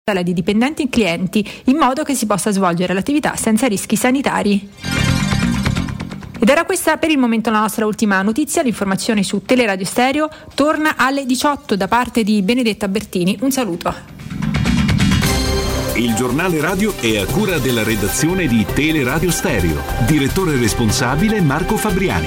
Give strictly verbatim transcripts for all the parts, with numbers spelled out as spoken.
di dipendenti e clienti, in modo che si possa svolgere l'attività senza rischi sanitari. Ed era questa per il momento la nostra ultima notizia. L'informazione su Teleradio Stereo torna alle diciotto da parte di Benedetta Bertini. Un saluto. Il giornale radio è a cura della redazione di Teleradio Stereo. Direttore responsabile Marco Fabriani.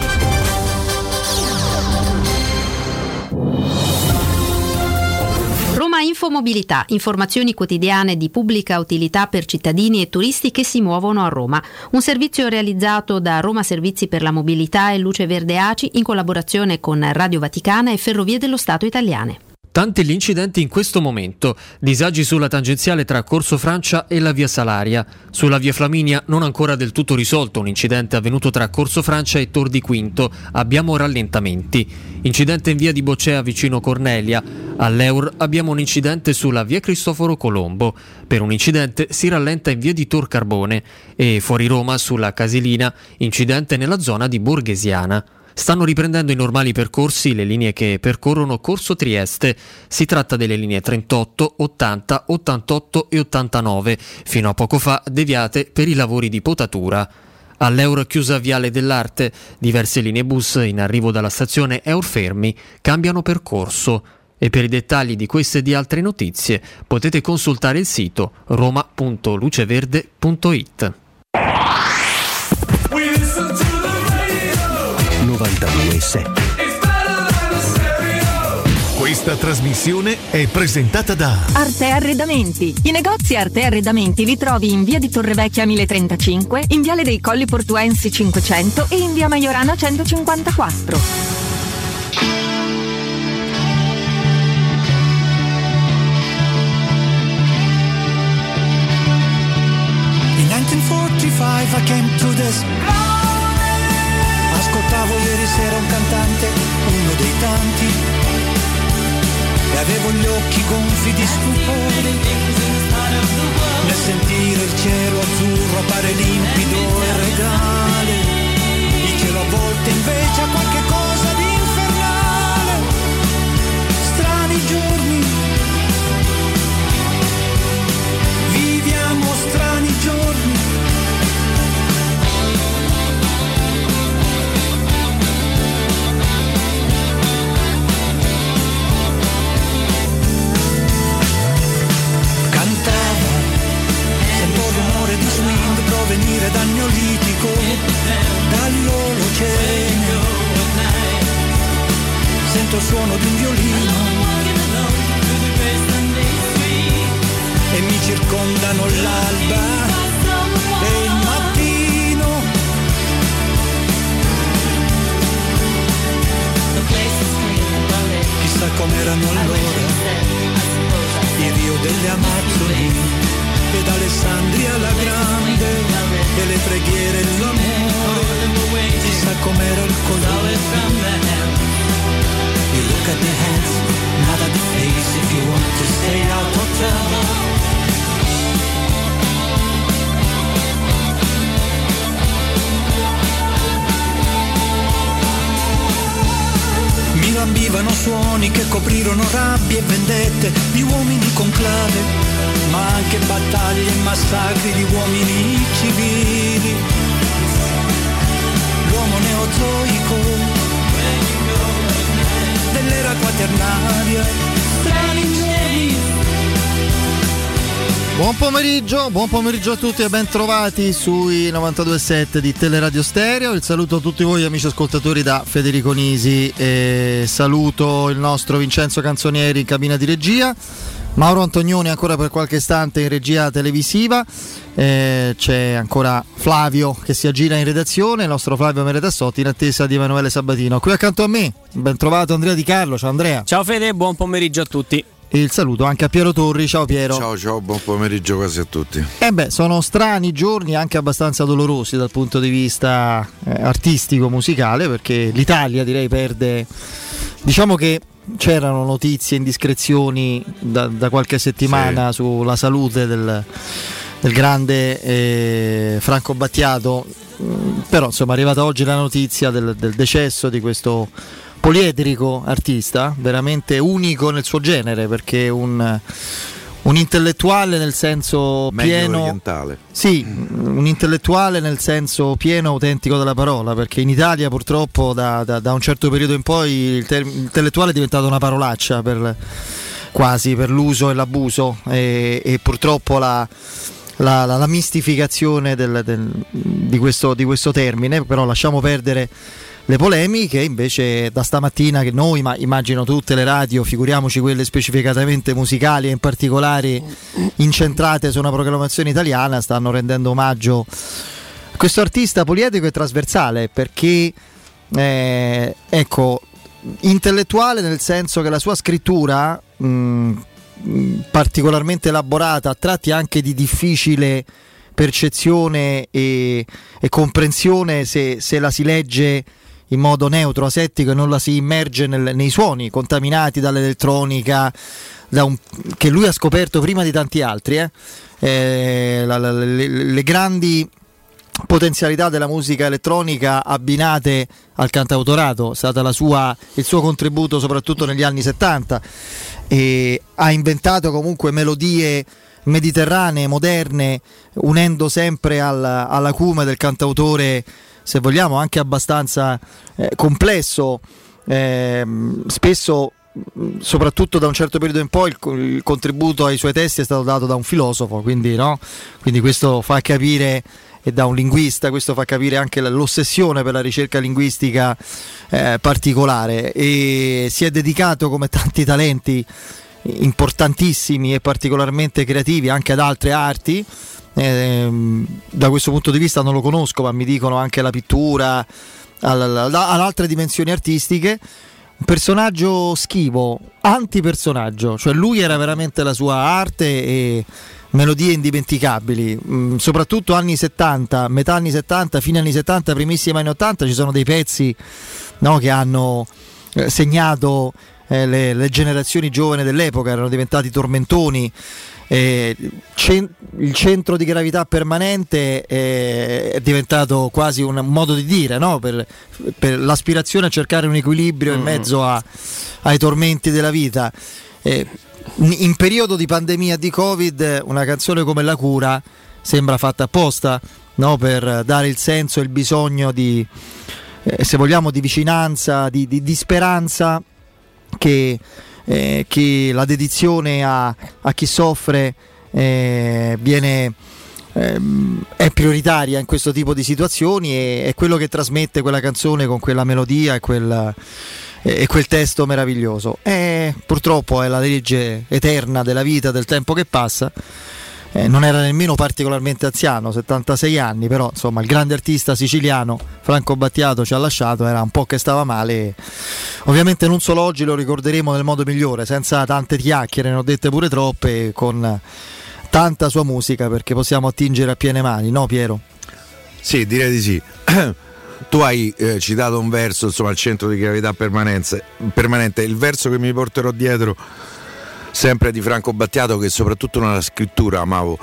Roma Infomobilità, informazioni quotidiane di pubblica utilità per cittadini e turisti che si muovono a Roma. Un servizio realizzato da Roma Servizi per la Mobilità e Luce Verde A C I in collaborazione con Radio Vaticana e Ferrovie dello Stato Italiane. Tanti gli incidenti in questo momento, disagi sulla tangenziale tra Corso Francia e la via Salaria. Sulla via Flaminia non ancora del tutto risolto un incidente avvenuto tra Corso Francia e Tor di Quinto, abbiamo rallentamenti. Incidente in via di Bocea vicino Cornelia. All'Eur abbiamo un incidente sulla via Cristoforo Colombo. Per un incidente si rallenta in via di Tor Carbone e fuori Roma sulla Casilina, incidente nella zona di Borghesiana. Stanno riprendendo i normali percorsi le linee che percorrono Corso Trieste. Si tratta delle linee trentotto, ottanta, ottantotto e ottantanove, fino a poco fa deviate per i lavori di potatura. All'Eur chiusa Viale dell'Arte, diverse linee bus in arrivo dalla stazione Eurfermi cambiano percorso. E per i dettagli di queste e di altre notizie potete consultare il sito roma punto luceverde punto it. novantadue sette. Questa trasmissione è presentata da Arte Arredamenti. I negozi Arte Arredamenti li trovi in via di Torrevecchia mille trentacinque, in viale dei Colli Portuensi cinquecento e in via Maiorana centocinquantaquattro. In millenovecentoquarantacinque I came to this. Ascoltavo ieri sera un cantante, uno dei tanti, e avevo gli occhi gonfi di stupore nel sentire il cielo azzurro appare limpido e regale. Il cielo a volte invece ha qualche cosa di infernale. Strani giorni, viviamo strani giorni. Di swing provenire dal Neolitico, dall'Olocene. Sento il suono di un violino e mi circondano l'alba e il mattino. Chissà com'erano allora i Rio delle Amazzoni ed Alessandria la Grande e le preghiere e l'amore. Chissà com'era il colore. You look at the hands, not at the face. If you want to stay out or tell. Mi lambivano suoni che coprirono rabbie e vendette di uomini con clave, ma anche battaglie e massacri di uomini civili. L'uomo neozoico dell'era quaternaria. Strani giorni. Buon pomeriggio, buon pomeriggio a tutti e ben trovati sui novantadue sette di Teleradio Stereo. Il saluto a tutti voi amici ascoltatori da Federico Nisi e saluto il nostro Vincenzo Canzonieri in cabina di regia, Mauro Antonioni ancora per qualche istante in regia televisiva, eh, c'è ancora Flavio che si aggira in redazione, il nostro Flavio Meretassotti in attesa di Emanuele Sabatino. Qui accanto a me, ben trovato Andrea Di Carlo. Ciao Andrea. Ciao Fede, buon pomeriggio a tutti. E il saluto anche a Piero Torri. Ciao Piero. Ciao ciao, buon pomeriggio quasi a tutti. Eh beh, sono strani giorni, anche abbastanza dolorosi dal punto di vista eh, artistico, musicale, perché l'Italia direi perde, diciamo che c'erano notizie, indiscrezioni da, da qualche settimana sì. sulla salute del, del grande eh, Franco Battiato, però insomma è arrivata oggi la notizia del, del decesso di questo poliedrico artista, veramente unico nel suo genere, perché un, un intellettuale nel senso meglio pieno orientale. Sì, un intellettuale nel senso pieno autentico della parola, perché in Italia purtroppo da, da, da un certo periodo in poi il ter- intellettuale è diventato una parolaccia per, quasi per l'uso e l'abuso e, e purtroppo la, la, la, la mistificazione del, del, di, questo, di questo termine. Però lasciamo perdere le polemiche. Invece da stamattina che noi, ma immagino tutte le radio, figuriamoci quelle specificatamente musicali e in particolare incentrate su una proclamazione italiana, stanno rendendo omaggio a questo artista poliedrico e trasversale, perché eh, ecco, intellettuale nel senso che la sua scrittura mh, particolarmente elaborata, a tratti anche di difficile percezione e, e comprensione se, se la si legge in modo neutro, asettico e non la si immerge nel, nei suoni contaminati dall'elettronica, da un, che lui ha scoperto prima di tanti altri, eh? Eh, la, la, le, le grandi potenzialità della musica elettronica abbinate al cantautorato è stata la sua, il suo contributo soprattutto negli anni settanta, e ha inventato comunque melodie mediterranee, moderne, unendo sempre al, all'acume del cantautore, se vogliamo anche abbastanza eh, complesso, eh, spesso soprattutto da un certo periodo in poi il, il contributo ai suoi testi è stato dato da un filosofo, quindi, no? Quindi questo fa capire, e da un linguista, questo fa capire anche l'ossessione per la ricerca linguistica eh, particolare, e si è dedicato, come tanti talenti importantissimi e particolarmente creativi, anche ad altre arti. Eh, da questo punto di vista non lo conosco, ma mi dicono anche la pittura, ad altre dimensioni artistiche. Un personaggio schivo, antipersonaggio, cioè lui era veramente la sua arte e melodie indimenticabili, mm, soprattutto anni settanta, metà anni settanta, fine anni settanta, primissimi anni ottanta, ci sono dei pezzi, no, che hanno eh, segnato eh, le, le generazioni giovani dell'epoca, erano diventati tormentoni. Eh, cent- il centro di gravità permanente eh, è diventato quasi un modo di dire, no? per, per l'aspirazione a cercare un equilibrio mm. in mezzo a, ai tormenti della vita. Eh, in periodo di pandemia di Covid, una canzone come La Cura sembra fatta apposta, no? Per dare il senso e il bisogno di, eh, se vogliamo, di vicinanza, di, di, di speranza, che Eh, che la dedizione a, a chi soffre eh, viene ehm, è prioritaria in questo tipo di situazioni, e è quello che trasmette quella canzone con quella melodia e quel, e quel testo meraviglioso. E purtroppo è la legge eterna della vita, del tempo che passa. Eh, non era nemmeno particolarmente anziano, settantasei anni, però insomma il grande artista siciliano Franco Battiato ci ha lasciato, era un po' che stava male. Ovviamente non solo oggi lo ricorderemo nel modo migliore, senza tante chiacchiere, ne ho dette pure troppe, con tanta sua musica, perché possiamo attingere a piene mani, no Piero? Sì, direi di sì. Tu hai eh, citato un verso, insomma, al centro di gravità permanente, permanente, il verso che mi porterò dietro sempre di Franco Battiato, che soprattutto nella scrittura amavo,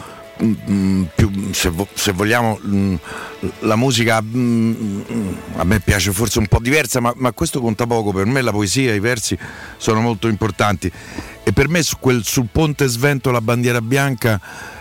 mm, più, se, vo- se vogliamo, mm, la musica mm, a me piace forse un po' diversa, ma, ma questo conta poco. Per me la poesia, i versi sono molto importanti, e per me su quel, sul ponte Svento la bandiera bianca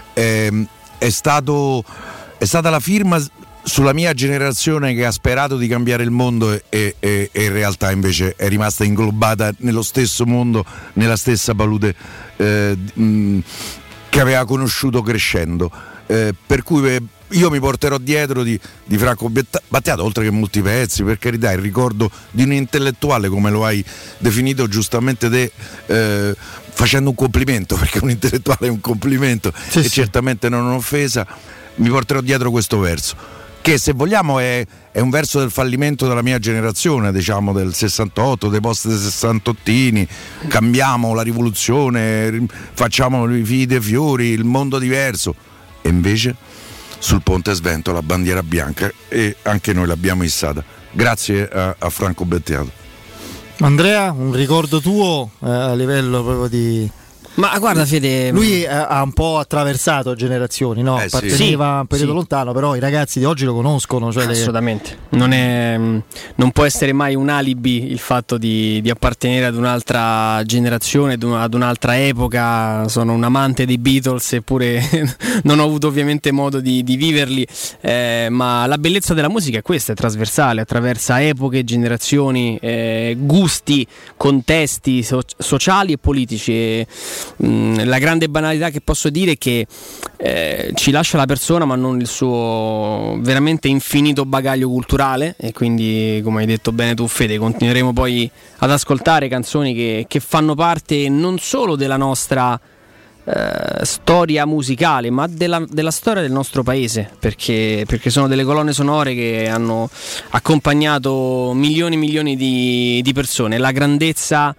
eh, è, stato, è stata la firma sulla mia generazione, che ha sperato di cambiare il mondo e, e, e in realtà invece è rimasta inglobata nello stesso mondo, nella stessa palude eh, mh, che aveva conosciuto crescendo. Eh, per cui eh, io mi porterò dietro di, di Franco Battiato, oltre che molti pezzi, per carità, il ricordo di un intellettuale, come lo hai definito giustamente te, eh, facendo un complimento, perché un intellettuale è un complimento, sì, e sì, certamente non un'offesa. Mi porterò dietro questo verso, che se vogliamo è, è un verso del fallimento della mia generazione, diciamo del sessantotto, dei post sessantottini. Cambiamo la rivoluzione, facciamo i figli dei fiori, il mondo diverso, e invece sul ponte Svento la bandiera bianca, e anche noi l'abbiamo issata grazie a, a Franco Battiato. Andrea, un ricordo tuo eh, a livello proprio di Ma guarda Fede, lui ha un po' attraversato generazioni, no? Eh, sì. Apparteneva Sì, a un periodo sì. lontano, però i ragazzi di oggi lo conoscono. Cioè le... Assolutamente, non, è, non può essere mai un alibi il fatto di, di appartenere ad un'altra generazione, ad, un, ad un'altra epoca. Sono un amante dei Beatles, eppure non ho avuto ovviamente modo di, di viverli, eh, ma la bellezza della musica è questa, è trasversale, attraversa epoche, generazioni, eh, gusti, contesti so- sociali e politici. E, mh, la grande banalità che posso dire è che eh, ci lascia la persona ma non il suo veramente infinito bagaglio culturale, e quindi, come hai detto bene tu Fede, continueremo poi ad ascoltare canzoni che, che fanno parte non solo della nostra eh, storia musicale, ma della, della storia del nostro paese, perché, perché sono delle colonne sonore che hanno accompagnato milioni e milioni di, di persone. La grandezza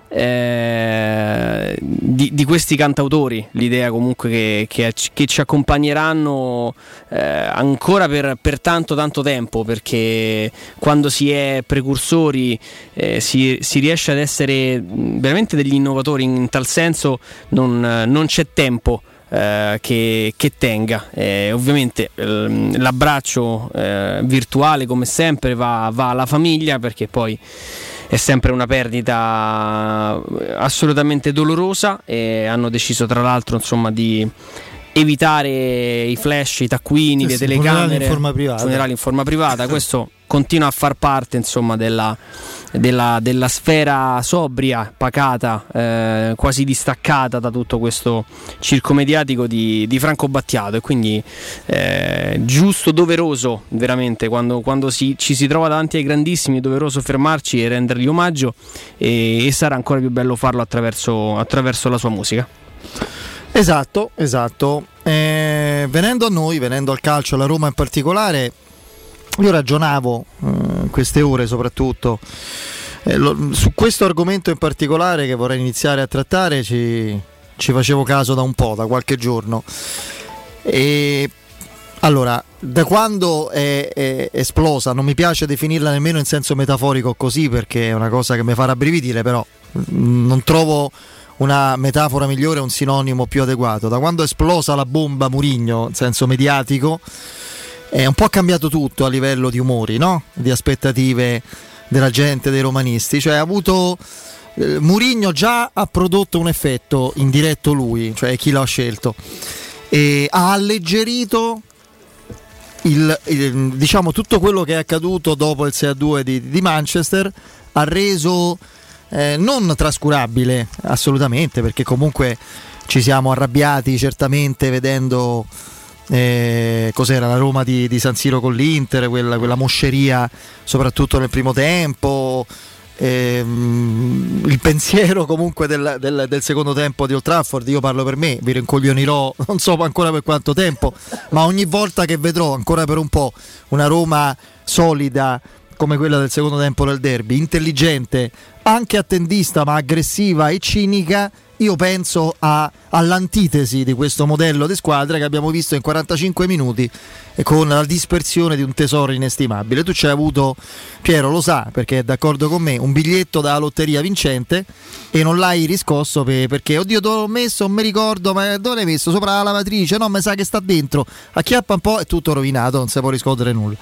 Eh, di, di questi cantautori, l'idea comunque che, che, che ci accompagneranno eh, ancora per, per tanto tanto tempo, perché quando si è precursori eh, si, si riesce ad essere veramente degli innovatori. In tal senso non, non c'è tempo Eh, che, che tenga. Eh, ovviamente ehm, l'abbraccio eh, virtuale come sempre va, va alla famiglia, perché poi è sempre una perdita assolutamente dolorosa, e hanno deciso tra l'altro insomma di evitare i flash, i taccuini, sì, le sì, telecamere, funerali in forma privata. funerali in forma privata. Questo continua a far parte insomma della, della, della sfera sobria, pacata, eh, quasi distaccata da tutto questo circo mediatico di, di Franco Battiato, e quindi eh, giusto, doveroso veramente, quando, quando si, ci si trova davanti ai grandissimi, è doveroso fermarci e rendergli omaggio, e, e sarà ancora più bello farlo attraverso, attraverso la sua musica. Esatto, esatto. Eh, venendo a noi, venendo al calcio, alla Roma in particolare, io ragionavo eh, queste ore soprattutto eh, lo, su questo argomento in particolare che vorrei iniziare a trattare. Ci, ci facevo caso da un po', da qualche giorno. E allora, da quando è, è esplosa, non mi piace definirla nemmeno in senso metaforico così, perché è una cosa che mi fa rabbrividire, però mh, non trovo una metafora migliore, un sinonimo più adeguato. Da quando è esplosa la bomba Mourinho in senso mediatico, è un po' cambiato tutto a livello di umori, no? Di aspettative della gente, dei romanisti. Cioè ha avuto eh, Mourinho già ha prodotto un effetto indiretto lui, cioè chi l'ha scelto, e ha alleggerito il, il, diciamo tutto quello che è accaduto dopo il sei a due di, di Manchester, ha reso Eh, non trascurabile assolutamente, perché comunque ci siamo arrabbiati certamente vedendo eh, cos'era la Roma di, di San Siro con l'Inter, quella, quella mosceria soprattutto nel primo tempo, ehm, il pensiero comunque del, del, del secondo tempo di Old Trafford. Io parlo per me, vi rincoglionirò non so ancora per quanto tempo, ma ogni volta che vedrò ancora per un po' una Roma solida come quella del secondo tempo del derby, intelligente, anche attendista ma aggressiva e cinica, io penso a, all'antitesi di questo modello di squadra che abbiamo visto in quarantacinque minuti, e con la dispersione di un tesoro inestimabile. Tu ci hai avuto, Piero lo sa perché è d'accordo con me, un biglietto da lotteria vincente e non l'hai riscosso per, perché oddio dove l'ho messo, non mi ricordo, ma dove l'hai messo? Sopra la lavatrice? No, mi sa che sta dentro, acchiappa un po', è tutto rovinato, non si può riscuotere nulla.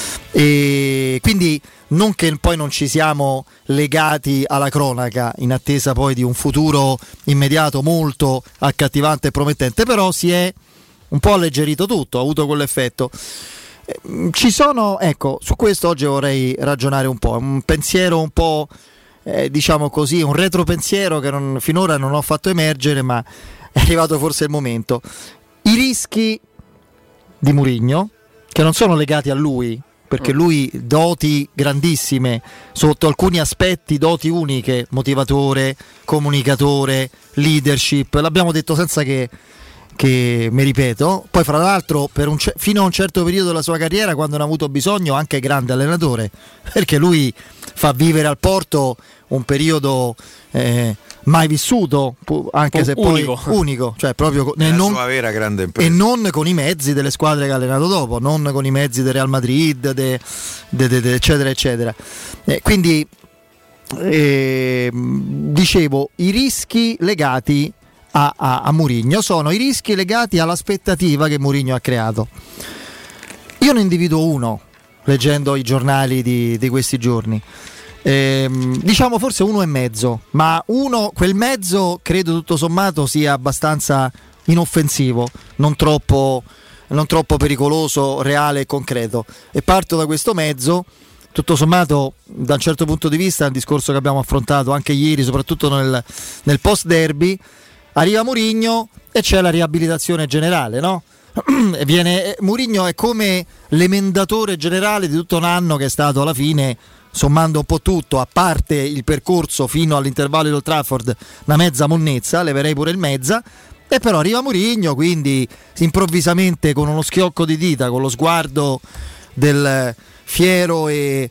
E quindi non che poi non ci siamo legati alla cronaca in attesa poi di un futuro immediato molto accattivante e promettente, però si è un po' alleggerito tutto, ha avuto quell'effetto. Ci sono, ecco, su questo oggi vorrei ragionare un po', un pensiero un po' eh, diciamo così, un retropensiero che non, finora non ho fatto emergere, ma è arrivato forse il momento. I rischi di Mourinho, che non sono legati a lui, perché lui doti grandissime sotto alcuni aspetti, doti uniche, motivatore, comunicatore, leadership, l'abbiamo detto senza che, che mi ripeto. Poi fra l'altro per un, fino a un certo periodo della sua carriera, quando ne ha avuto bisogno, anche grande allenatore, perché lui fa vivere al Porto un periodo eh, mai vissuto, anche se unico. poi unico, cioè proprio la non, sua vera grande impresa, e non con i mezzi delle squadre che ha allenato dopo, non con i mezzi del Real Madrid, de, de, de, de, eccetera eccetera. Eh, quindi eh, dicevo, i rischi legati a, a, a Mourinho sono i rischi legati all'aspettativa che Mourinho ha creato. Io ne individuo uno, leggendo i giornali di, di questi giorni. Ehm, diciamo forse uno e mezzo, ma uno, quel mezzo credo tutto sommato sia abbastanza inoffensivo, non troppo, non troppo pericoloso, reale e concreto. E parto da questo mezzo. Tutto sommato, da un certo punto di vista, il discorso che abbiamo affrontato anche ieri, soprattutto nel, nel post derby, arriva Mourinho e c'è la riabilitazione generale, no? Viene, Mourinho è come l'emendatore generale di tutto un anno che è stato alla fine, sommando un po' tutto, a parte il percorso fino all'intervallo di Old Trafford, una mezza monnezza, leverei pure il mezza, e però arriva Mourinho, quindi improvvisamente con uno schiocco di dita, con lo sguardo del fiero e,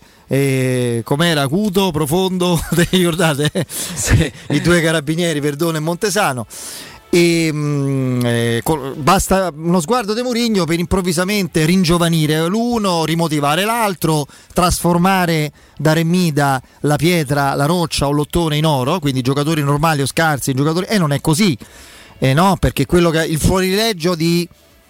e com'era, acuto, profondo, ricordate? Sì. I due carabinieri, Verdone e Montesano. E, mh, eh, col, basta uno sguardo di Mourinho per improvvisamente ringiovanire l'uno, rimotivare l'altro, trasformare da Remida la pietra, la roccia o l'ottone in oro, quindi giocatori normali o scarsi in giocatori, e non è così, eh, no? Perché quello che il fuorilegio di,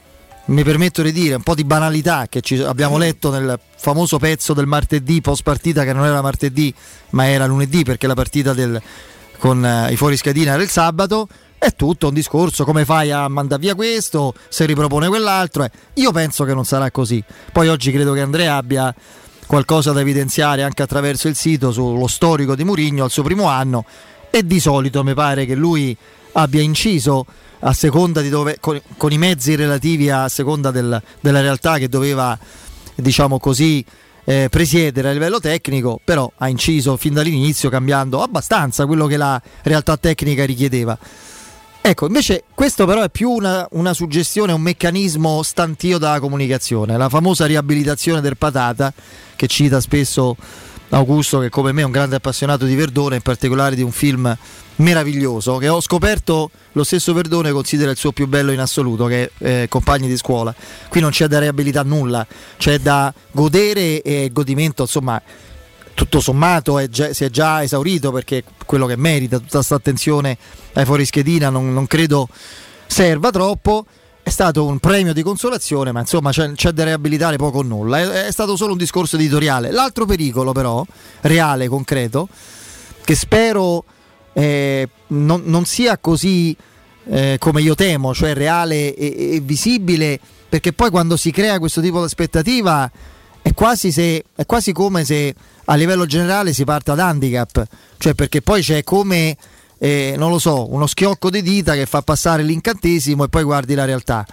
mi permetto di dire, un po' di banalità che ci abbiamo letto nel famoso pezzo del martedì post partita, che non era martedì ma era lunedì, perché la partita del, con uh, i fuorischedina era il sabato. È tutto un discorso, come fai a mandare via questo, se ripropone quell'altro, eh. Io penso che non sarà così. Poi oggi credo che Andrea abbia qualcosa da evidenziare anche attraverso il sito sullo storico di Mourinho al suo primo anno, e di solito mi pare che lui abbia inciso a seconda di dove, con, con i mezzi relativi a seconda del, della realtà che doveva, diciamo così, eh, presiedere a livello tecnico, però ha inciso fin dall'inizio cambiando abbastanza quello che la realtà tecnica richiedeva. Ecco, invece questo però è più una, una suggestione, un meccanismo stantio dalla comunicazione, la famosa riabilitazione del patata che cita spesso Augusto, che come me è un grande appassionato di Verdone, in particolare di un film meraviglioso che ho scoperto lo stesso Verdone considera il suo più bello in assoluto, che è eh, Compagni di scuola. Qui non c'è da riabilitare nulla, c'è da godere e godimento, insomma tutto sommato è già, si è già esaurito, perché quello che merita tutta questa attenzione ai fuorischedina non, non credo serva troppo. È stato un premio di consolazione, ma insomma c'è, c'è da riabilitare poco o nulla, è, è stato solo un discorso editoriale. L'altro pericolo però, reale, concreto, che spero eh, non, non sia così eh, come io temo, cioè reale e, e visibile, perché poi quando si crea questo tipo di aspettativa è quasi, se, è quasi come se a livello generale si parte ad handicap, cioè perché poi c'è come, eh, non lo so, uno schiocco di dita che fa passare l'incantesimo e poi guardi la realtà.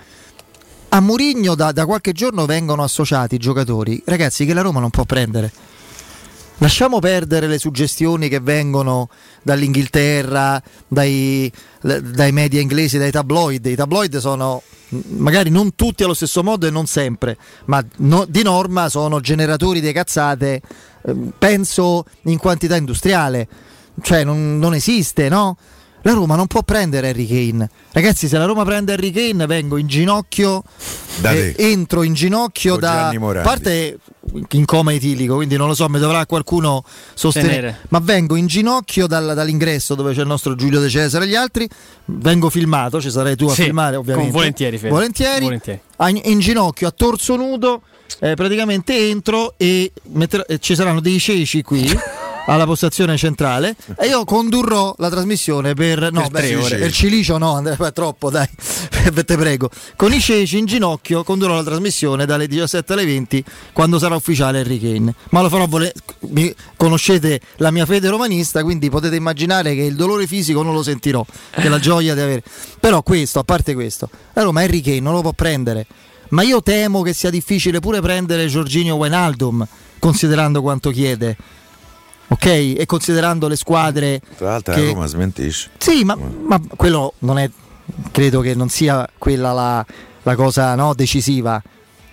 A Mourinho da, da qualche giorno vengono associati giocatori, ragazzi, che la Roma non può prendere. Lasciamo perdere le suggestioni che vengono dall'Inghilterra, dai, dai media inglesi, dai tabloid. I tabloid sono magari non tutti allo stesso modo e non sempre, ma no, di norma sono generatori di cazzate, eh, penso in quantità industriale, cioè non, non esiste, no? La Roma non può prendere Harry Kane, ragazzi. Se la Roma prende Harry Kane vengo in ginocchio, eh, entro in ginocchio con da a parte in coma etilico, quindi non lo so, mi dovrà qualcuno sostenere. Tenere. Ma vengo in ginocchio dal, dall'ingresso dove c'è il nostro Giulio De Cesare e gli altri, vengo filmato, ci sarai tu a sì, filmare ovviamente, volentieri, volentieri, volentieri. In, in ginocchio a torso nudo, eh, praticamente entro e metterò, eh, ci saranno dei ceci qui alla postazione centrale e io condurrò la trasmissione per no, per, beh, per Cilicio no, Andrea, è troppo, dai, te prego, con i ceci in ginocchio condurrò la trasmissione dalle diciassette alle venti quando sarà ufficiale Harry Kane, ma lo farò vole- conoscete la mia fede romanista, quindi potete immaginare che il dolore fisico non lo sentirò, che la gioia di avere, però questo, a parte questo, la Roma Harry Kane non lo può prendere, ma io temo che sia difficile pure prendere Jorginho Wijnaldum, considerando quanto chiede. Ok, e considerando le squadre, tra l'altro che... la Roma smentisce. Sì, ma, ma quello non è, credo che non sia quella la, la cosa, no, decisiva.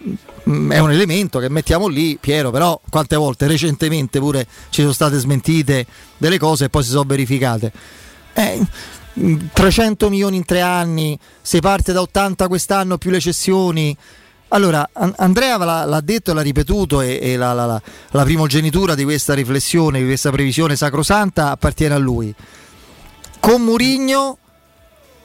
È un elemento che mettiamo lì, Piero, però quante volte recentemente pure ci sono state smentite delle cose e poi si sono verificate. Eh, trecento milioni in tre anni, si parte da ottanta quest'anno più le cessioni. Allora, Andrea l'ha, l'ha detto e l'ha ripetuto e, e la, la, la, la primogenitura di questa riflessione, di questa previsione sacrosanta appartiene a lui. Con Mourinho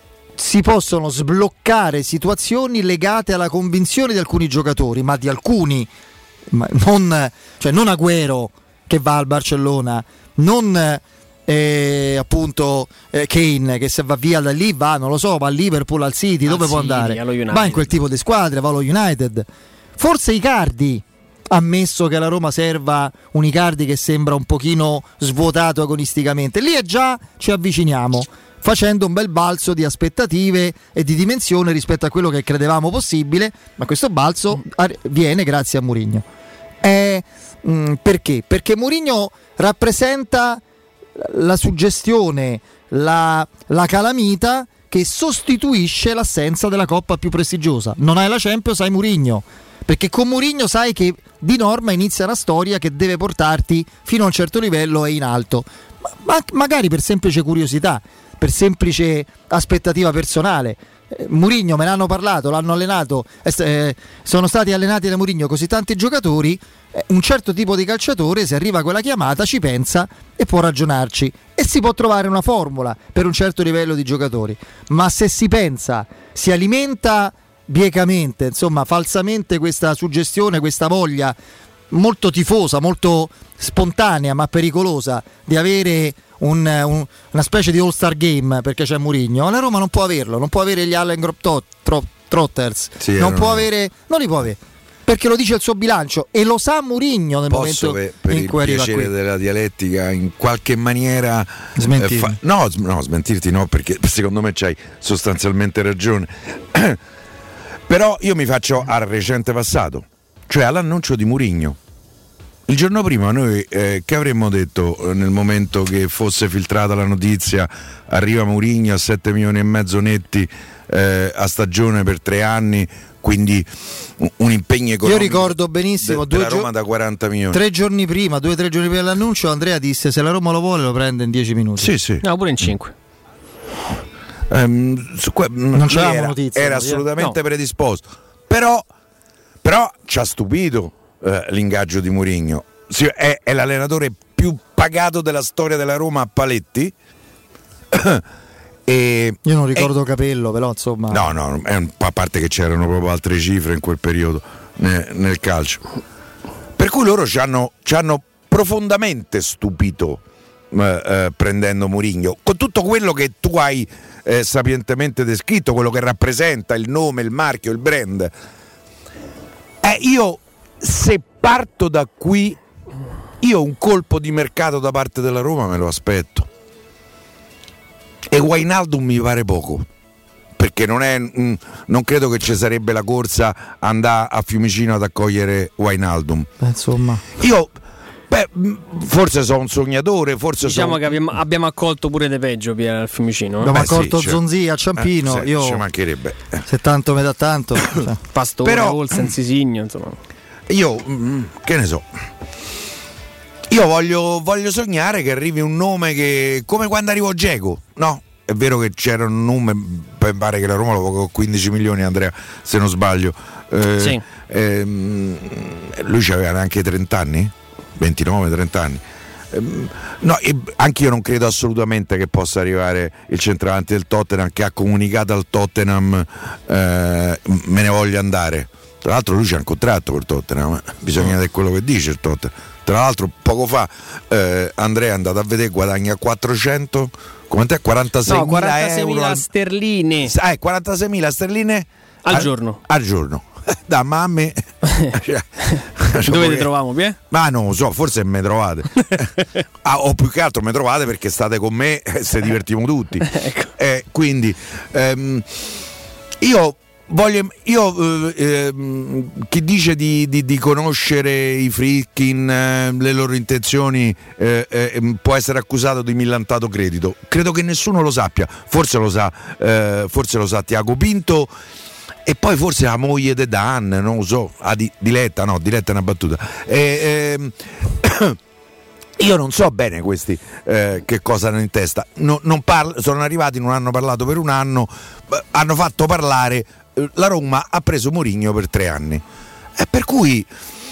si possono sbloccare situazioni legate alla convinzione di alcuni giocatori, ma di alcuni, ma non, cioè non Agüero che va al Barcellona, non eh, appunto eh, Kane che se va via da lì va, non lo so, va al Liverpool, al City, dove al può City, andare? Va in quel tipo di squadre, va allo United. Forse Icardi, ammesso che la Roma serva un Icardi che sembra un pochino svuotato agonisticamente, lì è già ci avviciniamo, facendo un bel balzo di aspettative e di dimensione rispetto a quello che credevamo possibile, ma questo balzo viene grazie a Mourinho. Eh, mh, perché? Perché Mourinho rappresenta la suggestione, la, la calamita che sostituisce l'assenza della coppa più prestigiosa. Non hai la Champions, hai Mourinho, perché con Mourinho sai che di norma inizia una storia che deve portarti fino a un certo livello e in alto, ma, ma magari per semplice curiosità, per semplice aspettativa personale. eh, Mourinho, me ne hanno parlato, l'hanno allenato, eh, sono stati allenati da Mourinho così tanti giocatori, eh, un certo tipo di calciatore, se arriva quella chiamata ci pensa e può ragionarci e si può trovare una formula per un certo livello di giocatori. Ma se si pensa, si alimenta biecamente, insomma falsamente, questa suggestione, questa voglia molto tifosa, molto spontanea ma pericolosa di avere un, un, una specie di all-star game perché c'è Mourinho, la Roma non può averlo, non può avere gli Allen Globetrotters, sì, non no, può no. avere, non li può avere perché lo dice il suo bilancio e lo sa Mourinho nel Posso momento per, per in cui il arriva piacere qui. della dialettica in qualche maniera Smentirmi. eh, fa, no, no, smentirti no, perché secondo me c'hai sostanzialmente ragione. Però io mi faccio al recente passato, cioè all'annuncio di Mourinho. Il giorno prima noi eh, che avremmo detto eh, nel momento che fosse filtrata la notizia, arriva Mourinho a sette milioni e mezzo netti eh, a stagione per tre anni, quindi un, un impegno economico. Io ricordo benissimo de, due della Roma gio- da quaranta milioni. Tre giorni prima, due o tre giorni prima dell'annuncio, Andrea disse se la Roma lo vuole lo prende in dieci minuti. Sì, sì. No, pure in cinque. Um, su que- non c'era era, notizia, era no, assolutamente no. predisposto, però, però ci ha stupito eh, l'ingaggio di Mourinho. Sì, è, è l'allenatore più pagato della storia della Roma a paletti. E, io non ricordo e, Capello, però insomma no no è un, a parte che c'erano proprio altre cifre in quel periodo nel, nel calcio, per cui loro ci hanno, ci hanno profondamente stupito eh, eh, prendendo Mourinho, con tutto quello che tu hai eh, sapientemente descritto, quello che rappresenta il nome, il marchio, il brand. Eh, io se parto da qui, io un colpo di mercato da parte della Roma me lo aspetto. E Wijnaldum mi pare poco, perché non è mh, non credo che ci sarebbe la corsa andare a Fiumicino ad accogliere Wijnaldum. Beh, insomma io beh, forse sono un sognatore, forse diciamo sono... che abbiamo, abbiamo accolto pure De Peggio Pier al Fiumicino, eh? abbiamo Beh, accolto sì, cioè, Zonzi a Ciampino, eh, sì, io ci mancherebbe. se tanto me dà tanto cioè. Pastore, Però- Olsen, Sisigno, insomma. Io mh, che ne so, io voglio, voglio sognare che arrivi un nome che, come quando arrivò Dzeko, no? È vero che c'era un nome, mi pare che la Roma lo pagò con quindici milioni, Andrea, se non sbaglio. Eh, Sì. ehm, lui aveva anche trenta anni, ventinove trenta anni. Ehm, no, e anche io non credo assolutamente che possa arrivare il centravanti del Tottenham, che ha comunicato al Tottenham eh, me ne voglio andare. Tra l'altro lui c'ha un contratto col Tottenham, eh. Bisogna vedere quello che dice il Tottenham. Tra l'altro poco fa eh, Andrea è andato a vedere, guadagna quattrocento, quant'è? quarantaseimila No, quarantaseimila euro al... sterline Ah, quarantaseimila sterline al giorno. Al giorno. Da mamme. Dove ti troviamo, Pie? Ma non lo so, forse me trovate. Ah, o più che altro me trovate perché state con me e se divertiamo tutti. Ecco. Eh, quindi ehm, io voglio io eh, eh, chi dice di, di, di conoscere i Friedkin, eh, le loro intenzioni, eh, eh, può essere accusato di millantato credito. Credo che nessuno lo sappia, forse lo sa, eh, forse lo sa Tiago Pinto. E poi forse la moglie di Dan, non lo so, ah, di, Diletta, no, Diletta è una battuta. E, ehm, io non so bene questi eh, che cosa hanno in testa. No, non parlo, sono arrivati, non hanno parlato per un anno, hanno fatto parlare. La Roma ha preso Mourinho per tre anni. E per cui,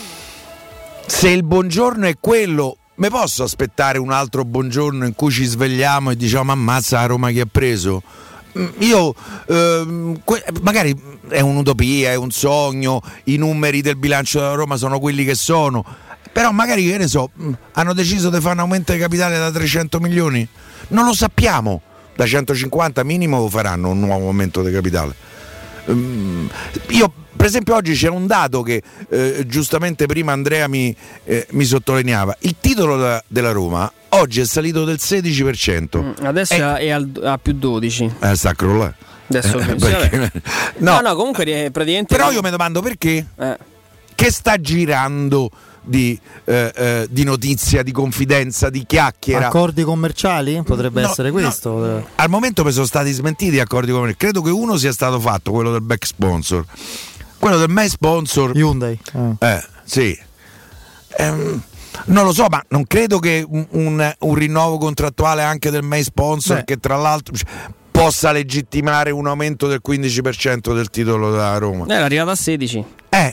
se il buongiorno è quello, me posso aspettare un altro buongiorno in cui ci svegliamo e diciamo ammazza la Roma che ha preso? io eh, que- magari è un'utopia, è un sogno, i numeri del bilancio della Roma sono quelli che sono, però magari, che ne so, hanno deciso di fare un aumento di capitale da trecento milioni, non lo sappiamo, da centocinquanta minimo faranno un nuovo aumento di capitale. Um, io per esempio oggi c'era un dato che eh, giustamente prima Andrea mi, eh, mi sottolineava, il titolo da, della Roma oggi è salito del sedici per cento, mm, adesso è, è al, a più dodici, eh, sta crollando adesso eh, perché, no. no no comunque è praticamente però io mi domando perché eh. che sta girando di, eh, eh, di notizia, di confidenza, di chiacchiera. Accordi commerciali? Potrebbe no, essere questo. No. Al momento mi sono stati smentiti gli accordi commerciali. Credo che uno sia stato fatto, quello del back sponsor. Quello del main sponsor. Hyundai. Eh, eh sì. Ehm, non lo so, ma non credo che un, un, un rinnovo contrattuale anche del main sponsor, Beh. che tra l'altro possa legittimare un aumento del quindici per cento del titolo della Roma. Eh, è arrivato a sedici. Eh.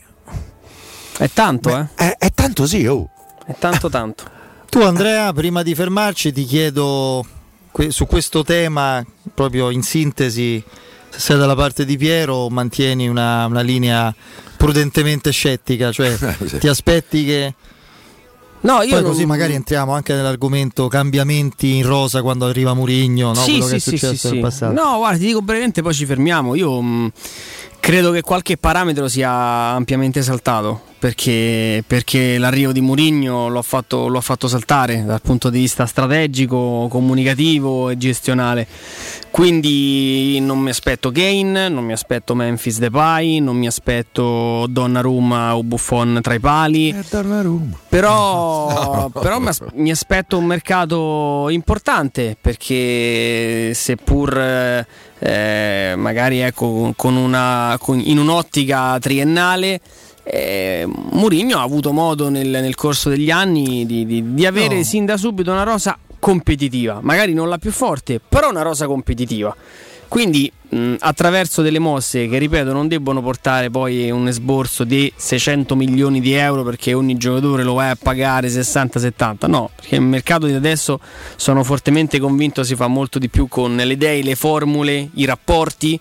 È tanto, Beh, eh? È, è tanto, sì, oh. È tanto, tanto. Tu, Andrea, prima di fermarci, ti chiedo que- su questo tema, proprio in sintesi, se sei dalla parte di Piero o mantieni una, una linea prudentemente scettica, cioè sì. ti aspetti che... No, io Poi non... così magari entriamo anche nell'argomento cambiamenti in rosa quando arriva Mourinho, no? Sì, quello sì, che è sì, successo sì, nel sì. passato. No, guarda, ti dico brevemente, poi ci fermiamo. Io mh, credo che qualche parametro sia ampiamente saltato, perché, perché l'arrivo di Mourinho lo ha fatto, lo ha fatto saltare dal punto di vista strategico, comunicativo e gestionale. Quindi non mi aspetto Kane, non mi aspetto Memphis Depay, non mi aspetto Donnarumma o Buffon tra i pali. Eh, Donnarumma. Però, no. però mi aspetto un mercato importante, perché seppur eh, magari ecco, con una, con, in un'ottica triennale, eh, Mourinho ha avuto modo nel, nel corso degli anni di, di, di avere no. sin da subito una rosa competitiva, magari non la più forte, però una rosa competitiva. Quindi mh, attraverso delle mosse che, ripeto, non debbono portare poi un esborso di seicento milioni di euro, perché ogni giocatore lo vai a pagare sessanta settanta, no, perché il mercato di adesso, sono fortemente convinto, si fa molto di più con le idee, le formule, i rapporti,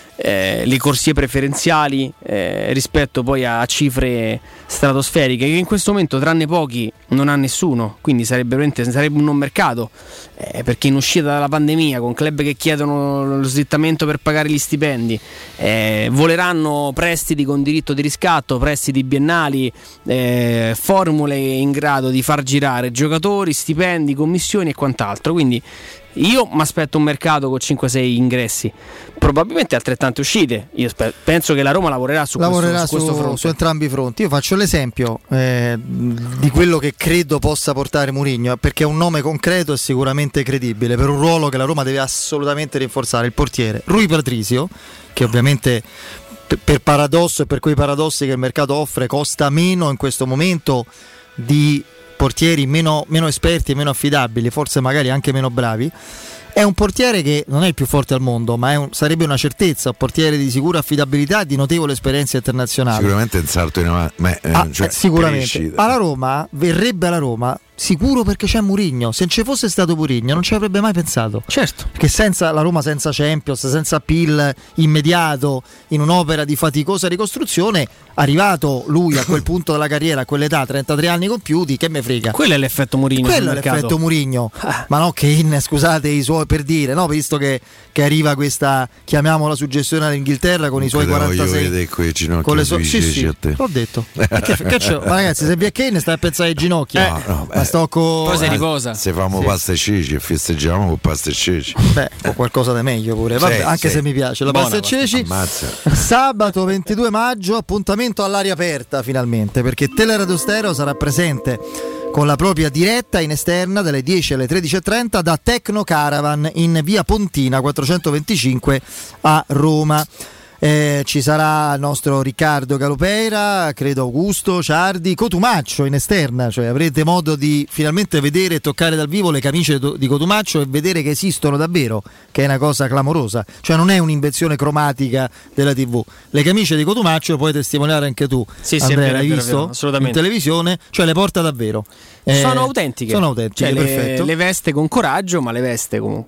eh, le corsie preferenziali, eh, rispetto poi a cifre stratosferiche che in questo momento, tranne pochi, non ha nessuno. Quindi sarebbe, sarebbe un non mercato, eh, perché in uscita dalla pandemia, con club che chiedono lo slittamento per pagare gli stipendi, eh, voleranno prestiti con diritto di riscatto, prestiti biennali, eh, formule in grado di far girare giocatori, stipendi, commissioni e quant'altro. Quindi io mi aspetto un mercato con cinque sei ingressi, probabilmente altrettante uscite. Io sper- penso che la Roma lavorerà su lavorerà questo, su, su, questo fronte. su entrambi i fronti. Io faccio l'esempio eh, di quello che credo possa portare Mourinho, perché è un nome concreto e sicuramente credibile per un ruolo che la Roma deve assolutamente rinforzare: il portiere Rui Patrizio, che ovviamente per paradosso e per quei paradossi che il mercato offre costa meno in questo momento di portieri meno, meno esperti e meno affidabili, forse magari anche meno bravi. È un portiere che non è il più forte al mondo, ma è un, sarebbe una certezza, un portiere di sicura affidabilità, di notevole esperienza internazionale. Sicuramente un salto in avanti, ma, eh, ah, cioè, eh, sicuramente. Alla Roma, verrebbe alla Roma sicuro perché c'è Mourinho. Se non ci fosse stato Mourinho non ci avrebbe mai pensato. Certo. Perché senza la Roma, senza Champions, senza appeal immediato, in un'opera di faticosa ricostruzione, arrivato lui a quel punto della carriera, a quell'età, trentatré anni compiuti, che me frega. Quello è l'effetto Mourinho. Quello è l'effetto Mourinho. Ah. Ma no, Kane, scusate, i suoi, per dire, no, visto che, che arriva questa, chiamiamola suggestione all'Inghilterra con non i suoi quarantasei. Con le sue, sì, sì, l'ho detto. che, che c'è? Ma ragazzi, se vi è Kane stai a pensare ai ginocchi. Eh. No, no, ma sto con... Poi si riposa. Se famo sì. pasta e ceci e festeggiamo con pasta e ceci. Beh, o qualcosa di meglio pure. Vabbè, sì, anche sì. se mi piace la Buona pasta e ceci. Sabato ventidue maggio, appuntamento all'aria aperta finalmente, perché Teleradio Stereo sarà presente con la propria diretta in esterna dalle dieci alle tredici e trenta da Tecno Caravan in via Pontina quattrocentoventicinque a Roma. Eh, ci sarà il nostro Riccardo Galopeira, credo Augusto Ciardi, Cotumaccio in esterna, cioè avrete modo di finalmente vedere e toccare dal vivo le camicie di Cotumaccio e vedere che esistono davvero, che è una cosa clamorosa, cioè non è un'invenzione cromatica della tivù. Le camicie di Cotumaccio puoi testimoniare anche tu, sì, Andrea, sì, l'hai vero, visto? Vero, assolutamente. In televisione, cioè le porta davvero. Eh, sono eh, autentiche, sono autentiche, cioè perfetto. Le, le veste con coraggio, ma le veste comunque.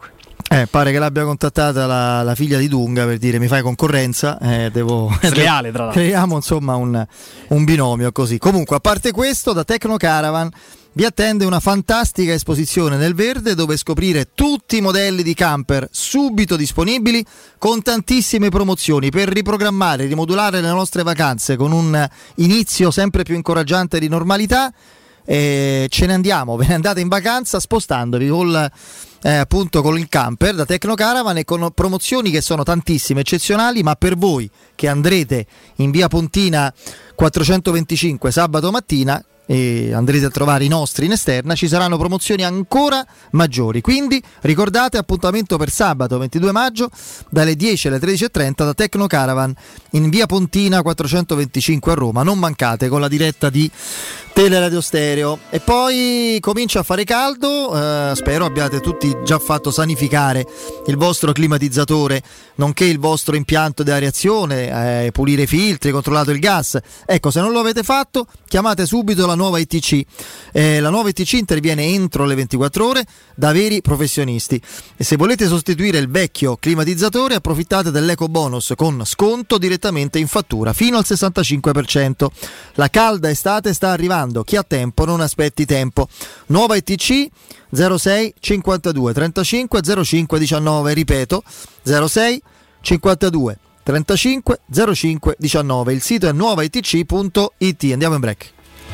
Eh, pare che l'abbia contattata la, la figlia di Dunga per dire mi fai concorrenza, eh, devo Reale, tra l'altro. Creiamo insomma un, un binomio così. Comunque, a parte questo, da Tecno Caravan vi attende una fantastica esposizione nel verde dove scoprire tutti i modelli di camper subito disponibili con tantissime promozioni per riprogrammare, rimodulare le nostre vacanze con un inizio sempre più incoraggiante di normalità. E ce ne andiamo, ve ne andate in vacanza spostandovi col, eh, appunto con il camper da Tecno Caravan e con promozioni che sono tantissime, eccezionali, ma per voi che andrete in via Pontina quattrocentoventicinque sabato mattina e andrete a trovare i nostri in esterna, ci saranno promozioni ancora maggiori, quindi ricordate appuntamento per sabato ventidue maggio dalle dieci alle tredici e trenta da Tecno Caravan in via Pontina quattrocentoventicinque a Roma. Non mancate con la diretta di Teleradio Stereo. E poi comincia a fare caldo, eh, spero abbiate tutti già fatto sanificare il vostro climatizzatore nonché il vostro impianto di areazione, eh, pulire i filtri, controllato il gas. Ecco, se non lo avete fatto chiamate subito la nuova I T C. Eh, la nuova I T C interviene entro le ventiquattro ore da veri professionisti e se volete sostituire il vecchio climatizzatore approfittate dell'eco bonus con sconto direttamente in fattura fino al sessantacinque per cento. La calda estate sta arrivando, chi ha tempo non aspetti tempo. Nuova I T C zero sei cinquantadue trentacinque zero cinque diciannove, ripeto zero sei cinquantadue trentacinque zero cinque diciannove, il sito è nuova i t c punto i t. Andiamo in break.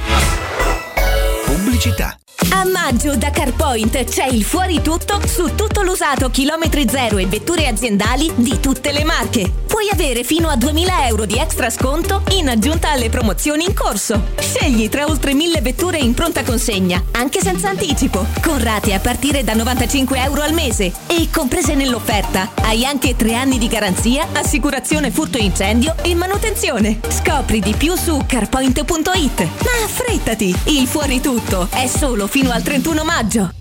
Pubblicità. A maggio da CarPoint c'è il fuori tutto su tutto l'usato chilometri zero e vetture aziendali di tutte le marche. Puoi avere fino a duemila euro di extra sconto in aggiunta alle promozioni in corso. Scegli tra oltre mille vetture in pronta consegna, anche senza anticipo, con rate a partire da novantacinque euro al mese. E comprese nell'offerta hai anche tre anni di garanzia, assicurazione furto incendio e manutenzione. Scopri di più su carpoint punto it. Ma affrettati, il fuori tutto è solo fino al trentuno maggio.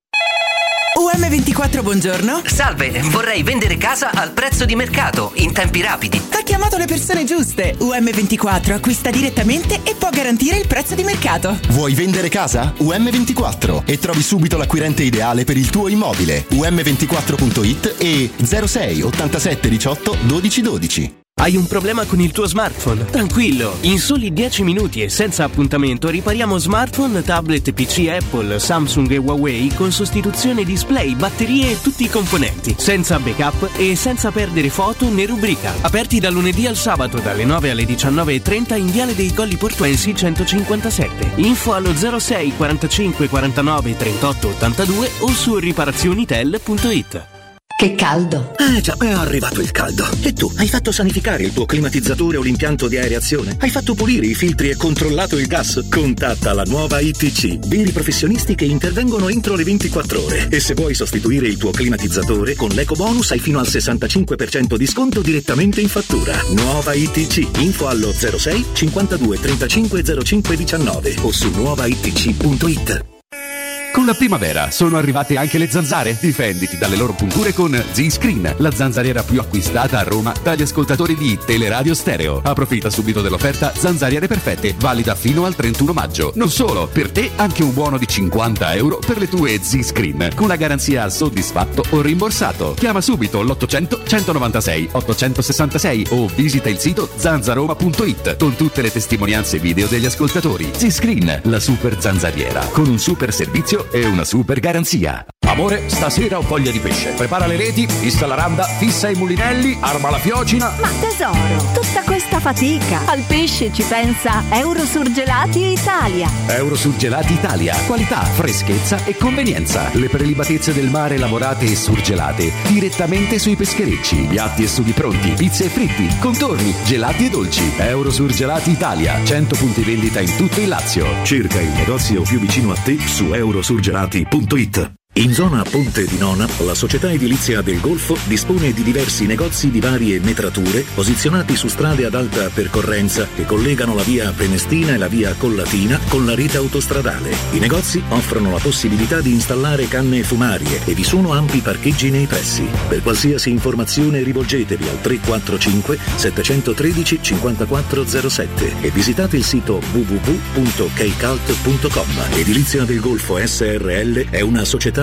U M ventiquattro, buongiorno. Salve, vorrei vendere casa al prezzo di mercato, in tempi rapidi. Ha chiamato le persone giuste. U M ventiquattro acquista direttamente e può garantire il prezzo di mercato. Vuoi vendere casa? U M ventiquattro e trovi subito l'acquirente ideale per il tuo immobile. U M ventiquattro punto it e zero sei ottantasette diciotto dodici dodici. Hai un problema con il tuo smartphone? Tranquillo, in soli dieci minuti e senza appuntamento ripariamo smartphone, tablet, P C Apple, Samsung e Huawei con sostituzione display, batterie e tutti i componenti, senza backup e senza perdere foto né rubrica. Aperti da lunedì al sabato dalle nove alle diciannove e trenta in Viale dei Colli Portuensi centocinquantasette. Info allo zero sei quarantacinque quarantanove trentotto ottantadue o su riparazionitel punto it. Che caldo! Eh già, è arrivato il caldo. E tu, hai fatto sanificare il tuo climatizzatore o l'impianto di areazione? Hai fatto pulire i filtri e controllato il gas? Contatta la nuova I T C. Veri professionisti che intervengono entro le ventiquattro ore. E se vuoi sostituire il tuo climatizzatore, con l'eco bonus hai fino al sessantacinque per cento di sconto direttamente in fattura. Nuova I T C. Info allo zero sei cinquantadue trentacinque zero cinque diciannove o su nuova i t c punto it. Con la primavera sono arrivate anche le zanzare. Difenditi dalle loro punture con Z-Screen, la zanzariera più acquistata a Roma dagli ascoltatori di Teleradio Stereo. Approfitta subito dell'offerta Zanzariere Perfette, valida fino al trentuno maggio. Non solo, per te anche un buono di cinquanta euro per le tue Z-Screen, con la garanzia soddisfatto o rimborsato. Chiama subito l'ottocento centonovantasei ottocentosessantasei o visita il sito zanzaroma punto it con tutte le testimonianze video degli ascoltatori. Z-Screen, la super zanzariera, con un super servizio e una super garanzia. Amore, stasera ho voglia di pesce. Prepara le reti, fissa la randa, fissa i mulinelli, arma la fiocina. Ma tesoro, tutta questa fatica. Al pesce ci pensa Eurosurgelati Italia. Eurosurgelati Italia. Qualità, freschezza e convenienza. Le prelibatezze del mare lavorate e surgelate direttamente sui pescherecci. Piatti e sughi pronti, pizze e fritti, contorni, gelati e dolci. Eurosurgelati Italia. cento punti vendita in tutto il Lazio. Cerca il negozio più vicino a te su eurosurgelati punto it. In zona Ponte di Nona, la società edilizia del Golfo dispone di diversi negozi di varie metrature posizionati su strade ad alta percorrenza che collegano la via Prenestina e la via Collatina con la rete autostradale. I negozi offrono la possibilità di installare canne fumarie e vi sono ampi parcheggi nei pressi. Per qualsiasi informazione rivolgetevi al tre quattro cinque sette uno tre cinque zero sette e visitate il sito w w w punto keicalt punto com. Edilizia del Golfo S R L è una società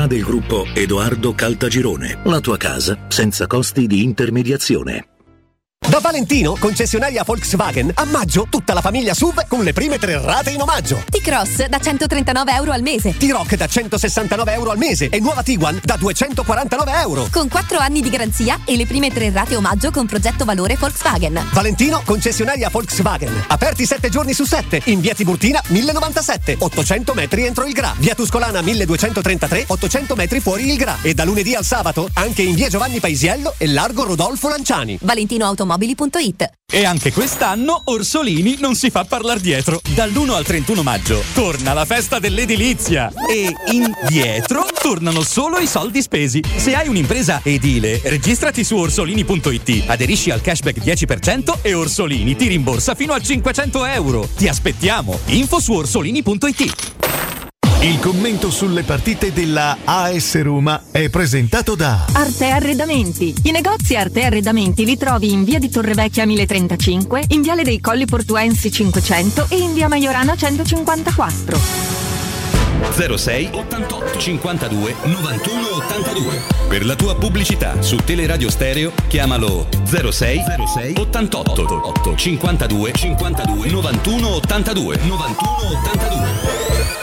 proprietà del gruppo Edoardo Caltagirone. La tua casa senza costi di intermediazione. Da Valentino, concessionaria Volkswagen, a maggio tutta la famiglia S U V con le prime tre rate in omaggio. T-Cross da centotrentanove euro al mese. T-Roc da centosessantanove euro al mese e nuova Tiguan da duecentoquarantanove euro. Con quattro anni di garanzia e le prime tre rate omaggio con progetto valore Volkswagen. Valentino, concessionaria Volkswagen. Aperti sette giorni su sette. In via Tiburtina millenovantasette, ottocento metri entro il Gra. Via Tuscolana milleduecentotrentatré, ottocento metri fuori il Gra. E da lunedì al sabato anche in via Giovanni Paisiello e largo Rodolfo Lanciani. Valentino Automobili punto it. E anche quest'anno Orsolini non si fa parlare dietro. Dall'primo al trentuno maggio torna la festa dell'edilizia e indietro tornano solo i soldi spesi. Se hai un'impresa edile, registrati su orsolini punto it, aderisci al cashback dieci per cento e Orsolini ti rimborsa fino a cinquecento euro. Ti aspettiamo. Info su orsolini punto it. Il commento sulle partite della A S Roma è presentato da Arte Arredamenti. I negozi Arte Arredamenti li trovi in via di Torrevecchia mille trentacinque, in viale dei Colli Portuensi cinquecento e in via Maiorana centocinquantaquattro. zero sei ottantotto cinquantadue novantuno ottantadue. Per la tua pubblicità su Teleradio Stereo chiamalo zero sei ottantotto cinquantadue cinquantadue novantuno ottantadue novantuno ottantadue.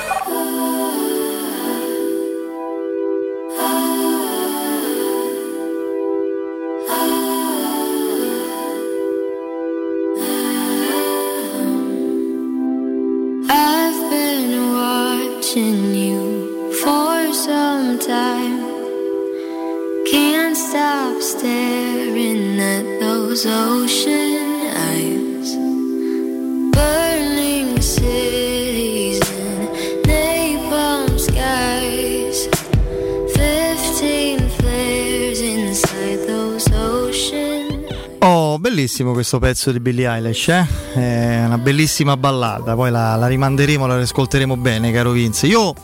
You for some time, can't stop staring at those ocean eyes, burning cities and napalm skies, fifteen flares inside those ocean. Oh, bellissimo questo pezzo di Billie Eilish, eh? È una bellissima ballata, poi la, la rimanderemo, la riascolteremo bene, caro Vince. Io,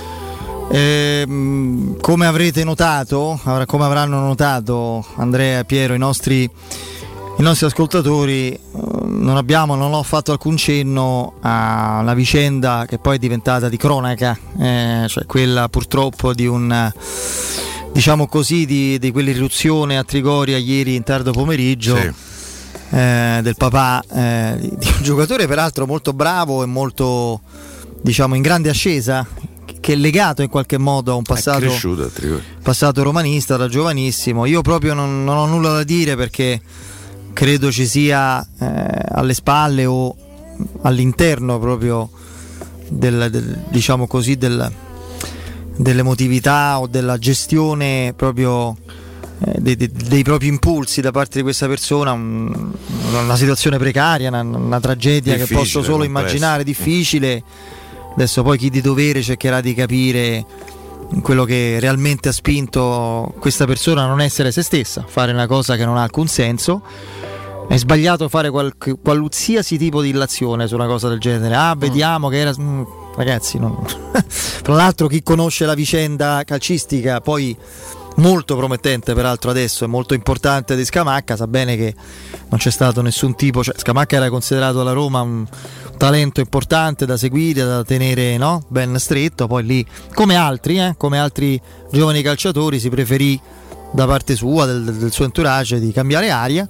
ehm, come avrete notato, come avranno notato Andrea e Piero, i nostri, i nostri ascoltatori, non abbiamo, non ho fatto alcun cenno alla vicenda che poi è diventata di cronaca, eh, cioè quella purtroppo di un... diciamo così, di, di quell'irruzione a Trigoria ieri in tardo pomeriggio, sì. eh, del papà eh, di, di un giocatore peraltro molto bravo e molto, diciamo, in grande ascesa, che è legato in qualche modo a un passato, passato romanista da giovanissimo. Io proprio non, non ho nulla da dire, perché credo ci sia eh, alle spalle o all'interno proprio del, del diciamo così del dell'emotività o della gestione proprio eh, dei, dei, dei propri impulsi da parte di questa persona, un, una situazione precaria, una, una tragedia difficile, che posso solo immaginare, difficile. Adesso poi chi di dovere cercherà di capire quello che realmente ha spinto questa persona a non essere se stessa, fare una cosa che non ha alcun senso. È sbagliato fare qualche, qualsiasi tipo di illazione su una cosa del genere. Ah, vediamo che era... Mm, ragazzi, non... tra l'altro chi conosce la vicenda calcistica, poi molto promettente peraltro adesso, è molto importante, di Scamacca, sa bene che non c'è stato nessun tipo, cioè Scamacca era considerato alla Roma un talento importante da seguire, da tenere, no? Ben stretto. Poi lì, come altri, eh, come altri giovani calciatori, si preferì da parte sua, del, del suo entourage, di cambiare aria.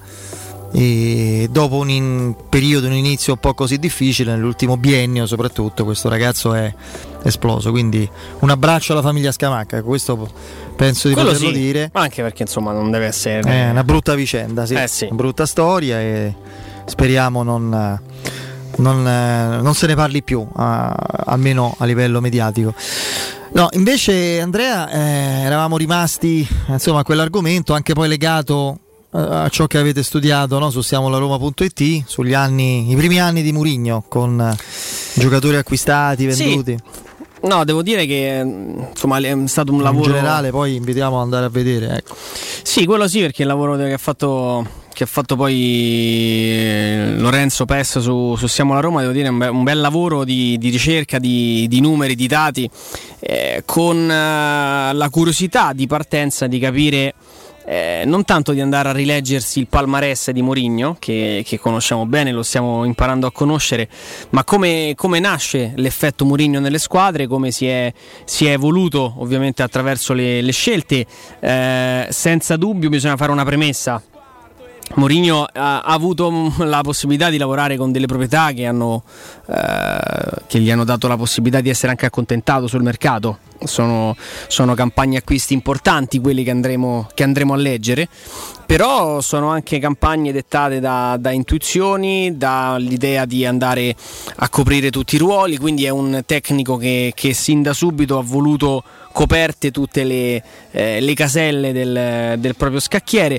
E dopo un in periodo, un inizio un po' così difficile, nell'ultimo biennio soprattutto, questo ragazzo è esploso. Quindi un abbraccio alla famiglia Scamacca, questo penso di Quello poterlo sì, dire. ma anche perché insomma non deve essere è una brutta vicenda, sì, eh sì. Una brutta storia, e speriamo non, non, non se ne parli più, a, almeno a livello mediatico. No, invece Andrea, eh, eravamo rimasti insomma a quell'argomento, anche poi legato a ciò che avete studiato, no? Su siamo la Roma punto it, sugli anni, i primi anni di Mourinho, con giocatori acquistati, venduti. Sì. No, devo dire che insomma è stato un lavoro. In generale, poi invitiamo ad andare a vedere, ecco. Sì, quello sì, perché il lavoro che ha fatto che ha fatto poi Lorenzo Pes su, su Siamo la Roma, devo dire un, be- un bel lavoro di, di ricerca di, di numeri, di dati, eh, con eh, la curiosità di partenza di capire eh, non tanto di andare a rileggersi il palmarès di Mourinho, che, che conosciamo bene, lo stiamo imparando a conoscere, ma come, come nasce l'effetto Mourinho nelle squadre, come si è, si è evoluto ovviamente attraverso le, le scelte. Eh, senza dubbio bisogna fare una premessa. Mourinho ha, ha avuto la possibilità di lavorare con delle proprietà che, hanno, eh, che gli hanno dato la possibilità di essere anche accontentato sul mercato. Sono, sono campagne acquisti importanti quelli che andremo, che andremo a leggere, però sono anche campagne dettate da, da intuizioni, dall'idea di andare a coprire tutti i ruoli, quindi è un tecnico che, che sin da subito ha voluto coperte tutte le, eh, le caselle del, del proprio scacchiere,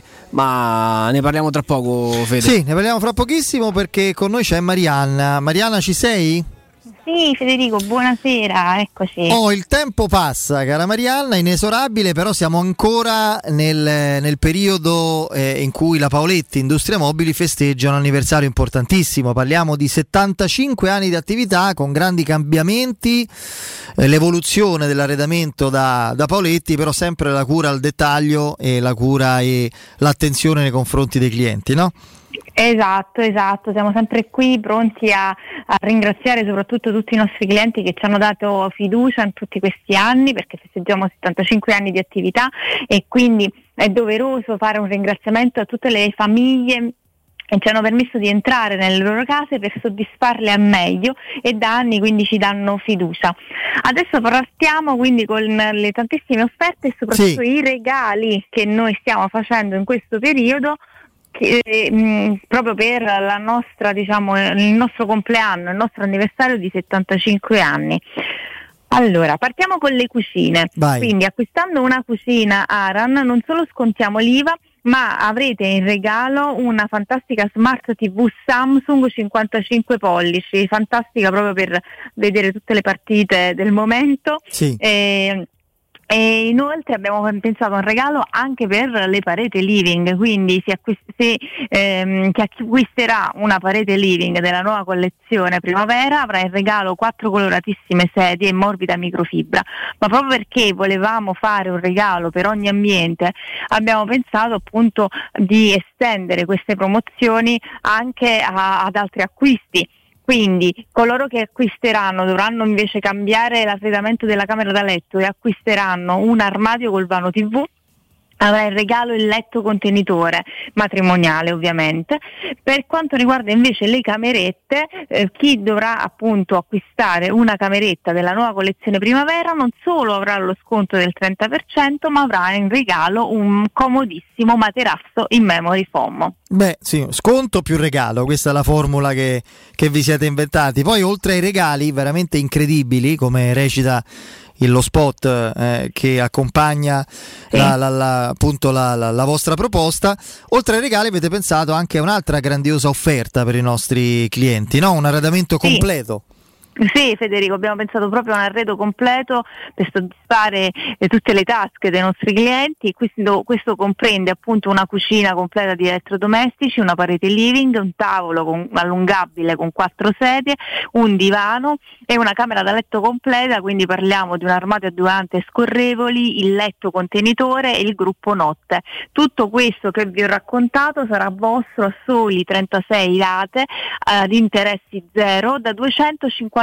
ma ne parliamo tra poco, Fede. Sì, ne parliamo fra pochissimo perché con noi c'è Marianna. Marianna, ci sei? Sì, Federico, buonasera, eccoci. Oh, il tempo passa, cara Marianna, inesorabile, però siamo ancora nel, nel periodo eh, in cui la Paoletti Industria Mobili festeggia un anniversario importantissimo. Parliamo di settantacinque anni di attività con grandi cambiamenti, eh, l'evoluzione dell'arredamento da, da Paoletti, però sempre la cura al dettaglio e la cura e l'attenzione nei confronti dei clienti, no? Esatto, esatto, siamo sempre qui pronti a, a ringraziare soprattutto tutti i nostri clienti che ci hanno dato fiducia in tutti questi anni, perché festeggiamo settantacinque anni di attività e quindi è doveroso fare un ringraziamento a tutte le famiglie che ci hanno permesso di entrare nelle loro case per soddisfarle al meglio e da anni quindi ci danno fiducia. Adesso partiamo quindi con le tantissime offerte e soprattutto sì. i regali che noi stiamo facendo in questo periodo, Che, mh, proprio per la nostra, diciamo, il nostro compleanno, il nostro anniversario di settantacinque anni. Allora, partiamo con le cucine. Vai. Quindi acquistando una cucina Aran non solo scontiamo l'I V A, ma avrete in regalo una fantastica Smart T V Samsung cinquantacinque pollici, fantastica proprio per vedere tutte le partite del momento. Sì. E, E inoltre abbiamo pensato a un regalo anche per le pareti living, quindi si acquist- se, ehm, chi acquisterà una parete living della nuova collezione primavera avrà in regalo quattro coloratissime sedie in morbida microfibra, ma proprio perché volevamo fare un regalo per ogni ambiente abbiamo pensato appunto di estendere queste promozioni anche a- ad altri acquisti. Quindi coloro che acquisteranno dovranno invece cambiare l'arredamento della camera da letto e acquisteranno un armadio col vano tivù, avrà in regalo il letto contenitore matrimoniale ovviamente. Per quanto riguarda invece le camerette, eh, chi dovrà appunto acquistare una cameretta della nuova collezione primavera non solo avrà lo sconto del trenta per cento, ma avrà in regalo un comodissimo materasso in memory foam. Beh sì, sconto più regalo, questa è la formula che, che vi siete inventati. Poi oltre ai regali veramente incredibili, come recita lo spot eh, che accompagna sì. la, la, la, appunto la, la, la vostra proposta, oltre ai regali avete pensato anche a un'altra grandiosa offerta per i nostri clienti, no? Un arredamento sì. completo. Sì, Federico, abbiamo pensato proprio a un arredo completo per soddisfare eh, tutte le tasche dei nostri clienti. Questo, questo comprende appunto una cucina completa di elettrodomestici, una parete living, un tavolo con, allungabile con quattro sedie, un divano e una camera da letto completa, quindi parliamo di un armadio a due ante scorrevoli, il letto contenitore e il gruppo notte. Tutto questo che vi ho raccontato sarà vostro a soli trentasei rate ad eh, interessi zero da duecentocinquantatré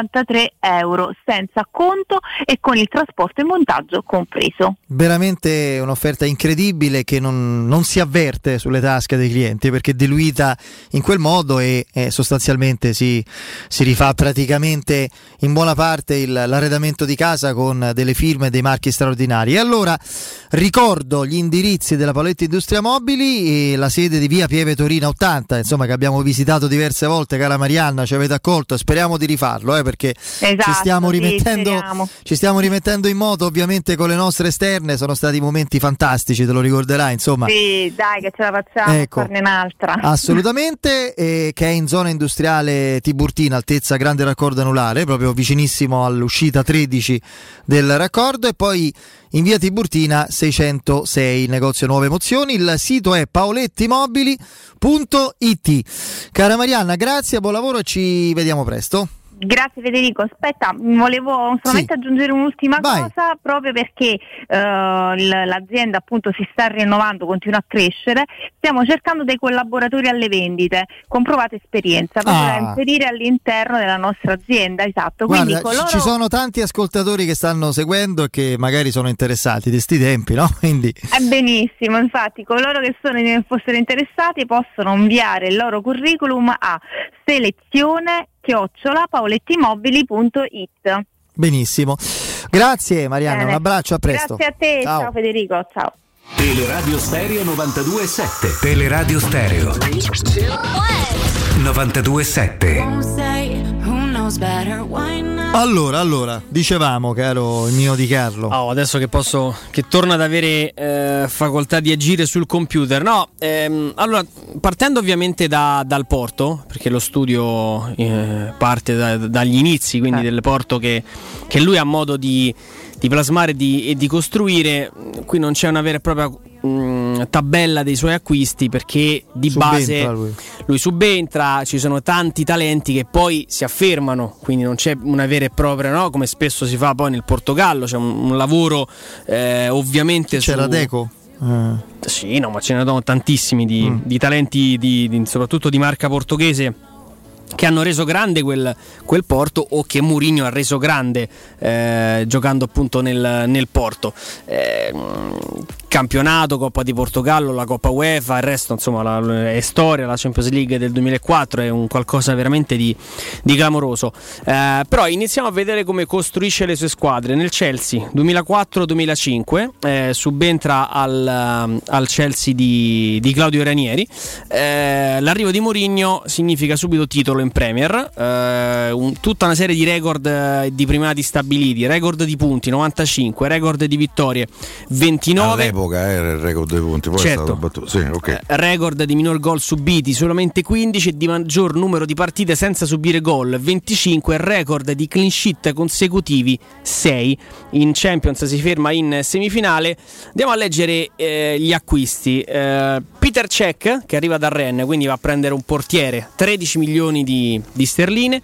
euro senza conto e con il trasporto e montaggio compreso. Veramente un'offerta incredibile che non, non si avverte sulle tasche dei clienti, perché è diluita in quel modo e eh, sostanzialmente si, si rifà praticamente in buona parte il, l'arredamento di casa con delle firme e dei marchi straordinari. E allora ricordo gli indirizzi della Paoletti Industria Mobili e la sede di via Pieve Torina ottanta, insomma, che abbiamo visitato diverse volte, cara Marianna, ci avete accolto, speriamo di rifarlo eh, perché esatto, ci stiamo rimettendo sì, ci stiamo rimettendo in moto ovviamente con le nostre esterne, sono stati momenti fantastici, te lo ricorderai, insomma. Sì, dai che ce la facciamo, ecco, farne un'altra. Assolutamente, eh, che è in zona industriale Tiburtina, altezza Grande Raccordo Anulare, proprio vicinissimo all'uscita tredici del raccordo, e poi in via Tiburtina seicentosei, il negozio Nuove Emozioni. Il sito è paolettimobili punto it. Cara Marianna, grazie, buon lavoro e ci vediamo presto. Grazie Federico, aspetta, volevo solamente sì. aggiungere un'ultima Vai. cosa, proprio perché uh, l'azienda appunto si sta rinnovando, continua a crescere, stiamo cercando dei collaboratori alle vendite con provata esperienza, proprio Ah. da inserire all'interno della nostra azienda, esatto. Guarda, Quindi coloro... ci sono tanti ascoltatori che stanno seguendo e che magari sono interessati di sti tempi, no? Quindi È benissimo, infatti coloro che sono, fossero interessati possono inviare il loro curriculum a selezione chiocciola paolettimobili punto it. benissimo. Grazie Marianna, Bene. un abbraccio, a presto. Grazie a te, Ciao. ciao Federico, ciao. Teleradio Stereo novantadue virgola sette. Teleradio Stereo novantadue virgola sette. Allora, allora, dicevamo, caro il mio Di Carlo. Oh, adesso che posso, che torna ad avere eh, facoltà di agire sul computer. No, ehm, allora, partendo ovviamente da, dal Porto, perché lo studio eh, parte da, dagli inizi, quindi Eh. del Porto che, che lui ha modo di, di plasmare di, e di costruire. Qui non c'è una vera e propria mh, tabella dei suoi acquisti, perché di Subentra base lui. lui subentra, ci sono tanti talenti che poi si affermano, quindi non c'è una vera e propria, no? Come spesso si fa poi nel Portogallo, c'è un, un lavoro eh, ovviamente C'era su... Deco? Eh. Sì, no, ma ce ne sono tantissimi di, Mm. di talenti di, di- soprattutto di marca portoghese, che hanno reso grande quel, quel Porto, o che Mourinho ha reso grande eh, giocando appunto nel, nel Porto. Eh, campionato, Coppa di Portogallo, la Coppa UEFA, il resto insomma la, è storia. La Champions League del duemilaquattro è un qualcosa veramente di, di clamoroso. Eh, però iniziamo a vedere come costruisce le sue squadre. Nel Chelsea duemilaquattro duemilacinque eh, subentra al, al Chelsea di, di Claudio Ranieri. Eh, l'arrivo di Mourinho significa subito titolo in Premier, eh, un, tutta una serie di record eh, di primati stabiliti, record di punti novantacinque, record di vittorie ventinove. All'epoca era il record dei punti, poi Certo. è stato battuto. Sì, ok. Record di minor gol subiti solamente quindici, e di maggior numero di partite senza subire gol venticinque, record di clean sheet consecutivi sei. In Champions si ferma in semifinale. Andiamo a leggere eh, gli acquisti. eh, Peter Cech, che arriva dal Rennes, quindi va a prendere un portiere, tredici milioni di, di sterline.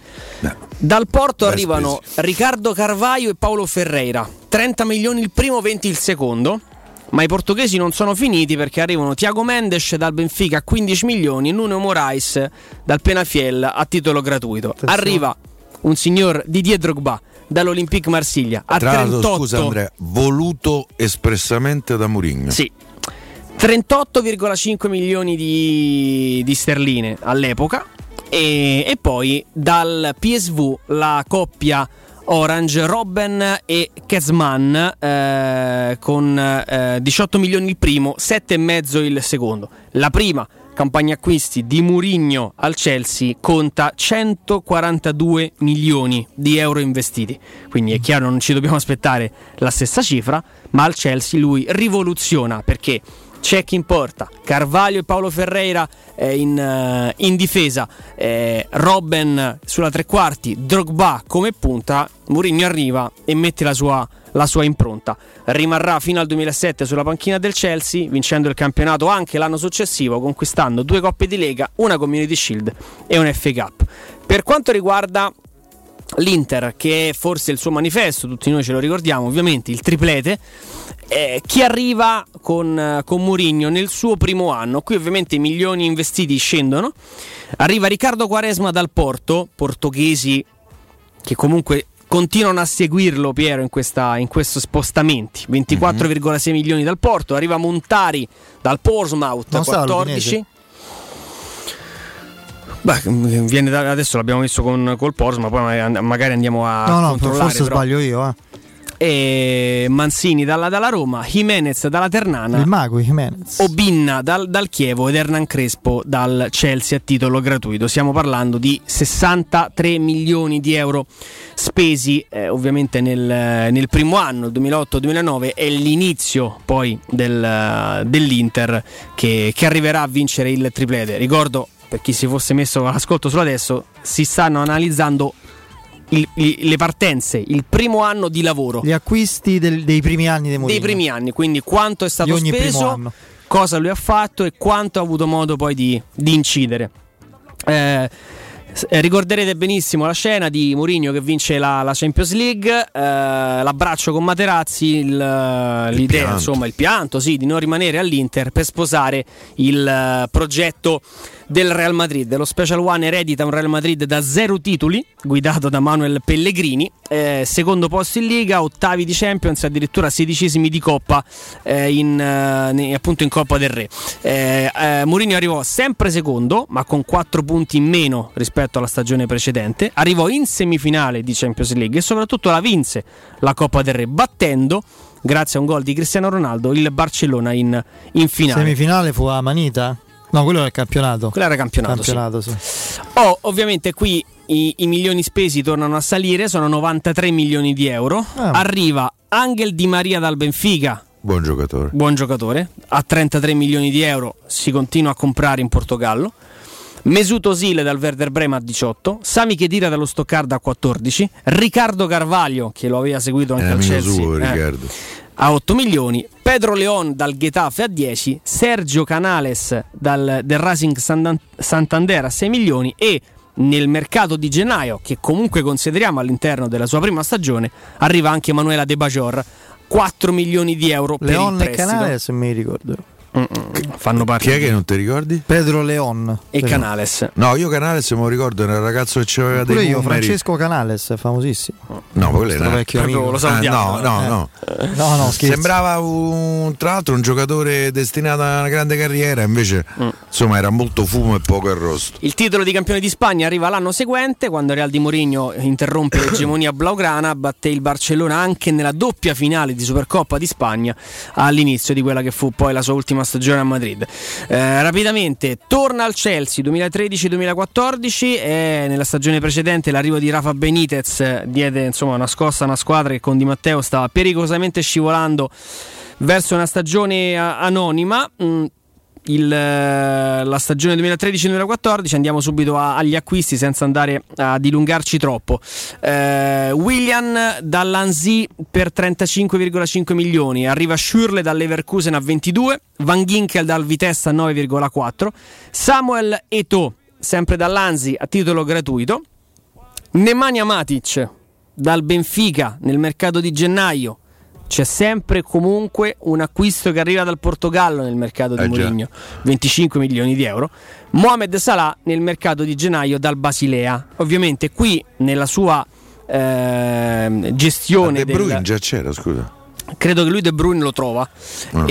Dal Porto ben arrivano Riccardo Carvalho e Paulo Ferreira, trenta milioni il primo, venti il secondo. Ma i portoghesi non sono finiti, perché arrivano Thiago Mendes dal Benfica a quindici milioni e Nuno Moraes dal Penafiel a titolo gratuito. Attenzione. Arriva un signor Didier Drogba dall'Olympique Marsiglia a Tra l'altro, trentotto. scusa Andrea, voluto espressamente da Mourinho. Sì. trentotto virgola cinque milioni di, di sterline all'epoca. E, e poi dal P S V la coppia Orange, Robben e Kezman, eh, con eh, diciotto milioni il primo, sette e mezzo il secondo. La prima campagna acquisti di Mourinho al Chelsea conta centoquarantadue milioni di euro investiti, quindi è chiaro, non ci dobbiamo aspettare la stessa cifra, ma al Chelsea lui rivoluziona, perché Cech in porta, Carvalho e Paulo Ferreira eh, in, eh, in difesa, eh, Robben sulla tre quarti, Drogba come punta. Mourinho arriva e mette la sua, la sua impronta. Rimarrà fino al duemilasette sulla panchina del Chelsea, vincendo il campionato anche l'anno successivo, conquistando due coppe di Lega, una Community Shield e un F A Cup. Per quanto riguarda l'Inter, che è forse il suo manifesto, tutti noi ce lo ricordiamo ovviamente, il triplete, eh, chi arriva con, con Mourinho nel suo primo anno, qui ovviamente i milioni investiti scendono. Arriva Riccardo Quaresma dal Porto, portoghesi che comunque continuano a seguirlo, Piero, in, questa, in questi spostamenti, ventiquattro virgola sei mm-hmm. milioni dal Porto. Arriva Montari dal Portsmouth, non quattordici. Beh, viene da, adesso l'abbiamo visto con col Portsmouth, poi magari andiamo a no, no, controllare. Forse però. sbaglio io, eh. E Mancini dalla, dalla Roma, Jimenez dalla Ternana, il mago Jimenez, Obinna dal, dal Chievo ed Hernan Crespo dal Chelsea a titolo gratuito. Stiamo parlando di sessantatré milioni di euro spesi eh, ovviamente nel, nel primo anno, duemilaotto duemilanove, è l'inizio poi del, dell'Inter che, che arriverà a vincere il triplete. Ricordo, per chi si fosse messo all'ascolto solo adesso, si stanno analizzando Il, il, le partenze, il primo anno di lavoro, gli acquisti del, dei primi anni dei Mourinho. dei primi anni, quindi quanto è stato speso, cosa lui ha fatto e quanto ha avuto modo poi di, di incidere. Eh, Eh, ricorderete benissimo la scena di Mourinho che vince la, la Champions League, eh, l'abbraccio con Materazzi, il, il l'idea, pianto. insomma, il pianto, sì, di non rimanere all'Inter per sposare il uh, progetto del Real Madrid. Lo Special One eredita un Real Madrid da zero titoli, guidato da Manuel Pellegrini, eh, secondo posto in Liga, ottavi di Champions, addirittura sedicesimi di Coppa, eh, in, eh, appunto in Coppa del Re. Eh, eh, Mourinho arrivò sempre secondo, ma con quattro punti in meno rispetto alla stagione precedente, arrivò in semifinale di Champions League e soprattutto la vinse la Coppa del Re, battendo, grazie a un gol di Cristiano Ronaldo, il Barcellona in, in finale. Semifinale fu a Manita? No, quello era il campionato. Quello era campionato, campionato sì. sì. Oh, ovviamente qui i, i milioni spesi tornano a salire, sono novantatré milioni di euro. Ah. Arriva Angel Di Maria dal Benfica. Buon giocatore. Buon giocatore. A trentatré milioni di euro si continua a comprare in Portogallo. Mesut Özil dal Werder Bremen a diciotto, Sami Khedira dallo Stoccarda a quattordici, Riccardo Carvalho, che lo aveva seguito anche è al Chelsea, suo, eh, a otto milioni, Pedro León dal Getafe a dieci, Sergio Canales dal, del Racing Santander a sei milioni e nel mercato di gennaio, che comunque consideriamo all'interno della sua prima stagione, arriva anche Manuela De Bajor, quattro milioni di euro per Leon il prestito. e Canales mi ricordo. Mm-mm. Fanno parte. Chi è che non ti ricordi? Pedro León e Canales. No, io Canales me lo ricordo, era il ragazzo che c'aveva dei io, numeri. Francesco Canales, famosissimo. No, quello era vecchio amico. Lo salutiamo. Eh, no, no, no. Eh. no, no Sembrava un, tra l'altro un giocatore destinato a una grande carriera, invece mm. insomma era molto fumo e poco arrosto. Il titolo di campione di Spagna arriva l'anno seguente, quando Real di Mourinho interrompe l'egemonia blaugrana, batte il Barcellona anche nella doppia finale di Supercoppa di Spagna all'inizio di quella che fu poi la sua ultima stagione a Madrid. Eh, rapidamente torna al Chelsea duemilatredici duemilaquattordici e nella stagione precedente l'arrivo di Rafa Benitez diede insomma una scossa a una squadra che con Di Matteo stava pericolosamente scivolando verso una stagione anonima. Mm, Il, la stagione duemilatredici duemilaquattordici, andiamo subito a, agli acquisti senza andare a dilungarci troppo. eh, Willian dall'Anzi per trentacinque virgola cinque milioni, arriva Schürrle dall'Leverkusen a ventidue, Van Ginkel dal Vitesse a nove virgola quattro, Samuel Eto'o sempre dall'Anzi a titolo gratuito, Nemanja Matic dal Benfica nel mercato di gennaio. C'è sempre comunque un acquisto che arriva dal Portogallo nel mercato di eh Mourinho, venticinque milioni di euro. Mohamed Salah nel mercato di gennaio dal Basilea. Ovviamente qui nella sua eh, gestione De Bruyne del... già c'era, scusa. Credo che lui De Bruyne lo trova. Oh.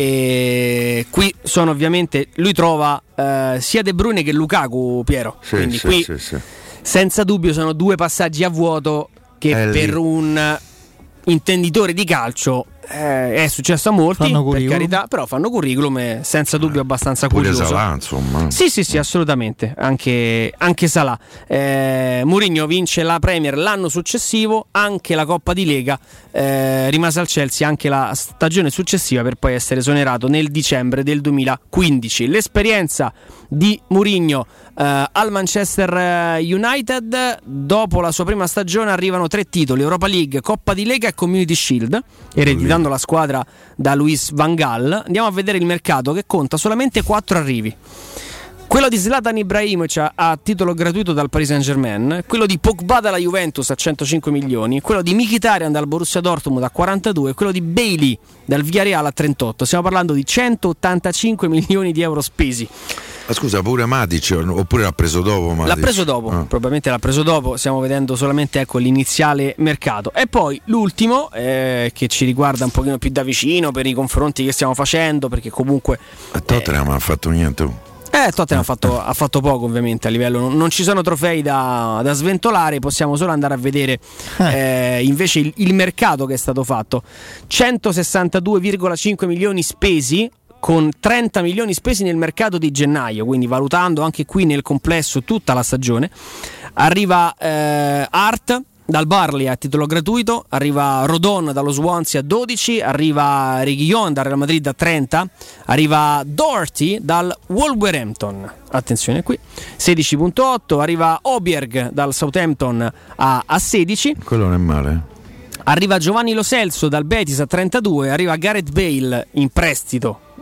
E qui sono ovviamente lui trova eh, sia De Bruyne che Lukaku, Piero. Sì, Quindi sì, qui sì, sì. senza dubbio sono due passaggi a vuoto che è per lì. un intenditore di calcio eh, è successo a molti, per carità, però fanno curriculum e senza dubbio abbastanza Pure curioso. Salah, insomma. Sì, sì, sì, assolutamente. Anche, anche Salah. Eh, Mourinho vince la Premier l'anno successivo, anche la Coppa di Lega. Eh, rimase al Chelsea anche la stagione successiva per poi essere esonerato nel dicembre del duemilaquindici. L'esperienza di Mourinho eh, al Manchester United, dopo la sua prima stagione arrivano tre titoli: Europa League, Coppa di Lega e Community Shield, ereditando la squadra da Louis van Gaal. Andiamo a vedere il mercato, che conta solamente quattro arrivi. Quello di Zlatan Ibrahimovic a titolo gratuito dal Paris Saint-Germain, quello di Pogba dalla Juventus a centocinque milioni, quello di Mkhitaryan dal Borussia Dortmund a quarantadue e quello di Bailey dal Villarreal a trentotto. Stiamo parlando di centottantacinque milioni di euro spesi. Ma scusa, pure Matic oppure l'ha preso dopo Matic? L'ha preso dopo, ah. probabilmente l'ha preso dopo, stiamo vedendo solamente ecco, l'iniziale mercato. E poi l'ultimo eh, che ci riguarda un pochino più da vicino per i confronti che stiamo facendo, perché comunque a Tottenham non eh, ha fatto niente. Eh, Tottenham ha fatto, ha fatto poco ovviamente a livello, non, non ci sono trofei da, da sventolare, possiamo solo andare a vedere eh, invece il, il mercato che è stato fatto. centosessantadue virgola cinque milioni spesi, con trenta milioni spesi nel mercato di gennaio, quindi valutando anche qui nel complesso tutta la stagione. Arriva eh, Hart dal Burnley a titolo gratuito, arriva Rodon dallo Swansea a dodici, arriva Reguilón dal Real Madrid a trenta, arriva Doherty dal Wolverhampton, attenzione qui, sedici virgola otto, arriva Oberg dal Southampton a, a sedici. Quello non è male. Arriva Giovanni Lo Celso dal Betis a trentadue, arriva Gareth Bale in prestito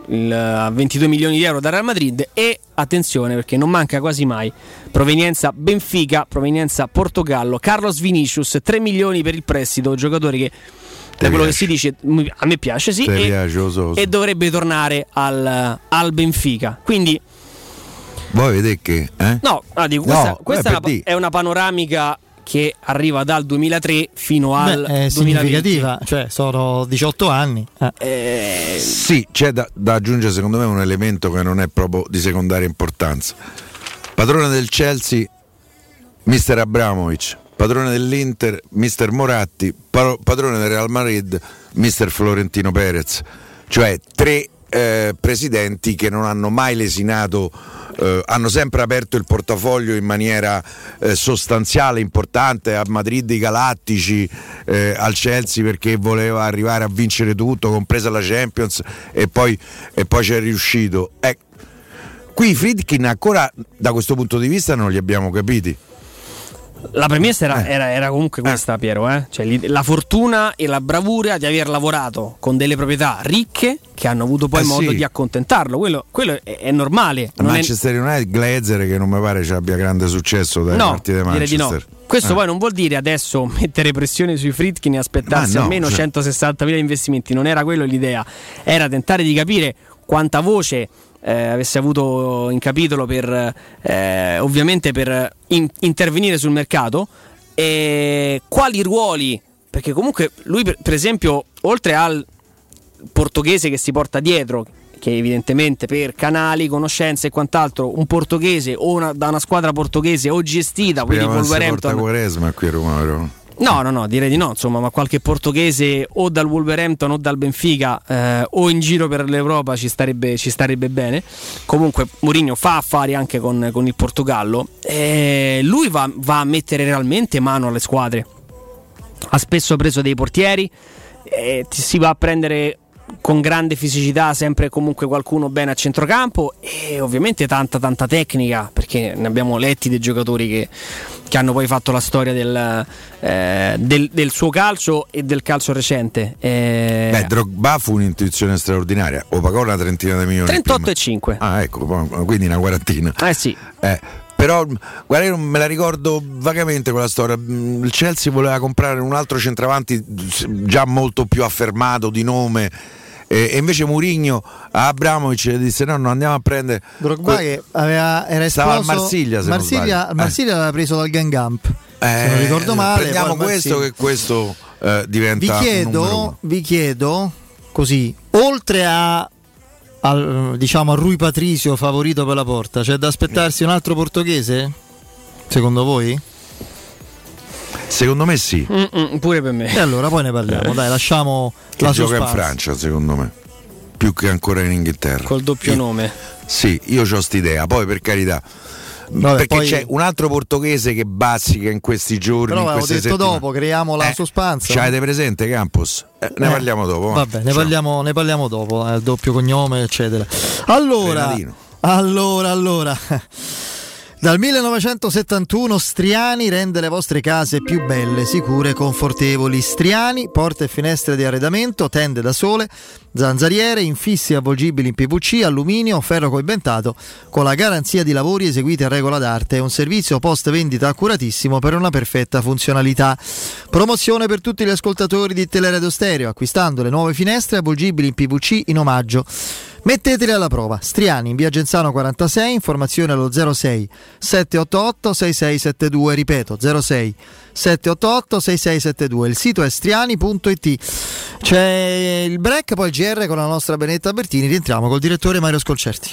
il, a ventidue milioni di euro da Real Madrid. E attenzione, perché non manca quasi mai, provenienza Benfica, provenienza Portogallo, Carlos Vinicius, tre milioni per il prestito, giocatore che da quello che si dice a me piace, sì, e, piace, oso, oso. e dovrebbe tornare al, al Benfica. Quindi voi vedete che eh? no, ah, dico, questa, no, questa è, una, è una panoramica che arriva dal duemilatré fino al Beh, è significativa, cioè sono diciotto anni. Eh. Eh, sì, c'è da, da aggiungere secondo me un elemento che non è proprio di secondaria importanza. Padrone del Chelsea mister Abramovic, padrone dell'Inter mister Moratti, padrone del Real Madrid mister Florentino Perez, cioè tre eh, presidenti che non hanno mai lesinato, eh, hanno sempre aperto il portafoglio in maniera eh, sostanziale, importante. A Madrid i Galattici, eh, al Chelsea perché voleva arrivare a vincere tutto, compresa la Champions, e poi, e poi ci è riuscito. Eh, qui Friedkin ancora da questo punto di vista non li abbiamo capiti. La premessa era, eh. era, era comunque questa, eh. Piero, eh? Cioè, la fortuna e la bravura di aver lavorato con delle proprietà ricche che hanno avuto poi eh modo sì. di accontentarlo. Quello, quello è, è normale. Non Manchester è... United, Glazer, che non mi pare ci abbia grande successo dalle no, partite di Manchester. Di no. Questo eh. poi non vuol dire adesso mettere pressione sui Friedkin e aspettarsi no, almeno cioè... centosessantamila investimenti. Non era quello l'idea, era tentare di capire quanta voce Eh, avesse avuto in capitolo per eh, ovviamente per in- intervenire sul mercato, e quali ruoli, perché comunque lui per, per esempio, oltre al portoghese che si porta dietro, che evidentemente per canali, conoscenze e quant'altro, un portoghese o una, da una squadra portoghese o gestita, quindi Wolverhampton, Quaresma qui a Roma, però. No, no, no, direi di no, insomma, ma qualche portoghese o dal Wolverhampton o dal Benfica eh, o in giro per l'Europa ci starebbe, ci starebbe bene. Comunque Mourinho fa affari anche con, con il Portogallo, e lui va, va a mettere realmente mano alle squadre. Ha spesso preso dei portieri, e si va a prendere con grande fisicità sempre e comunque qualcuno bene a centrocampo, e ovviamente tanta tanta tecnica, perché ne abbiamo letti dei giocatori che, che hanno poi fatto la storia del, eh, del, del suo calcio e del calcio recente. eh... Beh, Drogba fu un'intuizione straordinaria, o pagò una trentina di milioni, trentotto e cinque. Ah, ecco, quindi una quarantina. Eh sì. Eh, però guarda, io me la ricordo vagamente quella storia. Il Chelsea voleva comprare un altro centravanti già molto più affermato di nome, e, e invece Mourinho a Abramovic disse no, no, andiamo a prendere Drogba que- che aveva, era esploso, stava a Marsiglia, se Marsiglia, non Marsiglia eh. l'aveva preso dal Gangamp, eh, se non ricordo male. Prendiamo questo, che questo eh, diventa vi chiedo, vi chiedo così, oltre a al, diciamo a Rui Patricio favorito per la Porta, c'è da aspettarsi un altro portoghese secondo voi? Secondo me sì. Mm-mm, pure per me. E allora poi ne parliamo, eh. dai, lasciamo che la gioca suspense. in Francia, secondo me, più che ancora in Inghilterra. Col doppio io, nome. Sì, io ho st'idea, poi per carità. Vabbè, perché poi... c'è un altro portoghese che bazzica in questi giorni. Però in avevo detto settimane. dopo, creiamo la eh, suspense. Ci avete presente Campos? Eh, ne eh, parliamo dopo. Vabbè, ne parliamo, ne parliamo dopo, eh, doppio cognome, eccetera. Allora, Renatino. allora, allora. Dal millenovecentosettantuno Striani rende le vostre case più belle, sicure e confortevoli. Striani, porte e finestre di arredamento, tende da sole, zanzariere, infissi avvolgibili in P V C, alluminio, ferro coibentato, con la garanzia di lavori eseguiti a regola d'arte e un servizio post vendita accuratissimo per una perfetta funzionalità. Promozione per tutti gli ascoltatori di Teleradio Stereo: acquistando le nuove finestre avvolgibili in P V C in omaggio, metteteli alla prova. Striani in via Genzano quarantasei, informazioni allo zero sei sette otto otto sei sei sette due, ripeto zero sei sette otto otto sei sei sette due, il sito è striani punto it. C'è il break, poi il G R con la nostra Benetta Bertini, rientriamo col direttore Mario Scolcerti.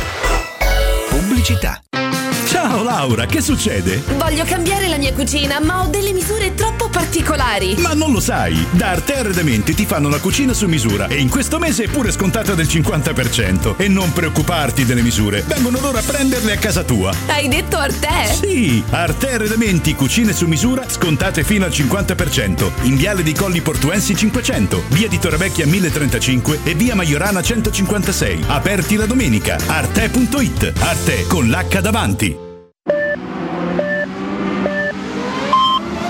Pubblicità. Ciao Laura, che succede? Voglio cambiare la mia cucina, ma ho delle misure troppo particolari. Ma non lo sai, da Arte Arredamenti ti fanno la cucina su misura, e in questo mese è pure scontata del cinquanta per cento. E non preoccuparti delle misure, vengono loro a prenderle a casa tua. Hai detto Arte? Sì, Arte Arredamenti, cucine su misura, scontate fino al cinquanta per cento. In Viale dei Colli Portuensi cinquecento, via di Torrevecchia mille trentacinque e via Maiorana centocinquantasei. Aperti la domenica. Arte punto it. Arte con l'H davanti.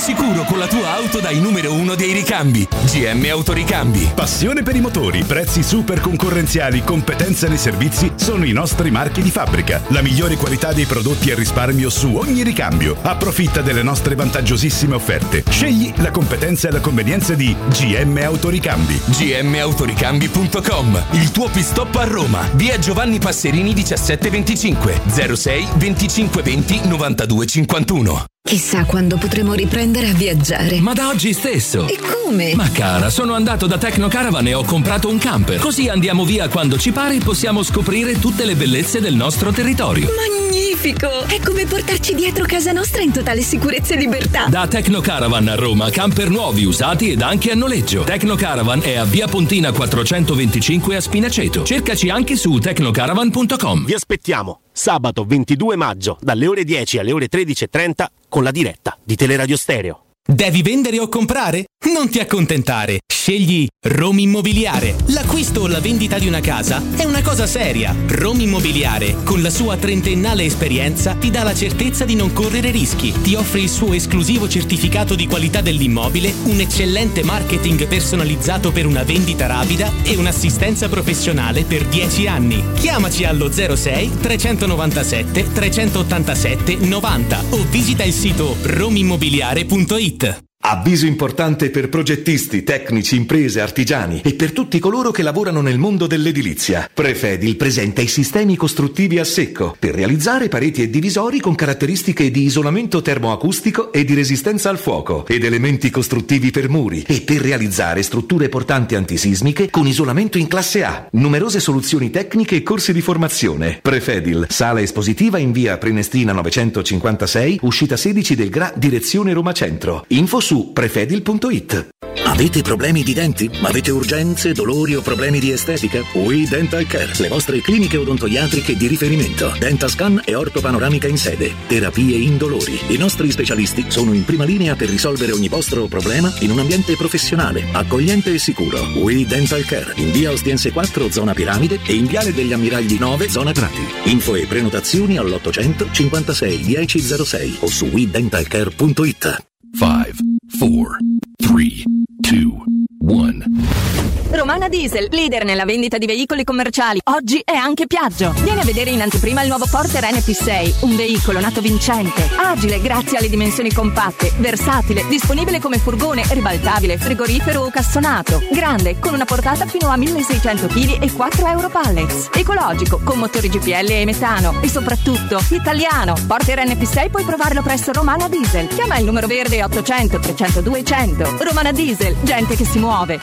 sicuro con la tua auto dai numero uno dei ricambi. G M Autoricambi. Passione per i motori, prezzi super concorrenziali, competenza nei servizi sono i nostri marchi di fabbrica. La migliore qualità dei prodotti e risparmio su ogni ricambio. Approfitta delle nostre vantaggiosissime offerte. Scegli la competenza e la convenienza di G M Autoricambi. G M Autoricambi punto com. Il tuo pit stop a Roma. Via Giovanni Passerini diciassette venticinque zero sei venticinque venti novantadue cinquantuno. Chissà quando potremo riprendere a viaggiare. Ma da oggi stesso. E come? Ma cara, sono andato da Tecnocaravan e ho comprato un camper. Così andiamo via quando ci pare e possiamo scoprire tutte le bellezze del nostro territorio. Magnifico! È come portarci dietro casa nostra in totale sicurezza e libertà. Da Tecnocaravan a Roma, camper nuovi, usati ed anche a noleggio. Tecnocaravan è a via Pontina quattrocentoventicinque a Spinaceto. Cercaci anche su tecnocaravan punto com. Vi aspettiamo sabato ventidue maggio dalle ore dieci alle ore tredici e trenta con la diretta di Teleradio Stereo. Devi vendere o comprare? Non ti accontentare. Scegli Roma Immobiliare. L'acquisto o la vendita di una casa è una cosa seria. Roma Immobiliare, con la sua trentennale esperienza, ti dà la certezza di non correre rischi. Ti offre il suo esclusivo certificato di qualità dell'immobile, un eccellente marketing personalizzato per una vendita rapida e un'assistenza professionale per dieci anni. Chiamaci allo zero sei trecentonovantasette trecentottantasette novanta o visita il sito romimmobiliare punto it. Avviso importante per progettisti, tecnici, imprese, artigiani e per tutti coloro che lavorano nel mondo dell'edilizia. Prefedil presenta i sistemi costruttivi a secco per realizzare pareti e divisori con caratteristiche di isolamento termoacustico e di resistenza al fuoco ed elementi costruttivi per muri e per realizzare strutture portanti antisismiche con isolamento in classe A. Numerose soluzioni tecniche e corsi di formazione. Prefedil, sala espositiva in via Prenestina novecentocinquantasei, uscita sedici del Gra, direzione Roma Centro. Info su prefedil punto it. Avete problemi di denti? Avete urgenze, dolori o problemi di estetica? We Dental Care, le vostre cliniche odontoiatriche di riferimento. Dentascan e ortopanoramica in sede. Terapie indolori. I nostri specialisti sono in prima linea per risolvere ogni vostro problema in un ambiente professionale, accogliente e sicuro. We Dental Care, in via Ostiense quattro, zona Piramide, e in viale degli Ammiragli nove, zona Prati. Info e prenotazioni all'ottocento cinquantasei dieci zero sei o su we dental care punto it. five, four, three, two, one. Romana Diesel, leader nella vendita di veicoli commerciali. Oggi è anche Piaggio. Vieni a vedere in anteprima il nuovo Porter N P sei, un veicolo nato vincente, agile grazie alle dimensioni compatte, versatile, disponibile come furgone, ribaltabile, frigorifero o cassonato, grande, con una portata fino a milleseicento chili e quattro euro pallets, ecologico, con motori G P L e metano e soprattutto italiano. Porter N P sei puoi provarlo presso Romana Diesel. Chiama il numero verde ottocento trecentodue cento. Romana Diesel, gente che si muove.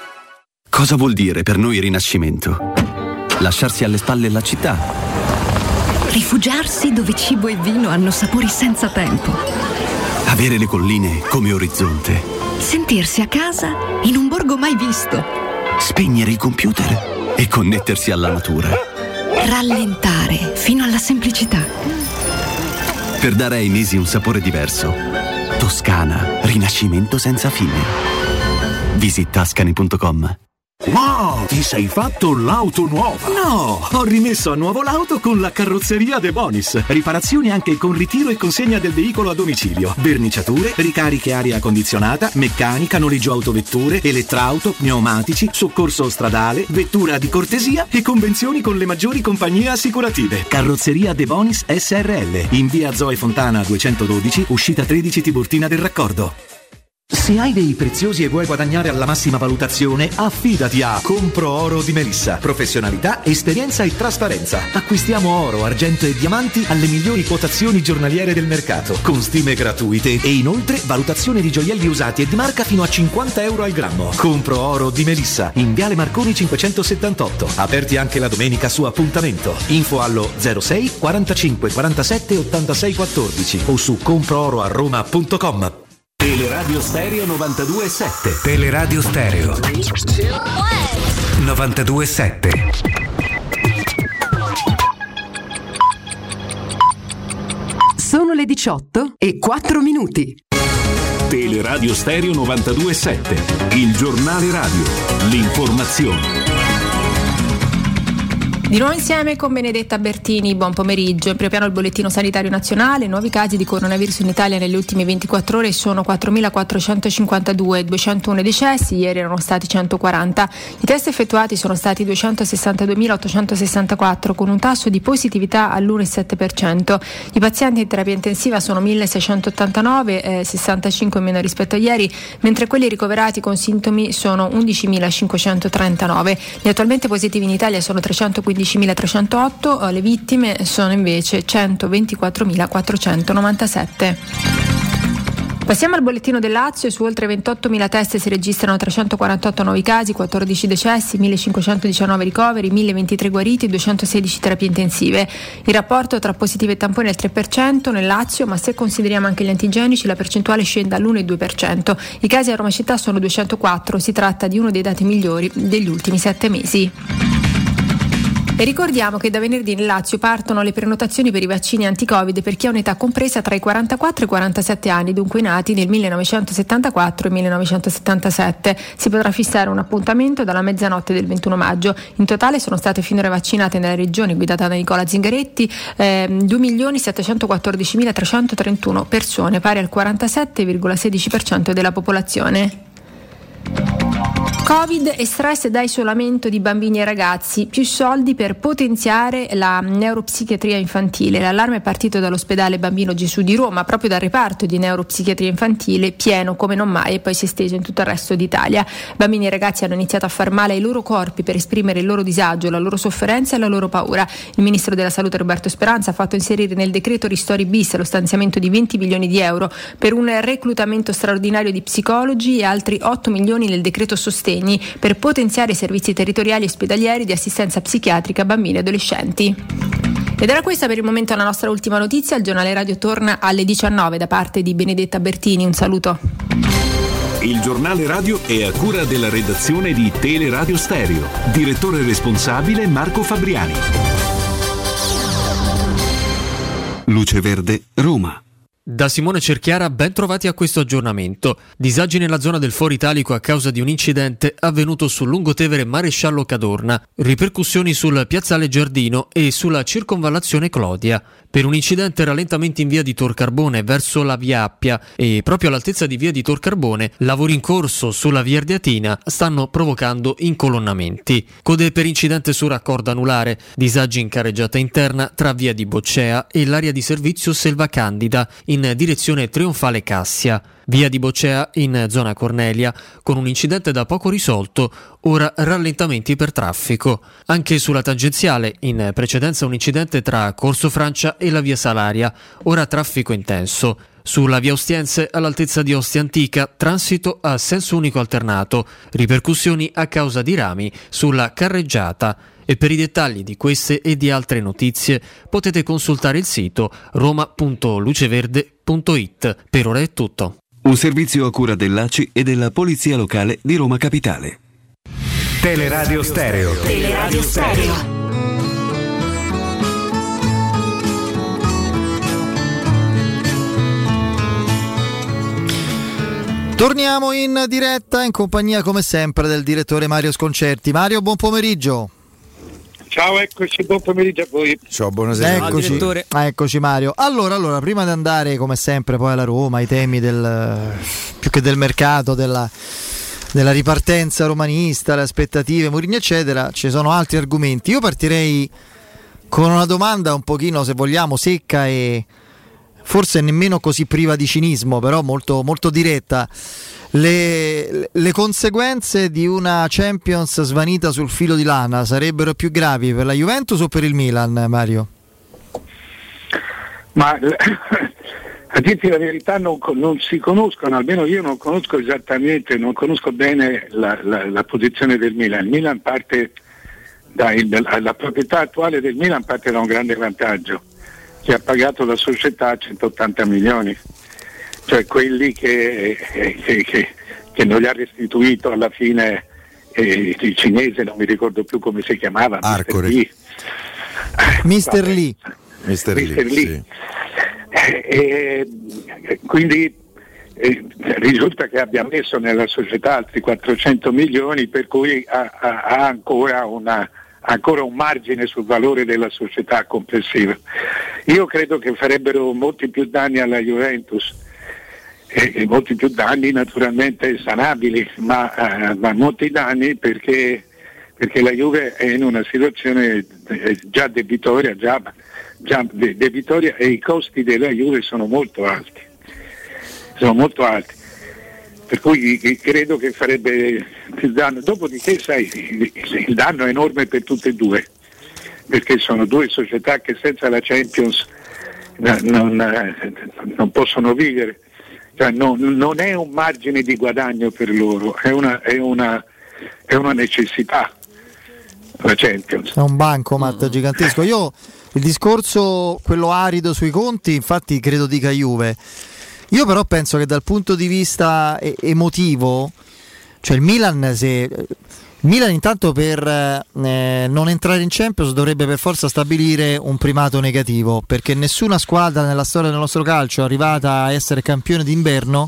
Cosa vuol dire per noi rinascimento? Lasciarsi alle spalle la città. Rifugiarsi dove cibo e vino hanno sapori senza tempo. Avere le colline come orizzonte. Sentirsi a casa in un borgo mai visto. Spegnere il computer e connettersi alla natura. Rallentare fino alla semplicità. Per dare ai mesi un sapore diverso. Toscana, rinascimento senza fine. Visit tascani punto com. Wow, ti sei fatto l'auto nuova? No, ho rimesso a nuovo l'auto con la carrozzeria De Bonis. Riparazioni anche con ritiro e consegna del veicolo a domicilio. Verniciature, ricariche aria condizionata, meccanica, noleggio autovetture, elettrauto, pneumatici, soccorso stradale, vettura di cortesia e convenzioni con le maggiori compagnie assicurative. Carrozzeria De Bonis S R L, in via Zoe Fontana duecentododici, uscita tredici Tiburtina del Raccordo. Se hai dei preziosi e vuoi guadagnare alla massima valutazione, affidati a Compro Oro di Melissa. Professionalità, esperienza e trasparenza. Acquistiamo oro, argento e diamanti alle migliori quotazioni giornaliere del mercato, con stime gratuite e inoltre valutazione di gioielli usati e di marca fino a cinquanta euro al grammo. Compro Oro di Melissa, in Viale Marconi cinquecentosettantotto. Aperti anche la domenica su appuntamento. Info allo zero sei quarantacinque quarantasette ottantasei quattordici o su compro oro a roma punto com. Teleradio Stereo novantadue sette. Teleradio Stereo novantadue sette. Sono le diciotto e quattro minuti. Teleradio Stereo novantadue sette. Il giornale radio. L'informazione. Di nuovo insieme con Benedetta Bertini, buon pomeriggio. In primo piano il bollettino sanitario nazionale, nuovi casi di coronavirus in Italia nelle ultime ventiquattro ore sono quattromilaquattrocentocinquantadue, duecentouno decessi, ieri erano stati centoquaranta. I test effettuati sono stati duecentosessantaduemilaottocentosessantaquattro con un tasso di positività all'uno virgola sette per cento. I pazienti in terapia intensiva sono milleseicentottantanove, eh, sessantacinque meno rispetto a ieri, mentre quelli ricoverati con sintomi sono undicimilacinquecentotrentanove. Gli attualmente positivi in Italia sono trecentoquindicimilatrecentootto, le vittime sono invece centoventiquattromilaquattrocentonovantasette. Passiamo al bollettino del Lazio. Su oltre ventottomila test si registrano trecentoquarantotto nuovi casi, quattordici decessi, millecinquecentodiciannove ricoveri, milleventitré guariti e duecentosedici terapie intensive. Il rapporto tra positivi e tamponi è il tre per cento nel Lazio, ma se consideriamo anche gli antigenici la percentuale scende all'uno virgola due per cento. I casi a Roma Città sono duecentoquattro, si tratta di uno dei dati migliori degli ultimi sette mesi. E ricordiamo che da venerdì nel Lazio partono le prenotazioni per i vaccini anti-Covid per chi ha un'età compresa tra i quarantaquattro e i quarantasette anni, dunque nati nel millenovecentosettantaquattro e millenovecentosettantasette. Si potrà fissare un appuntamento dalla mezzanotte del ventuno maggio. In totale sono state finora vaccinate nella regione guidata da Nicola Zingaretti eh, due milioni settecentoquattordicimilatrecentotrentuno persone, pari al quarantasette virgola sedici per cento della popolazione. Covid e stress da isolamento di bambini e ragazzi, più soldi per potenziare la neuropsichiatria infantile. L'allarme è partito dall'ospedale Bambino Gesù di Roma, proprio dal reparto di neuropsichiatria infantile, pieno come non mai, e poi si è esteso in tutto il resto d'Italia. Bambini e ragazzi hanno iniziato a far male ai loro corpi per esprimere il loro disagio, la loro sofferenza e la loro paura. Il ministro della Salute Roberto Speranza ha fatto inserire nel decreto Ristori bis lo stanziamento di venti milioni di euro per un reclutamento straordinario di psicologi e altri otto milioni nel decreto Sostegni per potenziare i servizi territoriali e ospedalieri di assistenza psichiatrica a bambini e adolescenti. Ed era questa per il momento la nostra ultima notizia. Il giornale radio torna alle diciannove da parte di Benedetta Bertini. Un saluto. Il giornale radio è a cura della redazione di Teleradio Stereo. Direttore responsabile Marco Fabriani. Luce Verde, Roma. Da Simone Cerchiara, ben trovati a questo aggiornamento. Disagi nella zona del Foro Italico a causa di un incidente avvenuto sul Lungotevere Maresciallo Cadorna, ripercussioni sul piazzale Giardino e sulla circonvallazione Clodia. Per un incidente rallentamenti in via di Tor Carbone verso la via Appia e proprio all'altezza di via di Tor Carbone lavori in corso sulla via Ardeatina stanno provocando incolonnamenti. Code per incidente su raccordo anulare, disagi in carreggiata interna tra via di Boccea e l'area di servizio Selva Candida in direzione Trionfale Cassia. Via di Boccea in zona Cornelia, con un incidente da poco risolto, ora rallentamenti per traffico. Anche sulla tangenziale, in precedenza un incidente tra Corso Francia e la via Salaria, ora traffico intenso. Sulla via Ostiense, all'altezza di Ostia Antica, transito a senso unico alternato, ripercussioni a causa di rami sulla carreggiata. E per i dettagli di queste e di altre notizie potete consultare il sito roma punto luceverde punto it. Per ora è tutto. Un servizio a cura dell'A C I e della Polizia Locale di Roma Capitale. Teleradio Stereo. Teleradio Stereo. Torniamo in diretta in compagnia come sempre del direttore Mario Sconcerti. Mario, buon pomeriggio. Ciao, eccoci, buon pomeriggio a voi. Ciao, buonasera. Eccoci, eccoci Mario. Allora, allora, prima di andare come sempre poi alla Roma, ai temi del più che del mercato, della, della ripartenza romanista, le aspettative, Mourinho eccetera, ci sono altri argomenti. Io partirei con una domanda un pochino, se vogliamo, secca e forse nemmeno così priva di cinismo, però molto, molto diretta. Le, le conseguenze di una Champions svanita sul filo di lana sarebbero più gravi per la Juventus o per il Milan, Mario? Ma a dirti la verità non, non si conoscono, almeno io non conosco esattamente, non conosco bene la, la, la posizione del Milan. Il Milan parte da, il, la proprietà attuale del Milan parte da un grande vantaggio, che ha pagato la società centottanta milioni. Cioè quelli che, che, che, che non gli ha restituito alla fine eh, il cinese, non mi ricordo più come si chiamava, Arcore. Mister Lee. Mister Lee, Lee. Sì. E, e, quindi eh, risulta che abbia messo nella società altri quattrocento milioni, per cui ha, ha, ha ancora una, ancora un margine sul valore della società complessiva. Io credo che farebbero molti più danni alla Juventus, e, e molti più danni naturalmente sanabili, ma, eh, ma molti danni perché, perché la Juve è in una situazione già debitoria, già, già de- debitoria e i costi della Juve sono molto alti, sono molto alti. Per cui credo che farebbe il danno. Dopodiché, sai, il danno è enorme per tutte e due, perché sono due società che senza la Champions non, non possono vivere. Cioè, non, non è un margine di guadagno per loro, è una, è una, è una necessità. La Champions è un bancomat gigantesco. Io il discorso, quello arido sui conti, infatti credo dica Juve. Io però penso che dal punto di vista emotivo, cioè il Milan, se il Milan intanto per eh, non entrare in Champions dovrebbe per forza stabilire un primato negativo, perché nessuna squadra nella storia del nostro calcio è arrivata a essere campione d'inverno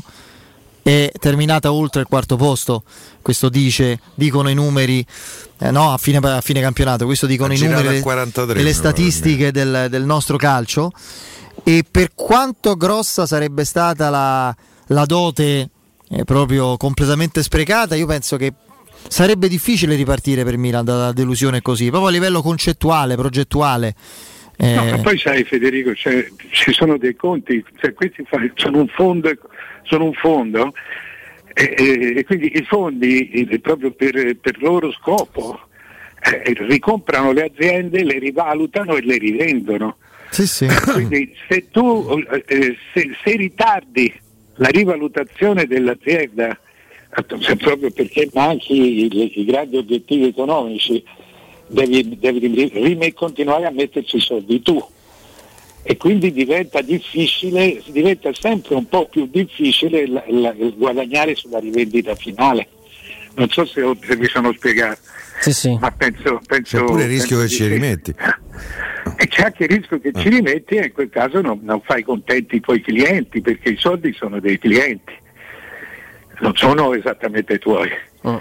è terminata oltre il quarto posto. Questo dice, dicono i numeri, eh, no, a fine, a fine campionato, questo dicono i numeri e le statistiche del, del nostro calcio. E per quanto grossa sarebbe stata la, la dote eh, proprio completamente sprecata, io penso che sarebbe difficile ripartire per Milan da delusione così, proprio a livello concettuale, progettuale. Eh... No, ma poi sai Federico, cioè, ci sono dei conti, cioè, questi sono un fondo, sono un fondo e, e, e quindi i fondi eh, proprio per, per loro scopo eh, ricomprano le aziende, le rivalutano e le rivendono. Sì, sì. Quindi se tu eh, se, se ritardi la rivalutazione dell'azienda proprio perché manchi i, i grandi obiettivi economici, devi, devi rim- continuare a metterci i soldi tu, e quindi diventa difficile, diventa sempre un po' più difficile la, la, guadagnare sulla rivendita finale. Non so se, se mi sono spiegato. Sì, sì. Ma penso, penso c'è pure il rischio che di ci sì. rimetti. E c'è anche il rischio che ah. ci rimetti, e in quel caso non, non fai contenti i tuoi clienti, perché i soldi sono dei clienti, non sono esattamente tuoi. Oh.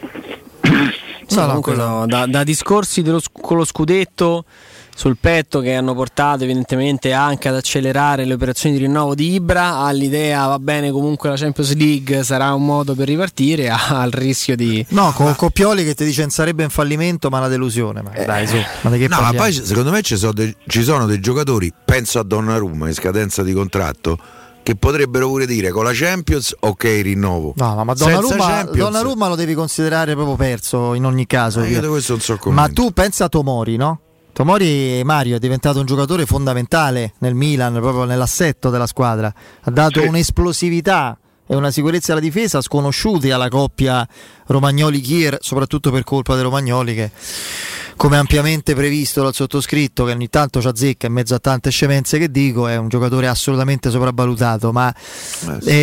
Sì, no, comunque no, da, da discorsi dello, con lo scudetto sul petto che hanno portato evidentemente anche ad accelerare le operazioni di rinnovo di Ibra, all'idea va bene comunque la Champions League sarà un modo per ripartire, al rischio di no con ma... Coppioli che ti dice sarebbe un fallimento ma una delusione, ma eh, dai su, ma di che no, ma poi secondo me ci sono, dei, ci sono dei giocatori, penso a Donnarumma in scadenza di contratto, che potrebbero pure dire con la Champions ok rinnovo. No, ma Donnarumma, Donnarumma lo devi considerare proprio perso in ogni caso. Ma io di questo non so come. Ma tu pensa a Tomori, no? Tomori, Mario, è diventato un giocatore fondamentale nel Milan, proprio nell'assetto della squadra. Ha dato sì. un'esplosività e una sicurezza alla difesa sconosciuti alla coppia Romagnoli-Kier, soprattutto per colpa dei Romagnoli che, come ampiamente previsto dal sottoscritto, che ogni tanto ci azzecca in mezzo a tante scemenze che dico, è un giocatore assolutamente sopravvalutato. Ma eh sì.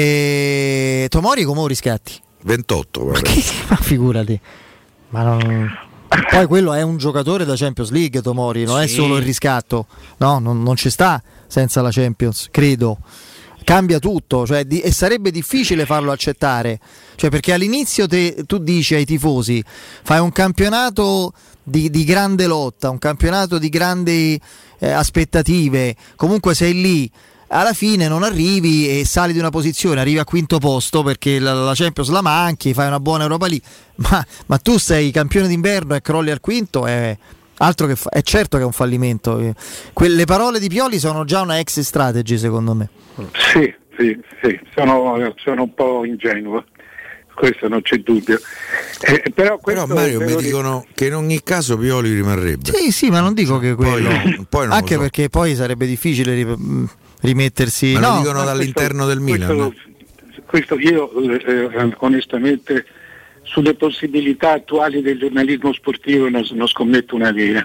eh, Tomori come riscatti? ventotto, ma, che, ma figurati. Ma non... Poi quello è un giocatore da Champions League, Tomori, non sì. è solo il riscatto, no, non, non ci sta senza la Champions, credo. Cambia tutto, cioè, di, e sarebbe difficile farlo accettare, cioè, perché all'inizio te, tu dici ai tifosi fai un campionato di, di grande lotta, un campionato di grandi eh, aspettative, comunque sei lì, alla fine non arrivi e sali di una posizione, arrivi a quinto posto perché la, la Champions la manchi, fai una buona Europa League, ma, ma tu sei campione d'inverno e crolli al quinto, è, altro che fa- è certo che è un fallimento. Quelle parole di Pioli sono già una exit strategy secondo me. Sì, sì, sì, sono, sono un po' ingenuo, questo non c'è dubbio. Eh, però, però Mario mi dicono che in ogni caso Pioli rimarrebbe. Sì, sì, ma non dico che quello. Poi, poi non anche so. Perché poi sarebbe difficile ri- rimettersi. Ma no, lo dicono dall'interno questo, del Milan. Questo, questo io eh, onestamente sulle possibilità attuali del giornalismo sportivo non, non scommetto una lira.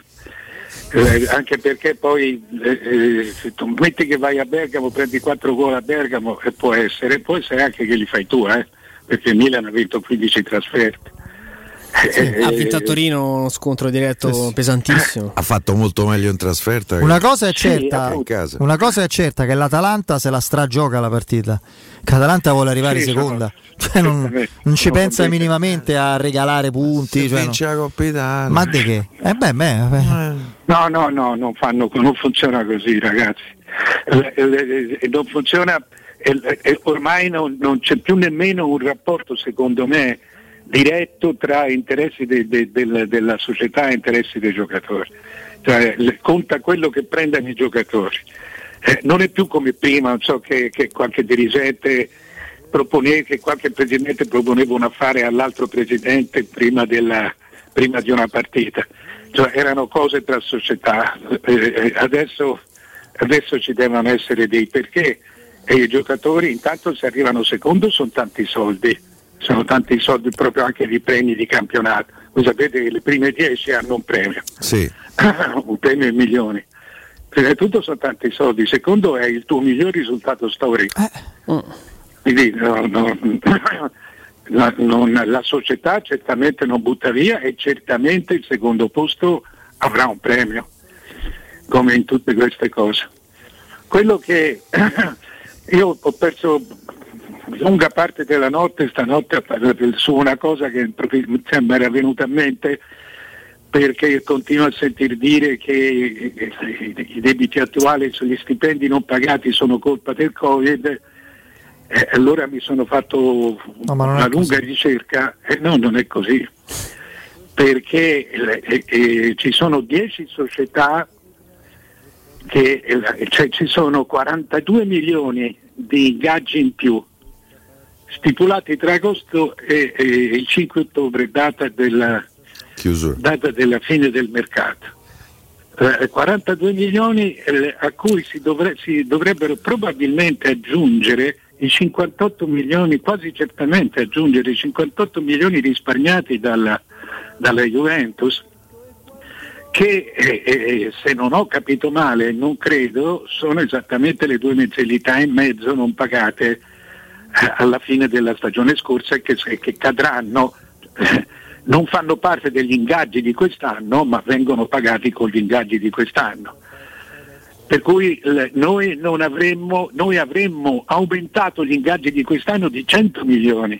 Eh, anche perché poi eh, eh, se tu metti che vai a Bergamo, prendi quattro gol a Bergamo e può essere, può essere anche che li fai tu, eh, perché il Milan ha vinto quindici trasferte. Sì, ha vinto a Torino uno scontro diretto sì, sì. pesantissimo. Ha fatto molto meglio in trasferta. Una cosa è certa, in casa. Una cosa è certa che l'Atalanta se la stragioca la partita. Che l'Atalanta vuole arrivare sì, seconda. Sono, cioè non, non ci pensa contento. minimamente a regalare punti. Cioè vince la Coppa Italia. Ma di che? Eh beh, beh, beh. No, no, no, non fanno, non funziona così, ragazzi. E, e, e non funziona. E, e ormai non, non c'è più nemmeno un rapporto, secondo me, diretto tra interessi de, de, de, della società e interessi dei giocatori. Cioè, le, conta quello che prendono i giocatori. Eh, non è più come prima, non so che, che qualche dirigente proponeva, che qualche presidente proponeva un affare all'altro presidente prima, della, prima di una partita. Cioè, erano cose tra società. Eh, adesso, adesso ci devono essere dei perché. E i giocatori intanto se arrivano secondo sono tanti soldi, sono tanti soldi proprio anche di premi di campionato. Voi sapete che le prime dieci hanno un premio, sì. un premio in milioni. Prima di tutto sono tanti soldi, secondo è il tuo miglior risultato storico. Eh. Quindi no, no, la, non, la società certamente non butta via e certamente il secondo posto avrà un premio, come in tutte queste cose. Quello che io ho perso lunga parte della notte stanotte su una cosa che mi era venuta a mente, perché continuo a sentir dire che i debiti attuali sugli stipendi non pagati sono colpa del Covid. Eh, allora mi sono fatto no, una lunga ricerca e no, non è così, perché eh, eh, ci sono dieci società che cioè, ci sono quarantadue milioni di ingaggi in più stipulati tra agosto e, e il cinque ottobre, data della, data della fine del mercato. Eh, quarantadue milioni eh, a cui si, dovre, si dovrebbero probabilmente aggiungere i cinquantotto milioni, quasi certamente aggiungere i cinquantotto milioni risparmiati dalla, dalla Juventus, che eh, eh, se non ho capito male, non credo, sono esattamente le due mensilità e mezzo non pagate eh, alla fine della stagione scorsa, che, che cadranno, eh, non fanno parte degli ingaggi di quest'anno, ma vengono pagati con gli ingaggi di quest'anno. Per cui l- noi, non avremmo, noi avremmo aumentato gli ingaggi di quest'anno di cento milioni,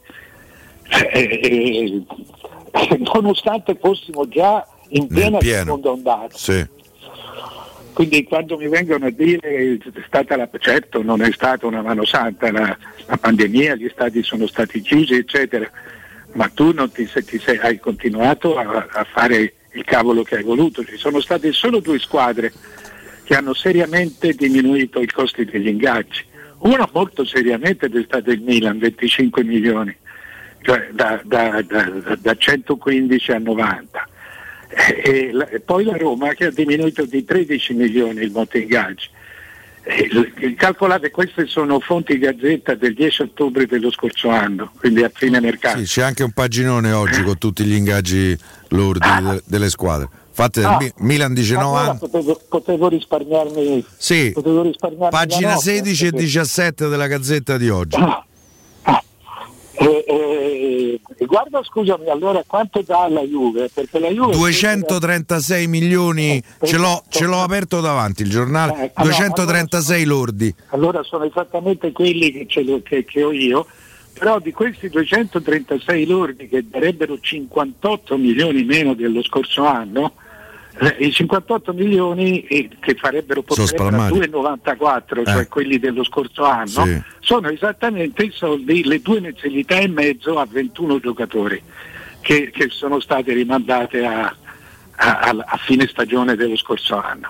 eh, eh, nonostante fossimo già in piena seconda ondata. Sì. Quindi quando mi vengono a dire che è stata la, certo non è stata una mano santa la, la pandemia, gli stati sono stati chiusi eccetera, ma tu non ti, ti sei, hai continuato a, a fare il cavolo che hai voluto. Ci sono state solo due squadre che hanno seriamente diminuito i costi degli ingaggi, una molto seriamente è stato il Milan, venticinque milioni, cioè da, da, da, da centoquindici a novanta. E, la, e poi la Roma che ha diminuito di tredici milioni il monte ingaggi. E, calcolate, queste sono fonti Gazzetta del dieci ottobre dello scorso anno, quindi a fine mercato. Sì, c'è anche un paginone oggi con tutti gli ingaggi lordi ah. de, delle squadre. Infatti ah. Milan dice allora no, potevo, potevo risparmiarmi, sì, potevo risparmiarmi pagina sedici e diciassette della Gazzetta di oggi. Ah. Ah. E, e, e guarda, scusami, allora quanto dà la Juve? Perché la Juve duecentotrentasei milioni, eh, ce, l'ho, ce l'ho aperto davanti il giornale, eh, duecentotrentasei allora, lordi. Allora sono esattamente quelli che, ce lo, che, che ho io, però di questi duecentotrentasei lordi che darebbero cinquantotto milioni meno dello scorso anno, i cinquantotto milioni che farebbero portare a due virgola novantaquattro, eh. cioè quelli dello scorso anno, sì. sono esattamente i soldi, le due mensilità e mezzo a ventuno giocatori che, che sono state rimandate a, a, a, a fine stagione dello scorso anno.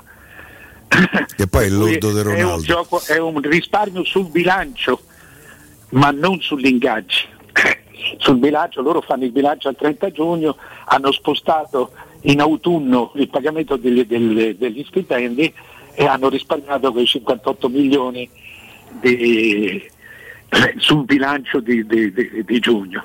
E poi il lordo di Ronaldo. È un, gioco, è un risparmio sul bilancio, ma non sugli ingaggi. Sul bilancio, loro fanno il bilancio al trenta giugno, hanno spostato in autunno il pagamento degli, degli, degli stipendi e hanno risparmiato quei cinquantotto milioni di, sul bilancio di, di, di, di giugno.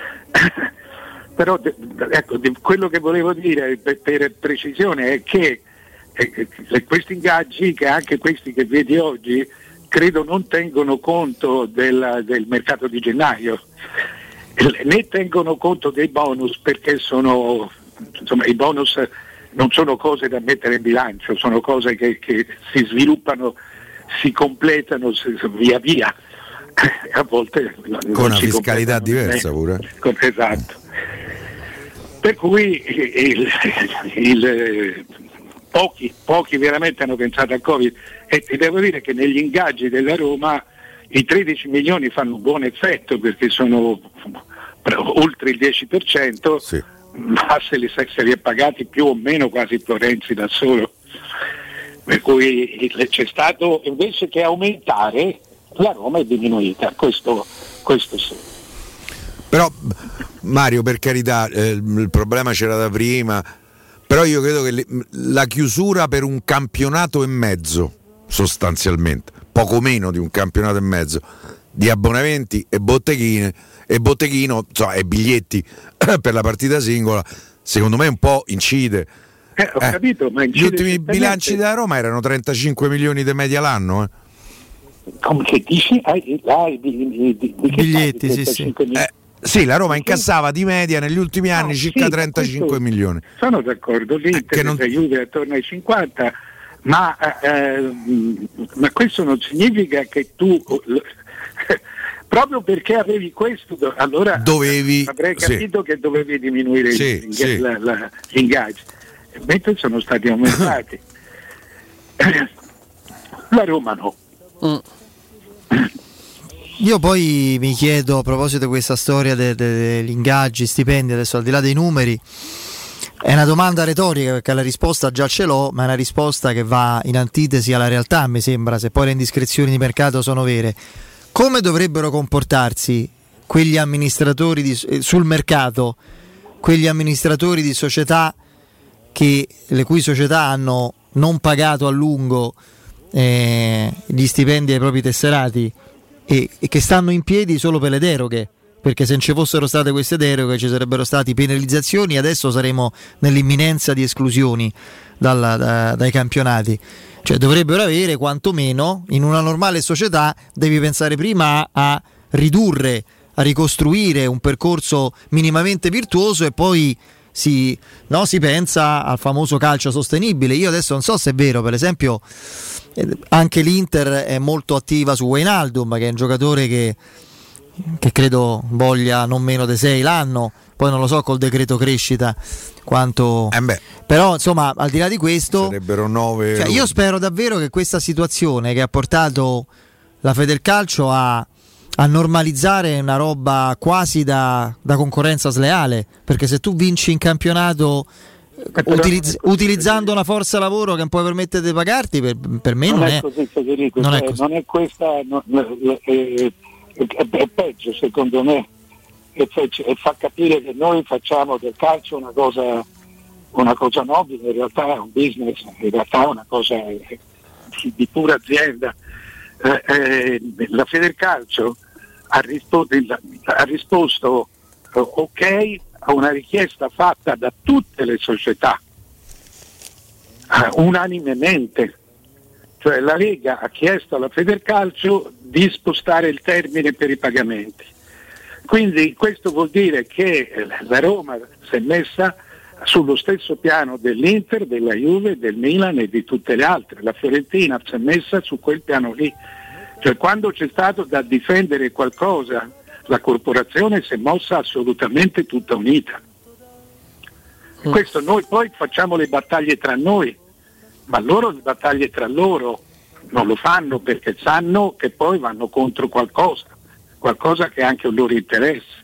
Però ecco, quello che volevo dire per, per precisione è che eh, questi ingaggi, che anche questi che vedi oggi, credo non tengono conto del, del mercato di gennaio. né tengono conto dei bonus, perché sono, insomma, i bonus non sono cose da mettere in bilancio, sono cose che, che si sviluppano, si completano via via, a volte con una fiscalità diversa pure. Con, esatto. Per cui il, il, pochi, pochi veramente hanno pensato al Covid, e ti devo dire che negli ingaggi della Roma i tredici milioni fanno un buon effetto, perché sono oltre il dieci per cento, sì. Ma se li, se li è pagati più o meno quasi Florenzi da solo, per cui c'è stato, invece che aumentare, la Roma è diminuita, questo, questo sì. Però Mario, per carità, eh, il problema c'era da prima, però io credo che le, la chiusura per un campionato e mezzo, sostanzialmente poco meno di un campionato e mezzo, di abbonamenti e botteghine e botteghino, insomma, e biglietti per la partita singola, secondo me un po' incide. Eh, ho eh, capito, ma gli ultimi bilanci della Roma erano trentacinque milioni di media l'anno. Eh. Come che dici? Ah, di, di, di, di biglietti, sì, sì. Eh, sì, la Roma incassava di media negli ultimi anni no, circa sì, trentacinque milioni. Sono d'accordo, l'Inter eh, non... la Juve attorno ai cinquanta, ma, eh, ma questo non significa che tu proprio perché avevi questo, allora dovevi, avrei capito sì. che dovevi diminuire sì, gli, sì. La, la, gli ingaggi, mentre sono stati aumentati. La Roma no. Mm. Io poi mi chiedo, a proposito di questa storia de, de, degli ingaggi, stipendi, adesso al di là dei numeri, è una domanda retorica perché la risposta già ce l'ho, ma è una risposta che va in antitesi alla realtà, mi sembra, se poi le indiscrezioni di mercato sono vere. Come dovrebbero comportarsi quegli amministratori di, sul mercato, quegli amministratori di società che, le cui società hanno non pagato a lungo eh, gli stipendi ai propri tesserati e, e che stanno in piedi solo per le deroghe? Perché se non ci fossero state queste deroghe ci sarebbero state penalizzazioni, adesso saremo nell'imminenza di esclusioni dalla, da, dai campionati. Cioè dovrebbero avere quantomeno, in una normale società devi pensare prima a, a ridurre, a ricostruire un percorso minimamente virtuoso e poi si, no, si pensa al famoso calcio sostenibile. Io adesso non so se è vero, per esempio anche l'Inter è molto attiva su Wijnaldum, che è un giocatore che che credo voglia non meno di sei l'anno, poi non lo so col decreto crescita quanto eh beh, però insomma al di là di questo sarebbero nove, cioè, io spero davvero che questa situazione che ha portato la Federcalcio a, a normalizzare una roba quasi da, da concorrenza sleale, perché se tu vinci in campionato utilizz- utilizzando una forza lavoro che non puoi permettere di pagarti, per, per me non, non è, è così, Federico, non, cioè, è così. Non è questa no, eh, è peggio secondo me, e fa capire che noi facciamo del calcio una cosa una cosa nobile, in realtà è un business, in realtà è una cosa di pura azienda. Eh, eh, la Federcalcio ha, rispo- ha risposto eh, ok a una richiesta fatta da tutte le società eh, unanimemente. Cioè la Lega ha chiesto alla Federcalcio di spostare il termine per i pagamenti. Quindi questo vuol dire che la Roma si è messa sullo stesso piano dell'Inter, della Juve, del Milan e di tutte le altre. La Fiorentina si è messa su quel piano lì. Cioè quando c'è stato da difendere qualcosa, la corporazione si è mossa assolutamente tutta unita. Questo noi poi facciamo le battaglie tra noi, ma loro le battaglie tra loro non lo fanno perché sanno che poi vanno contro qualcosa, qualcosa che è anche un loro interesse.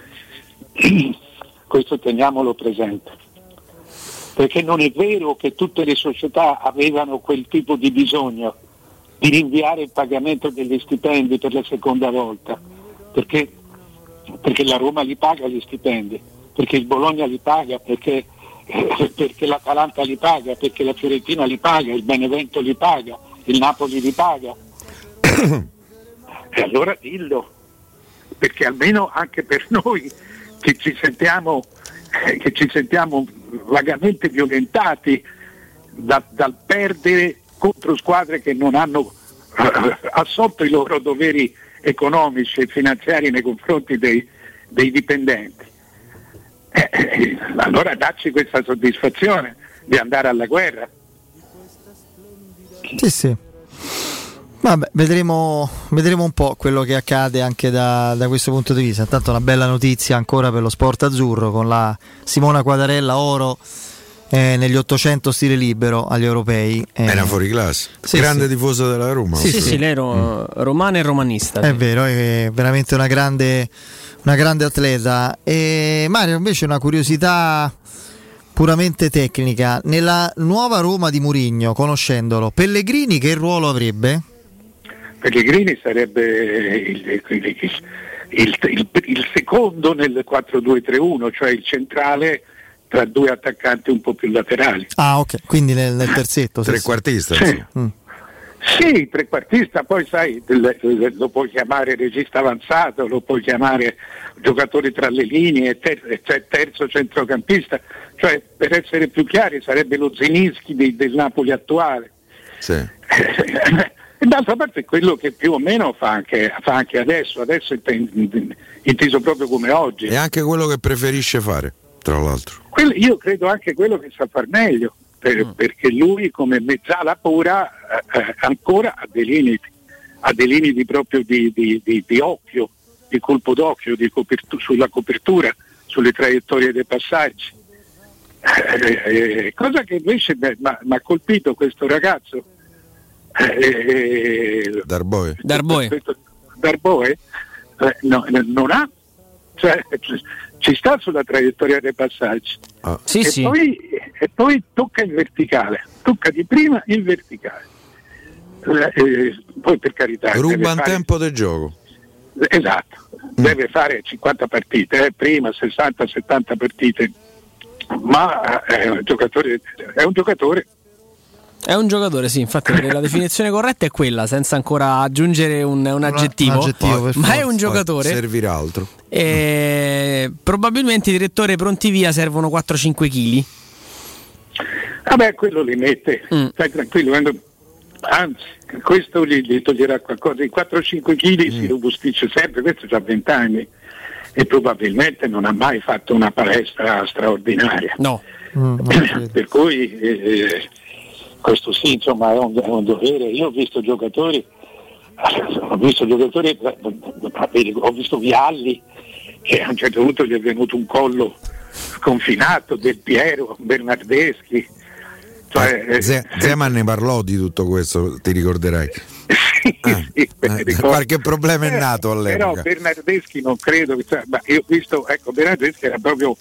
Questo teniamolo presente, perché non è vero che tutte le società avevano quel tipo di bisogno di rinviare il pagamento degli stipendi per la seconda volta, perché, perché la Roma li paga gli stipendi, perché il Bologna li paga, perché perché l'Atalanta li paga, perché la Fiorentina li paga, il Benevento li paga, il Napoli li paga. E allora dillo, perché almeno anche per noi che ci sentiamo eh, che ci sentiamo vagamente violentati da, dal perdere contro squadre che non hanno eh, assolto i loro doveri economici e finanziari nei confronti dei, dei dipendenti. Eh, eh, allora dacci questa soddisfazione di andare alla guerra. Sì, sì. Vabbè, vedremo, vedremo un po' quello che accade anche da, da questo punto di vista. Intanto una bella notizia ancora per lo sport azzurro, con la Simona Quadarella oro eh, negli ottocento stile libero agli europei. Eh. È una fuoriclasse, sì, grande sì. tifosa della Roma. Sì, sì, sì, lei ero mm. romana e romanista. È sì. vero, è veramente una grande, una grande atleta. E Mario, invece una curiosità puramente tecnica: nella nuova Roma di Mourinho, conoscendolo, Pellegrini che ruolo avrebbe? Pellegrini sarebbe il, il, il, il, il secondo nel quattro due tre uno, cioè il centrale tra due attaccanti un po' più laterali. Ah, ok, quindi nel, nel terzetto. Trequartista. Sì, sì. Mm. sì, trequartista, poi sai, lo puoi chiamare regista avanzato, lo puoi chiamare giocatore tra le linee, ter- cioè terzo centrocampista, cioè per essere più chiari sarebbe lo Zilinski del, del Napoli attuale. Sì. E d'altra parte è quello che più o meno fa anche, fa anche adesso, adesso è inteso proprio come oggi. E anche quello che preferisce fare, tra l'altro. Quello, io credo anche quello che sa far meglio, per, mm. perché lui come mezzala pura eh, ancora ha dei limiti, ha dei limiti proprio di, di, di, di occhio, di colpo d'occhio, di copertu- sulla copertura, sulle traiettorie dei passaggi. Eh, eh, cosa che invece mi ha colpito questo ragazzo. Eh, Darboe Darboe, Darboe eh, no, non ha, cioè, ci sta sulla traiettoria dei passaggi. Ah. Sì, e, sì. Poi, e poi tocca il verticale, tocca di prima il verticale. Eh, poi per carità ruba un fare... tempo del gioco. Esatto, mm. deve fare cinquanta partite, eh, prima sessanta settanta partite, ma è un giocatore, è un giocatore. È un giocatore, sì, infatti la definizione corretta è quella, senza ancora aggiungere un, un aggettivo, un aggettivo ma forza. È un giocatore. Servirà altro. E probabilmente direttore pronti via servono quattro cinque chili. Vabbè, quello li mette, mm. stai tranquillo, anzi, questo gli, gli toglierà qualcosa, i quattro cinque chili mm. si robustisce sempre, questo ha venti anni e probabilmente non ha mai fatto una palestra straordinaria. No. Mm, per cui... Eh, questo sì, insomma, è un, è un dovere. Io ho visto giocatori, ho visto giocatori, ho visto Vialli che a un certo punto gli è venuto un collo sconfinato, Del Piero, Bernardeschi. Cioè, eh, Z- Zeman ne parlò di tutto questo, ti ricorderai. Sì, ah, sì, eh, qualche problema è nato all'epoca. Però Bernardeschi non credo, cioè, ma io ho visto, ecco, Bernardeschi era proprio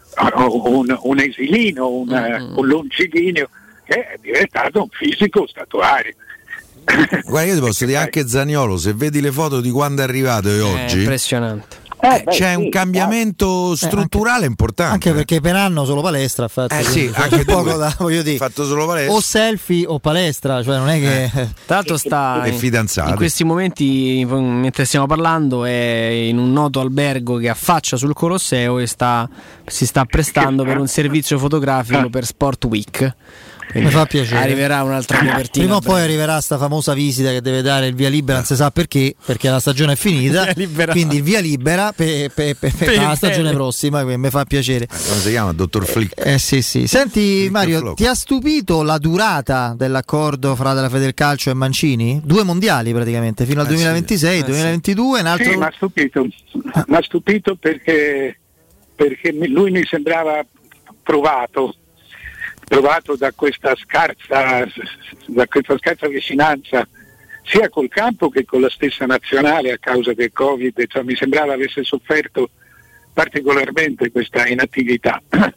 un, un esilino, un, mm. un longilineo, che è diventato un fisico statuario. Guarda, io ti posso dire anche Zaniolo, se vedi le foto di quando è arrivato e oggi, è impressionante. Eh, beh, c'è sì, un cambiamento eh, strutturale anche, importante. Anche perché per anno solo palestra ha fatto. Eh sì, anche poco da, voglio dire, fatto solo palestra. O selfie o palestra, cioè non è che. Eh. Tra l'altro sta in, in questi momenti, mentre stiamo parlando, è in un noto albergo che affaccia sul Colosseo e sta, si sta prestando per un servizio fotografico per Sport Week. Mi fa piacere. Arriverà un'altra copertina. Prima o poi arriverà sta famosa visita che deve dare il via libera, non si sa perché, perché la stagione è finita. Quindi il via libera per pe, pe, pe, la stagione prossima, mi fa piacere. Come si chiama? Dottor Flick. Eh sì, sì. Senti Flick Mario, Flock. Ti ha stupito la durata dell'accordo fra della Federcalcio e Mancini? Due mondiali praticamente, fino al eh duemilaventisei, sì. duemilaventidue. Un altro... Sì, mi ha stupito. Mi ha stupito perché, perché lui mi sembrava provato. provato da questa scarsa da questa scarsa vicinanza sia col campo che con la stessa nazionale a causa del Covid, cioè, mi sembrava avesse sofferto particolarmente questa inattività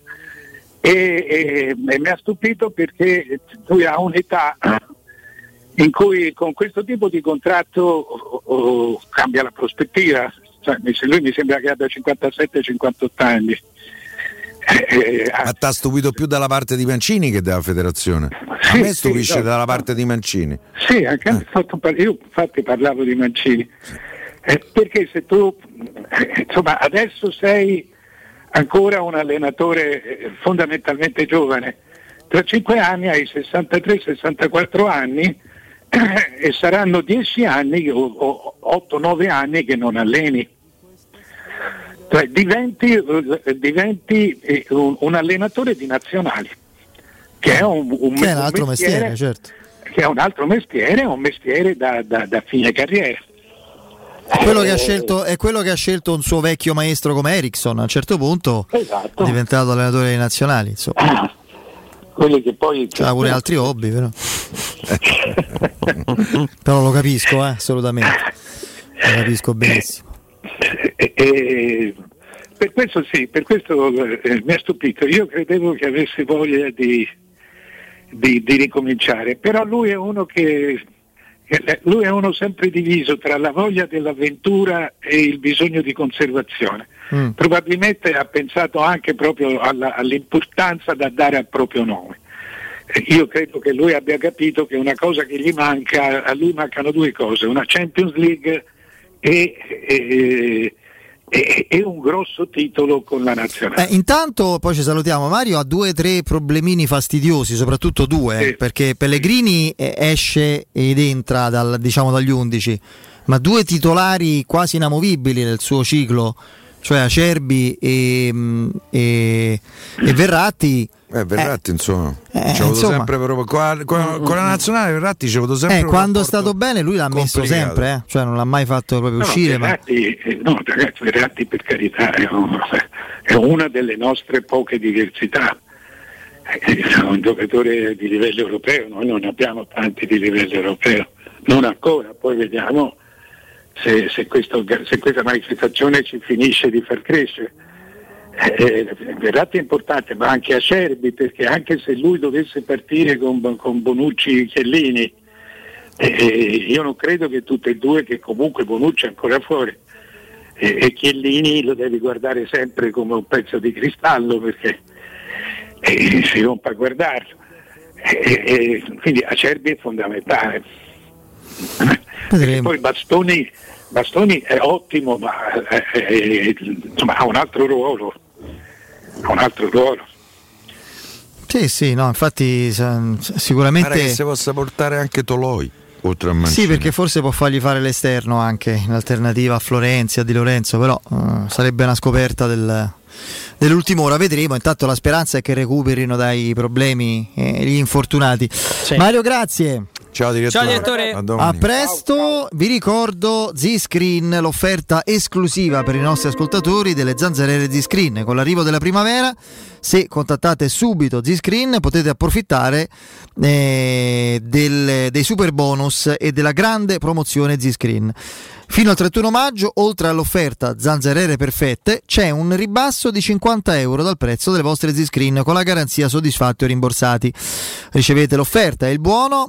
e, e, e mi ha stupito perché lui ha un'età in cui con questo tipo di contratto oh, oh, cambia la prospettiva, cioè, lui mi sembra che abbia cinquantasette cinquantotto anni. Eh, ma t'ha stupito più dalla parte di Mancini che dalla federazione? A sì, me stupisce sì, no, dalla parte di Mancini. Sì, anche eh. fatto, io infatti parlavo di Mancini eh, perché se tu eh, insomma adesso sei ancora un allenatore eh, fondamentalmente giovane, tra cinque anni hai sessantatré sessantaquattro anni eh, e saranno dieci anni o otto nove anni che non alleni. Cioè, diventi, diventi un, un allenatore di nazionali, che è un, un, che è un altro mestiere, mestiere, certo. Che è un altro mestiere, un mestiere da, da, da fine carriera. Quello che ha scelto, è quello che ha scelto un suo vecchio maestro come Eriksson, a un certo punto esatto. È diventato allenatore dei nazionali, insomma. Ah, quelli che poi c'ha pure altri hobby, però. Però lo capisco, eh, assolutamente. Lo capisco benissimo. E, e, per questo sì, per questo eh, mi ha stupito. Io credevo che avesse voglia di, di, di ricominciare, però lui è uno che, che lui è uno sempre diviso tra la voglia dell'avventura e il bisogno di conservazione. Mm. Probabilmente ha pensato anche proprio alla, all'importanza da dare al proprio nome. Io credo che lui abbia capito che una cosa che gli manca, a lui mancano due cose, una Champions League e, e, e, e un grosso titolo con la nazionale. Eh, intanto poi ci salutiamo. Mario ha due o tre problemini fastidiosi, soprattutto due, sì. Perché Pellegrini esce ed entra dal, diciamo dagli undici, ma due titolari quasi inamovibili nel suo ciclo, cioè Acerbi e, e, e Verratti. Eh, Verratti, eh, insomma, eh, ci ha avuto insomma. sempre proprio con, con, con la nazionale. Verratti ci ha avuto sempre. Eh, quando è stato bene, lui l'ha messo complicato. sempre, eh? Cioè non l'ha mai fatto proprio no, uscire. Verratti, ma... no, ragazzi, Verratti per carità è, un, è una delle nostre poche diversità. È un giocatore di livello europeo, noi non ne abbiamo tanti di livello europeo, non ancora, poi vediamo se, se, questo, se questa manifestazione ci finisce di far crescere. Eh, Verratti è importante, ma anche Acerbi, perché anche se lui dovesse partire con, con Bonucci e Chiellini, eh, io non credo che tutte e due, che comunque Bonucci è ancora fuori eh, e Chiellini lo devi guardare sempre come un pezzo di cristallo, perché eh, si rompe a guardarlo, eh, eh, quindi Acerbi è fondamentale. Poi Bastoni, Bastoni è ottimo, ma eh, eh, insomma ha un altro ruolo. un altro ruolo. Sì, sì, no, infatti sicuramente pare che si possa portare anche Toloi oltre a Mancini. Sì, perché forse può fargli fare l'esterno anche in alternativa a Florenzi, a Di Lorenzo, però uh, sarebbe una scoperta del, dell'ultima ora, vedremo. Intanto la speranza è che recuperino dai problemi eh, gli infortunati. Sì. Mario, grazie. Ciao direttore. Ciao direttore. A, a presto. Vi ricordo Z-Screen, l'offerta esclusiva per i nostri ascoltatori delle zanzariere Z-Screen. Con l'arrivo della primavera, se contattate subito Z-Screen, potete approfittare eh, del, dei super bonus e della grande promozione Z-Screen. Fino al trentuno maggio, oltre all'offerta zanzariere perfette, c'è un ribasso di cinquanta euro dal prezzo delle vostre Z-Screen con la garanzia soddisfatti o rimborsati. Ricevete l'offerta e il buono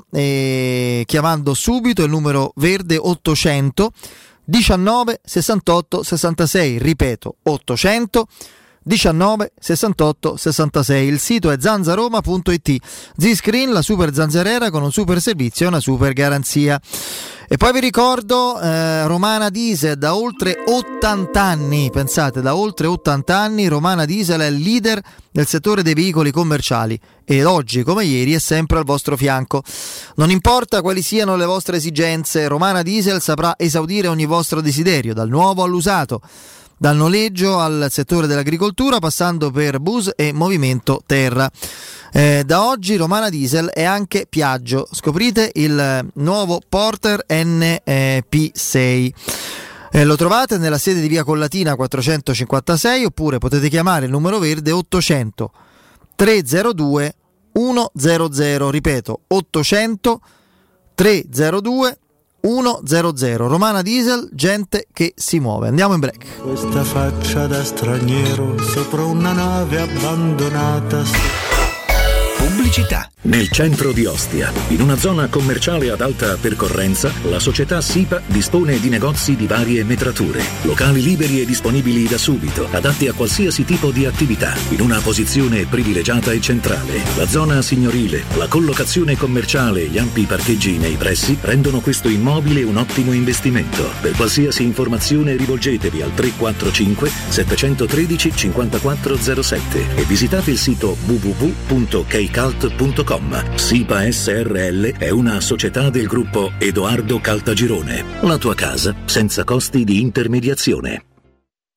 e chiamando subito il numero verde ottocento diciannove sessantotto sessantasei, ripeto ottocento diciannove sessantotto sessantasei. Il sito è zanzaroma punto it. Z-Screen, la super zanzariera con un super servizio e una super garanzia. E poi vi ricordo eh, Romana Diesel, da oltre ottanta anni, pensate, da oltre ottanta anni Romana Diesel è il leader del settore dei veicoli commerciali e oggi come ieri è sempre al vostro fianco. Non importa quali siano le vostre esigenze, Romana Diesel saprà esaudire ogni vostro desiderio, dal nuovo all'usato, dal noleggio al settore dell'agricoltura, passando per bus e movimento terra. Eh, da oggi Romana Diesel è anche Piaggio. Scoprite il nuovo Porter N P sei. Eh, lo trovate nella sede di via Collatina quattrocentocinquantasei, oppure potete chiamare il numero verde ottocento trecentodue centodue, ripeto ottocento trecentodue centodue. Romana Diesel, gente che si muove. Andiamo in break. Questa faccia da straniero sopra una nave abbandonata. Pubblicità. Nel centro di Ostia, in una zona commerciale ad alta percorrenza, la società SIPA dispone di negozi di varie metrature, locali liberi e disponibili da subito, adatti a qualsiasi tipo di attività, in una posizione privilegiata e centrale. La zona signorile, la collocazione commerciale e gli ampi parcheggi nei pressi rendono questo immobile un ottimo investimento. Per qualsiasi informazione rivolgetevi al tre quattro cinque sette uno tre cinque quattro zero sette e visitate il sito w w w punto keicalt punto com. SIPA S R L è una società del gruppo Edoardo Caltagirone. La tua casa senza costi di intermediazione.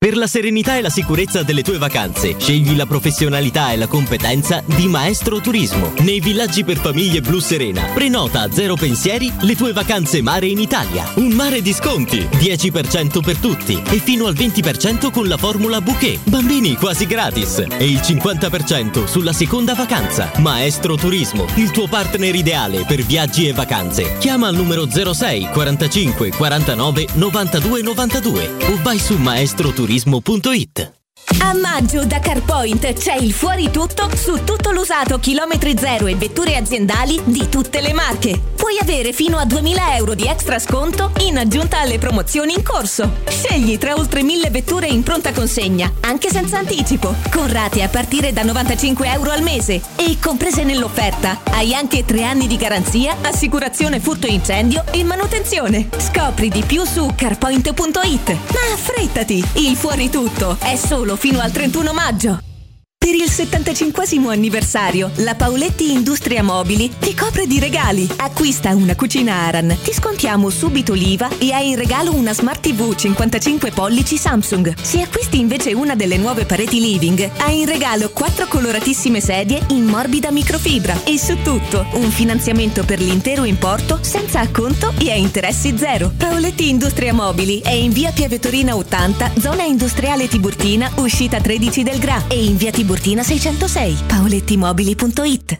Per la serenità e la sicurezza delle tue vacanze, scegli la professionalità e la competenza di Maestro Turismo. Nei villaggi per famiglie Blu Serena, prenota a zero pensieri le tue vacanze mare in Italia. Un mare di sconti, dieci per cento per tutti e fino al venti per cento con la formula bouquet. Bambini quasi gratis e il cinquanta per cento sulla seconda vacanza. Maestro Turismo, il tuo partner ideale per viaggi e vacanze. Chiama al numero zero sei quarantacinque quarantanove novantadue novantadue o vai su maestroturismo punto it. A maggio da CarPoint c'è il fuori tutto su tutto l'usato chilometri zero e vetture aziendali di tutte le marche. Puoi avere fino a duemila euro di extra sconto in aggiunta alle promozioni in corso. Scegli tra oltre mille vetture in pronta consegna, anche senza anticipo, con rate a partire da novantacinque euro al mese. E comprese nell'offerta hai anche tre anni di garanzia, assicurazione furto incendio e manutenzione. Scopri di più su carpoint punto it. Ma affrettati, il fuori tutto è solo fino al trentuno maggio. Per il settantacinquesimo anniversario, la Paoletti Industria Mobili ti copre di regali. Acquista una cucina Aran, ti scontiamo subito l'I V A e hai in regalo una Smart tivù cinquantacinque pollici Samsung. Se acquisti invece una delle nuove pareti living, hai in regalo quattro coloratissime sedie in morbida microfibra e su tutto un finanziamento per l'intero importo senza acconto e a interessi zero. Paoletti Industria Mobili è in via Pieve Torina ottanta, zona industriale Tiburtina, uscita tredici del Gra, e in via Tiburtina seicentosei. paolettimobili punto it.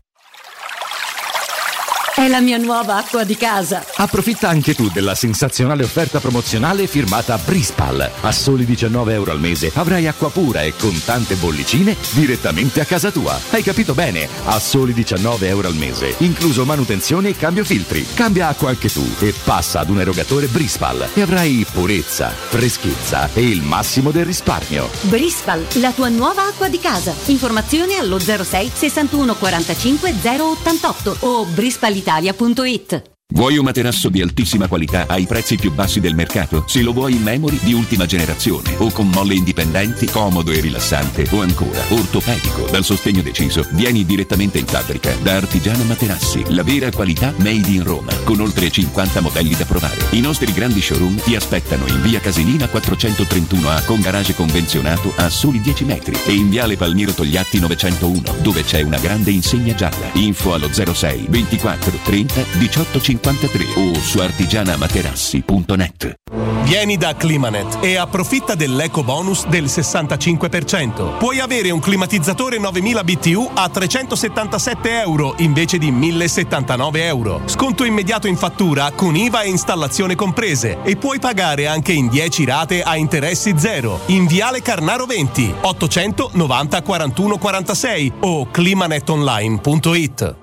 È la mia nuova acqua di casa. Approfitta anche tu della sensazionale offerta promozionale firmata Brispal. A soli diciannove euro al mese avrai acqua pura e con tante bollicine direttamente a casa tua. Hai capito bene? A soli diciannove euro al mese, incluso manutenzione e cambio filtri. Cambia acqua anche tu e passa ad un erogatore Brispal e avrai purezza, freschezza e il massimo del risparmio. Brispal, la tua nuova acqua di casa. Informazioni allo zero sei sessantuno quarantacinque zero ottantotto o brispal italia punto it. Vuoi un materasso di altissima qualità ai prezzi più bassi del mercato? Se lo vuoi in memory di ultima generazione o con molle indipendenti, comodo e rilassante, o ancora ortopedico dal sostegno deciso, vieni direttamente in fabbrica da Artigiana Materassi, la vera qualità made in Roma, con oltre cinquanta modelli da provare. I nostri grandi showroom ti aspettano in via Casilina quattrocentotrentuno A con garage convenzionato a soli dieci metri e in viale Palmiro Togliatti novecentouno, dove c'è una grande insegna gialla. Info allo zero sei ventiquattro trenta diciotto cinquantatré o su artigiana materassi punto net. Vieni da Climanet e approfitta dell'eco bonus del sessantacinque per cento. Puoi avere un climatizzatore novemila B T U a trecentosettantasette euro invece di millesettantanove euro. Sconto immediato in fattura con I V A e installazione comprese e puoi pagare anche in dieci rate a interessi zero. In viale Carnaro venti, ottocento novanta quarantuno quarantasei o climanetonline punto it.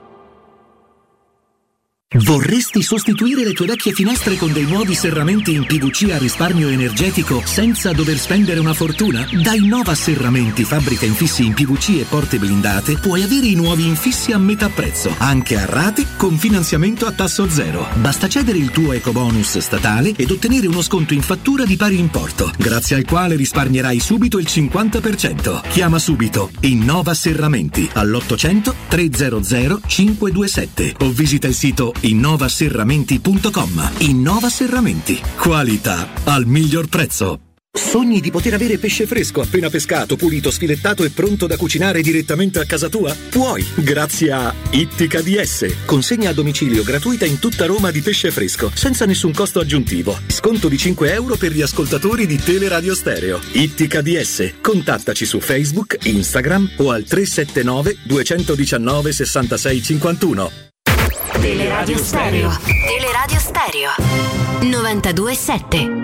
Vorresti sostituire le tue vecchie finestre con dei nuovi serramenti in P V C a risparmio energetico senza dover spendere una fortuna? Da Innova Serramenti, fabbrica infissi in P V C e porte blindate, puoi avere i nuovi infissi a metà prezzo, anche a rate con finanziamento a tasso zero. Basta cedere il tuo ecobonus statale ed ottenere uno sconto in fattura di pari importo, grazie al quale risparmierai subito il cinquanta per cento. Chiama subito Innova Serramenti all'ottocento trecento cinquecentoventisette o visita il sito innova serramenti punto com. Innova Serramenti, qualità al miglior prezzo. Sogni di poter avere pesce fresco appena pescato, pulito, sfilettato e pronto da cucinare direttamente a casa tua? Puoi, grazie a Ittica D S. Consegna a domicilio gratuita in tutta Roma di pesce fresco, senza nessun costo aggiuntivo. Sconto di cinque euro per gli ascoltatori di Teleradio Stereo. Ittica D S. Contattaci su Facebook, Instagram o al tre sette nove due uno nove sei sei cinque uno. Teleradio Stereo. Teleradio Stereo. novantadue sette.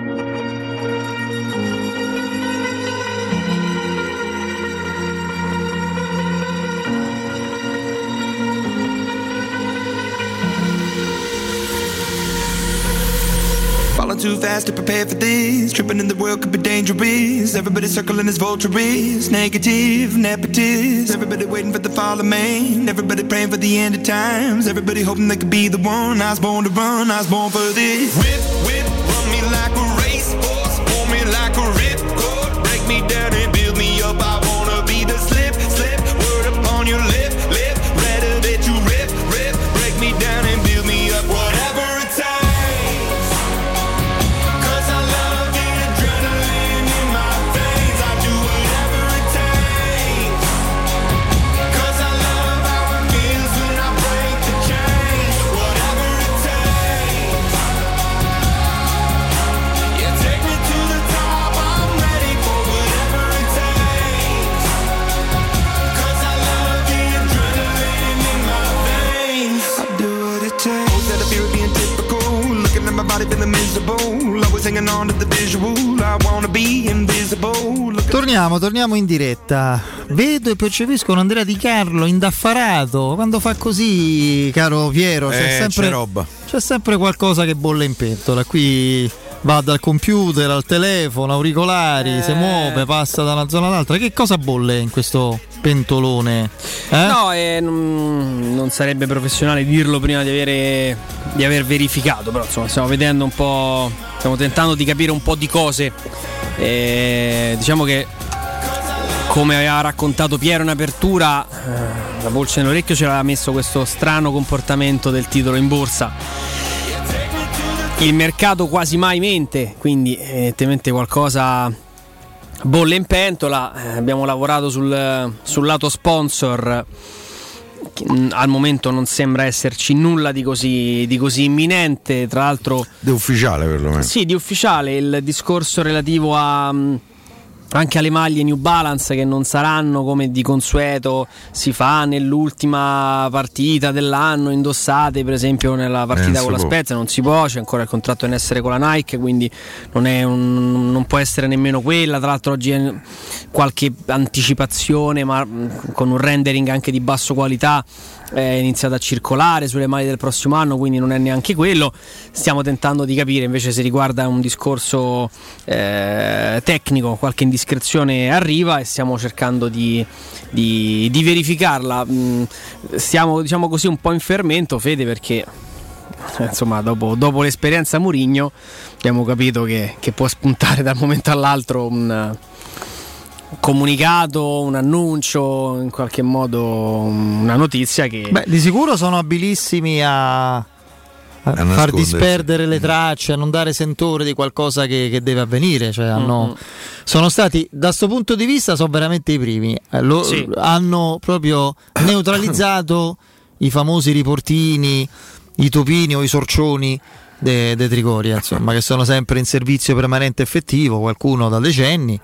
Falling too fast to prepare for this. Tripping in the world could be dangerous. Everybody circling as vultures. Negative, nepotist. Everybody waiting for the fall of man. Everybody praying for the end of times. Everybody hoping they could be the one. I was born to run, I was born for this. Whip, whip, run me like a racehorse. Pull me like a ripcord. Break me down and build me up. I wanna be the slip, slip. Word upon your lip, lip. Rather that you rip, rip. Break me down and build me up. Whatever it takes. Cause I love the adrenaline in my veins. body feeling miserable. Always hanging on to the visual. I wanna be invisible. Torniamo, torniamo in diretta. Vedo e percepisco un Andrea Di Carlo indaffarato. Quando fa così, caro Piero, c'è eh, sempre c'è roba. C'è sempre qualcosa che bolle in pentola. Qui va dal computer al telefono, auricolari, eh. si muove, passa da una zona all'altra. Che cosa bolle in questo pentolone? Eh? No, eh, non, non sarebbe professionale dirlo prima di avere di aver verificato, però insomma stiamo vedendo un po', stiamo tentando di capire un po' di cose. Eh, diciamo che, come aveva raccontato Piero in apertura, eh, la polce nell'orecchio ce l'aveva messo questo strano comportamento del titolo in borsa. Il mercato quasi mai mente, quindi evidentemente qualcosa bolle in pentola. Eh, abbiamo lavorato sul, sul lato sponsor. Al momento non sembra esserci nulla di così, di così imminente, tra l'altro di ufficiale perlomeno. Sì, di ufficiale. Il discorso relativo a anche alle maglie New Balance, che non saranno come di consueto si fa nell'ultima partita dell'anno indossate, per esempio nella partita eh, con la Spezia, non si può, c'è ancora il contratto in essere con la Nike, quindi non, è un, non può essere nemmeno quella. Tra l'altro oggi è qualche anticipazione, ma con un rendering anche di basso qualità, è iniziato a circolare sulle maglie del prossimo anno, quindi non è neanche quello. Stiamo tentando di capire invece se riguarda un discorso eh, tecnico, qualche indiscrezione arriva e stiamo cercando di, di, di verificarla. Stiamo, diciamo così, un po' in fermento, Fede, perché insomma dopo, dopo l'esperienza Mourinho abbiamo capito che, che può spuntare da un momento all'altro un comunicato, un annuncio, in qualche modo una notizia che... Beh, di sicuro sono abilissimi a, a, a far disperdere le tracce, a non dare sentore di qualcosa che, che deve avvenire. Cioè, hanno, mm-hmm. sono stati, da questo punto di vista, sono veramente i primi. Lo, sì. Hanno proprio neutralizzato i famosi riportini, i topini o i sorcioni de, de Trigoria, insomma, che sono sempre in servizio permanente effettivo, qualcuno da decenni.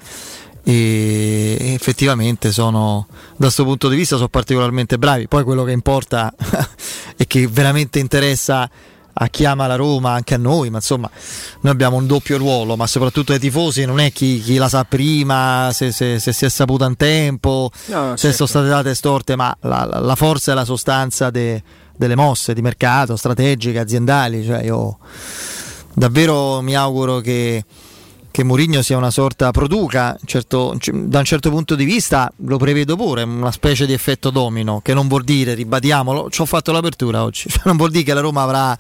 E effettivamente sono, da questo punto di vista, sono particolarmente bravi. Poi quello che importa e che veramente interessa a chi ama la Roma, anche a noi, ma insomma noi abbiamo un doppio ruolo, ma soprattutto ai tifosi non è chi, chi la sa prima, se, se, se si è saputa in tempo, no, no, se certo. sono state date storte, ma la, la forza e la sostanza de, delle mosse di mercato, strategiche, aziendali. Cioè io davvero mi auguro che che Mourinho sia una sorta, produca, certo, da un certo punto di vista lo prevedo pure, una specie di effetto domino, che non vuol dire, ribadiamolo, ci ho fatto l'apertura oggi, cioè non vuol dire che la Roma avrà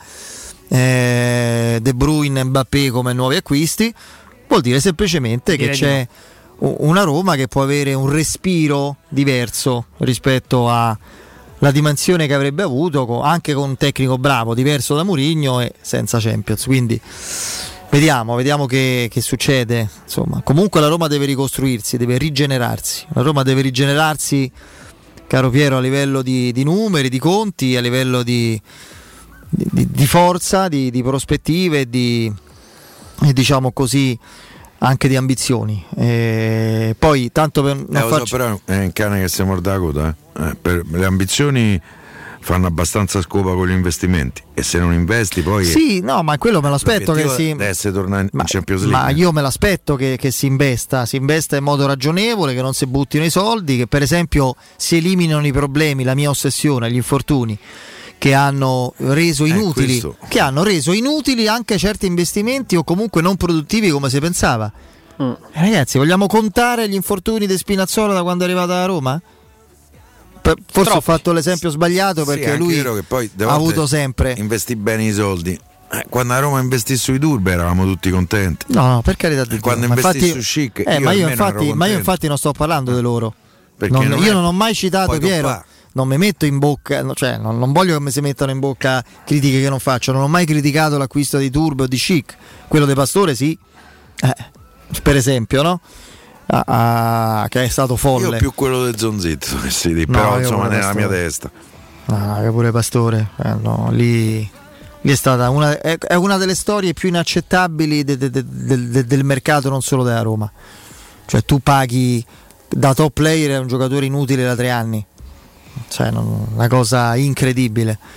eh, De Bruyne e Mbappé come nuovi acquisti, vuol dire semplicemente Direi che c'è no. una Roma che può avere un respiro diverso rispetto a la dimensione che avrebbe avuto, anche con un tecnico bravo, diverso da Mourinho e senza Champions, quindi Vediamo, vediamo che, che succede. Insomma, comunque la Roma deve ricostruirsi, deve rigenerarsi. La Roma deve rigenerarsi, caro Piero, a livello di, di numeri, di conti, a livello di, di, di forza, di, di prospettive, di, e diciamo così, anche di ambizioni. E poi, tanto per non eh, farci... so, però è un cane che si morde la coda. Eh. Eh, per le ambizioni fanno abbastanza scopa con gli investimenti, e se non investi poi sì, no, ma quello me lo aspetto che si deve essere tornare in ma, Champions League. Ma io me l'aspetto che, che si investa, si investa in modo ragionevole, che non si buttino i soldi, che per esempio si eliminino i problemi, la mia ossessione, gli infortuni che hanno reso inutili, eh, che hanno reso inutili anche certi investimenti o comunque non produttivi come si pensava. Mm. Eh, ragazzi, vogliamo contare gli infortuni di Spinazzola da quando è arrivata a Roma? Forse Troppi. Ho fatto l'esempio sbagliato, perché sì, lui che poi ha avuto sempre investi bene i soldi. Eh, quando a Roma investì sui Turbe eravamo tutti contenti. No, no, per carità di Dio. Quando investì su Chic, eh, io ma, io infatti, ma io infatti non sto parlando di loro. Non, non io non ho mai citato Piero. Fa. Non mi metto in bocca, cioè non, non voglio che mi si mettano in bocca critiche che non faccio. Non ho mai criticato l'acquisto di Turbe o di Chic. Quello di Pastore sì, eh, per esempio, no? Ah, ah, che è stato folle. Io più quello del Zonzitto, sì, no, però insomma nella mia testa. Ah, che pure Pastore, eh, no, lì, lì è stata una, è, è una delle storie più inaccettabili de, de, de, de, del mercato, non solo della Roma. Cioè tu paghi da top player un giocatore inutile da tre anni, cioè non, una cosa incredibile.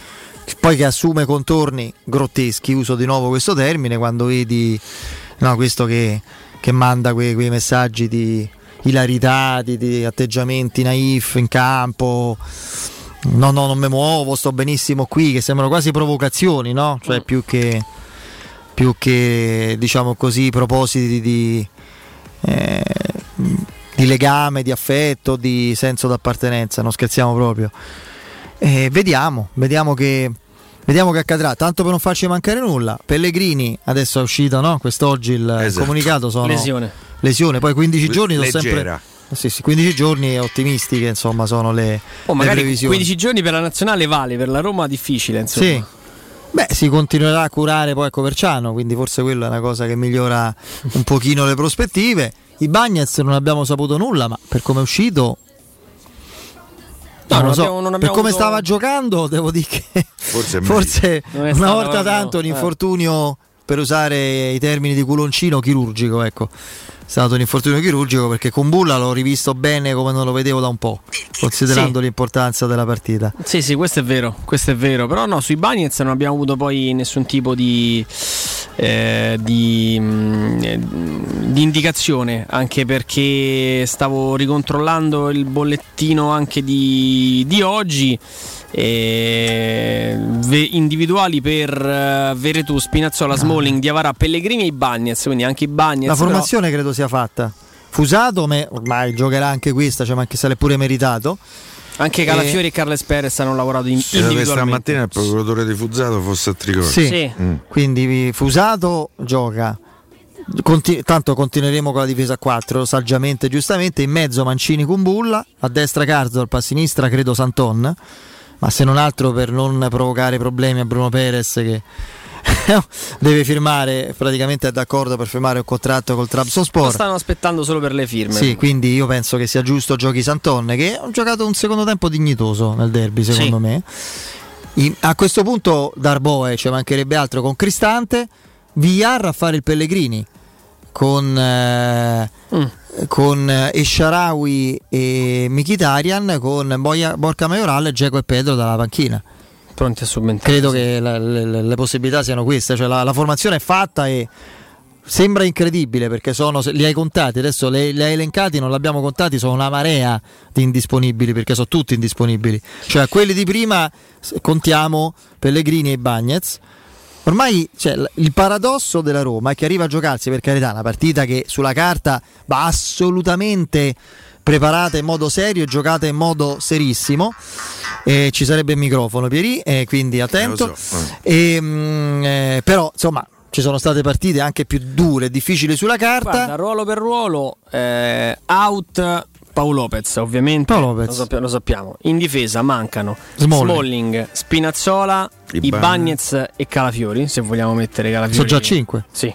poi che assume contorni grotteschi, uso di nuovo questo termine, quando vedi no, questo che, che manda quei, quei messaggi di ilarità, di, di atteggiamenti naif in campo, no no non mi muovo, sto benissimo qui, che sembrano quasi provocazioni, no? Cioè più che più che diciamo così propositi di, di, eh, di legame, di affetto, di senso d'appartenenza, non scherziamo proprio. Eh, vediamo, vediamo che Vediamo che accadrà, tanto per non farci mancare nulla. Pellegrini, adesso è uscito, no? Quest'oggi il esatto. comunicato, sono lesione. Lesione, poi quindici giorni sono Leggera. sempre sì, sì, quindici giorni ottimistiche, insomma, sono le, oh, le previsioni. quindici giorni per la nazionale vale, per la Roma difficile, insomma. Sì. Beh, si continuerà a curare poi Coverciano, quindi forse quella è una cosa che migliora un pochino le prospettive. I Bagnez non abbiamo saputo nulla, ma per come è uscito No, non, non so, abbiamo, non per come avuto... stava giocando devo dire che forse, forse una volta tanto un infortunio, eh. per usare i termini di culoncino, chirurgico, ecco, è stato un infortunio chirurgico, perché con Bulla l'ho rivisto bene come non lo vedevo da un po', considerando sì. l'importanza della partita. Sì sì, questo è vero, questo è vero, però no, sui Bagnez non abbiamo avuto poi nessun tipo di eh, di, mh, di indicazione, anche perché stavo ricontrollando il bollettino anche di, di oggi. E individuali per uh, Veretù, Spinazzola, Smalling, Diawara, Pellegrini e i Bagnez, quindi anche i Bagnez. La formazione però... credo sia fatta. Fusato, me, ormai giocherà anche questa, cioè, ma anche se l'è pure meritato. Anche Calafiori e, e Carles Perez hanno lavorato in, sì, individualmente. Stamattina il procuratore di Fusato fosse a Tricone. Sì, sì. Mm. Quindi Fusato gioca. Conti- tanto continueremo con la difesa a quattro, saggiamente, giustamente. In mezzo Mancini con Bulla, a destra Karsdorp, a sinistra credo Santon, ma se non altro per non provocare problemi a Bruno Perez, che deve firmare, praticamente è d'accordo per firmare un contratto col Trabzonspor. Lo stanno aspettando solo per le firme. Sì, quindi io penso che sia giusto giochi Santon, che ha giocato un secondo tempo dignitoso nel derby, secondo sì. me. In, a questo punto Darboe, ci mancherebbe altro, con Cristante, Villar a fare il Pellegrini con eh, mm. con Esharawi e Mkhitaryan, con Boia, Borca Majoral, Dzeko e Pedro dalla panchina, pronti a subentrare. Credo che la, le, le possibilità siano queste, cioè la, la formazione è fatta e sembra incredibile, perché sono, li hai contati adesso, li, li hai elencati, non li abbiamo contati, sono una marea di indisponibili, perché sono tutti indisponibili, cioè quelli di prima contiamo Pellegrini e Bagnez. Ormai, cioè, il paradosso della Roma è che arriva a giocarsi, per carità, una partita che sulla carta va assolutamente preparata in modo serio e giocata in modo serissimo. E ci sarebbe il microfono, Pieri, e quindi attento. So. E, mh, eh, però, insomma, ci sono state partite anche più dure e difficili sulla carta. Guarda, ruolo per ruolo, eh, out Paolo Lopez, ovviamente. Paolo Lopez. Lo, sappia- lo sappiamo. In difesa mancano Smalling, Smalling Spinazzola, i Bagnez e Calafiori, se vogliamo mettere Calafiori. Sono già cinque. Sì.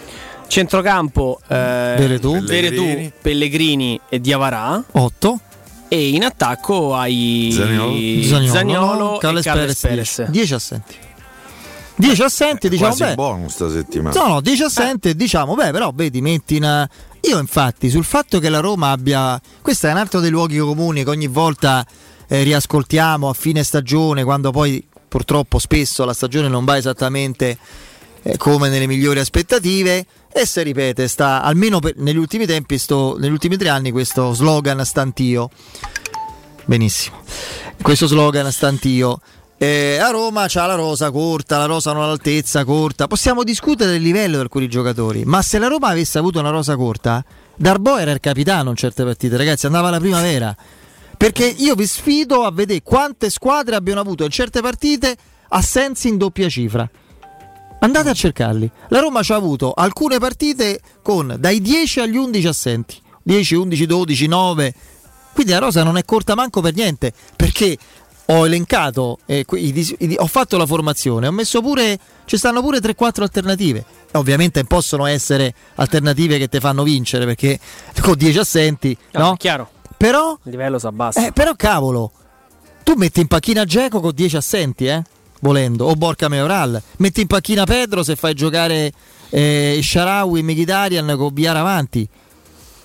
Centrocampo eh, Veretù, Pellegrini. Veretù, Pellegrini e Diawara. otto. E in attacco hai Zaniolo, Zaniolo, Zaniolo Carles e Carles Perez. Perez. dieci assenti. dieci assenti, eh, diciamo, quasi beh. bonus sta settimana. No, no, dieci assenti, eh. diciamo, beh, però vedi, metti una... Io infatti sul fatto che la Roma abbia, questo è un altro dei luoghi comuni che ogni volta eh, riascoltiamo a fine stagione, quando poi purtroppo spesso la stagione non va esattamente eh, come nelle migliori aspettative, e si ripete, sta almeno per, negli ultimi tempi, sto, negli ultimi tre anni, questo slogan stantio. Benissimo, questo slogan stantio. Eh, a Roma c'ha la rosa corta, la rosa non all'altezza, corta. Possiamo discutere del livello di alcuni giocatori, ma se la Roma avesse avuto una rosa corta, Darboe era il capitano in certe partite, ragazzi, andava alla primavera. Perché io vi sfido a vedere quante squadre abbiano avuto in certe partite assenze in doppia cifra. Andate a cercarli. La Roma ci ha avuto alcune partite con dai dieci agli undici assenti, dieci, undici, dodici, nove. Quindi la rosa non è corta manco per niente, perché ho elencato, eh, i, i, ho fatto la formazione, ho messo pure, ci stanno pure tre quattro alternative. Ovviamente possono essere alternative che ti fanno vincere, perché con dieci assenti, no? no? Chiaro. Però il livello si abbassa. Eh, però cavolo, tu metti in panchina Dzeko con dieci assenti, eh? Volendo, o Borca Majoral, metti in panchina Pedro se fai giocare eh, Sharawi e Mkhitaryan con Villar avanti.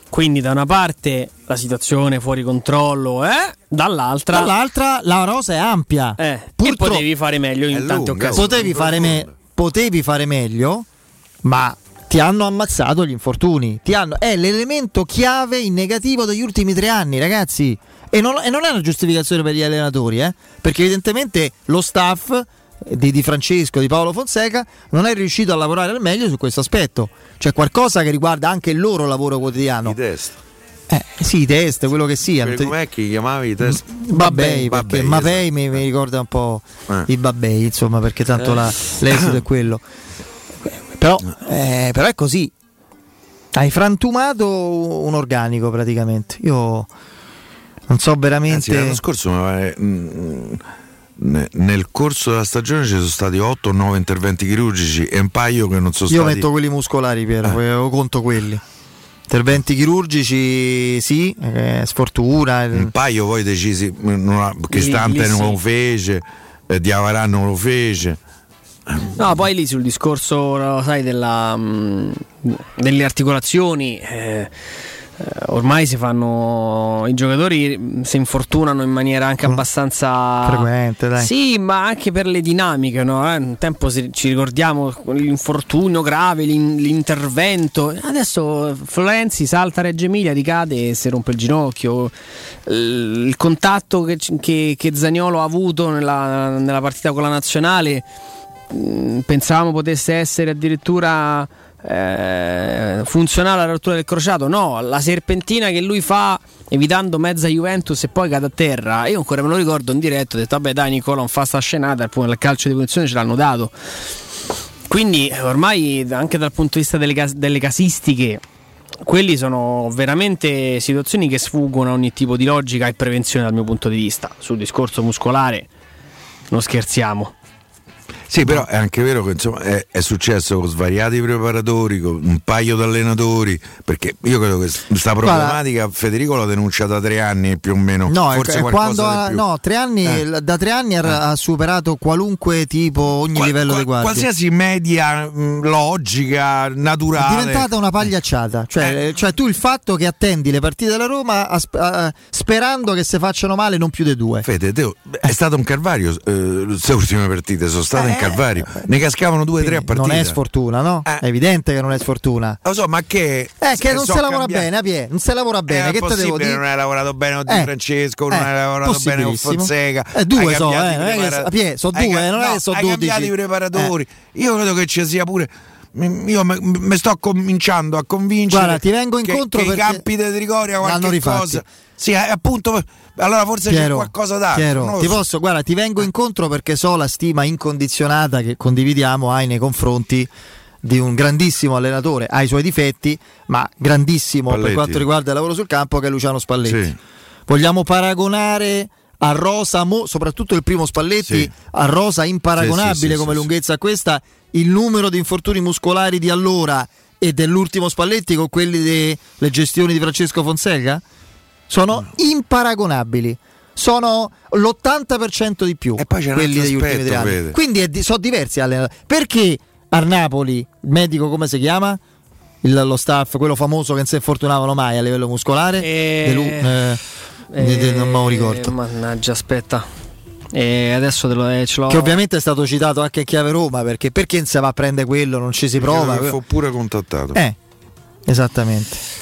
Quindi da una parte la situazione fuori controllo, eh? dall'altra dall'altra la rosa è ampia. Eh, e potevi fare meglio in tante occasioni. Potevi fare, me- potevi fare meglio, ma ti hanno ammazzato gli infortuni. Ti hanno, è l'elemento chiave in negativo degli ultimi tre anni, ragazzi. E non, e non è una giustificazione per gli allenatori, eh? Perché evidentemente lo staff di, di Francesco, di Paolo Fonseca non è riuscito a lavorare al meglio su questo aspetto. C'è qualcosa che riguarda anche il loro lavoro quotidiano. I test. Eh, sì, i test, quello che sia. Com'è che chiamavi i test? Babbei, perché Mapei mi, mi ricorda un po' eh. i Babbei, insomma, perché tanto eh. la, l'esito è quello. Però, eh, però è così. Hai frantumato un organico praticamente. Io non so veramente. Anzi, l'anno scorso mh, nel corso della stagione ci sono stati otto o nove interventi chirurgici e un paio che non sono Io stati. Io metto quelli muscolari, Piero, eh. conto quelli. Interventi chirurgici, sì, eh, sfortuna. Un paio poi decisi, non ha, Cristante non lo fece, eh, Diavarà non lo fece. No, poi lì sul discorso, sai, della, mh, delle articolazioni, eh, ormai si fanno i giocatori si infortunano in maniera anche abbastanza frequente, dai. Sì, ma anche per le dinamiche, no? Eh, un tempo ci ricordiamo l'infortunio grave, l'intervento. Adesso Florenzi salta a Reggio Emilia, ricade e si rompe il ginocchio. Il contatto che, che, che Zaniolo ha avuto nella, nella partita con la nazionale, pensavamo potesse essere addirittura eh, funzionale alla rottura del crociato. No, la serpentina che lui fa evitando mezza Juventus e poi cade a terra, io ancora me lo ricordo in diretta, ho detto vabbè dai Nicola, non fa sta scenata, poi il calcio di punizione ce l'hanno dato. Quindi ormai anche dal punto di vista delle, cas- delle casistiche, quelli sono veramente situazioni che sfuggono a ogni tipo di logica e prevenzione dal mio punto di vista. Sul discorso muscolare non scherziamo. Sì, però è anche vero che insomma è, è successo con svariati preparatori, con un paio di allenatori, perché io credo che questa problematica Guarda, Federico l'ha denunciata da tre anni più o meno. No, forse è quando ha, più. no, tre anni, eh. da tre anni eh. ha superato qualunque tipo, ogni Qual, livello di guardia. Qualsiasi media mh, logica, naturale. È diventata una pagliacciata. Cioè, eh. cioè tu il fatto che attendi le partite della Roma a, a, sperando che si facciano male non più dei due. Fede, Teo, è stato un calvario, eh, queste ultime partite sono state eh. in calvario, ne cascavano due o tre a partita. Non è sfortuna, no? Eh. È evidente che non è sfortuna. Lo so, ma che eh, che non si lavora cambiati. bene, Pie, non si lavora bene. Eh, che te devo dire? Non hai lavorato bene con Di eh. Francesco, non eh. hai lavorato bene con Fonseca. Eh, due hai so, eh, prepara- che, Pie, so due, hai, non no, è che so hai dodici. cambiato i preparatori. Eh. Io credo che ci sia pure. Io mi sto cominciando a convincere. Guarda, ti vengo incontro che, che i campi di Trigoria qualche cosa. Sì, appunto, allora forse Chiaro, c'è qualcosa d'altro. Ti posso, guarda, ti vengo incontro perché so la stima incondizionata che condividiamo hai nei confronti di un grandissimo allenatore, ha i suoi difetti, ma grandissimo Spalletti. Per quanto riguarda il lavoro sul campo, che è Luciano Spalletti. Sì. Vogliamo paragonare a rosa, mo, soprattutto il primo Spalletti, sì. a rosa imparagonabile sì, sì, sì, come sì, lunghezza a questa, il numero di infortuni muscolari di allora e dell'ultimo Spalletti con quelli delle gestioni di Francesco Fonseca? Sono imparagonabili, sono l'ottanta per cento di più e poi c'è quelli degli ultimi tre anni. Quindi è di, sono diversi allenatori. Perché a Napoli il medico come si chiama? Il, lo staff, quello famoso che non si infortunavano mai a livello muscolare? E... Delu, eh, eh, de, non me lo ricordo. Mannaggia, aspetta. E adesso te lo, eh, ce l'ho. Che ovviamente è stato citato anche a Chiave Roma, perché perché non si va a prendere quello, non ci si prova. Fu pure contattato. Eh, esattamente.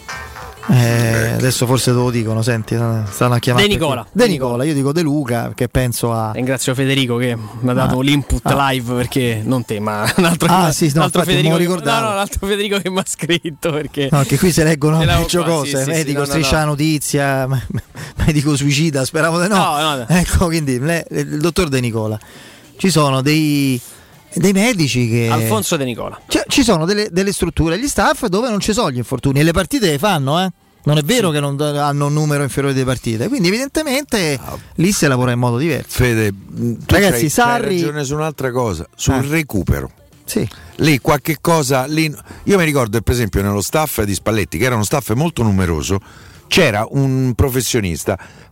Eh, adesso forse te lo dicono, senti, stanno a chiamare De Nicola. De Nicola, io dico De Luca perché penso a. Ringrazio Federico che mi ha dato ah. l'input ah. live, perché non te, ma un altro, ah, sì, no, un altro Federico. Che, no, no, l'altro Federico che mi ha scritto perché. No, che qui si leggono peggio cose. Sì, medico, sì, sì, striscia no, no. notizia, medico suicida, speravo di no. no, no, no. Ecco, quindi il dottor De Nicola. Ci sono dei. dei medici che Alfonso De Nicola. Cioè, ci sono delle, delle strutture, gli staff dove non ci sono gli infortuni e le partite le fanno, eh. Non è vero sì. che non hanno un numero inferiore di partite, quindi evidentemente no. lì si lavora in modo diverso. Fede, ragazzi, c'hai, Sarri c'hai ragione su un'altra cosa, sul ah. recupero. Sì. Lì qualche cosa, lì, io mi ricordo per esempio nello staff di Spalletti, che era uno staff molto numeroso, c'era un professionista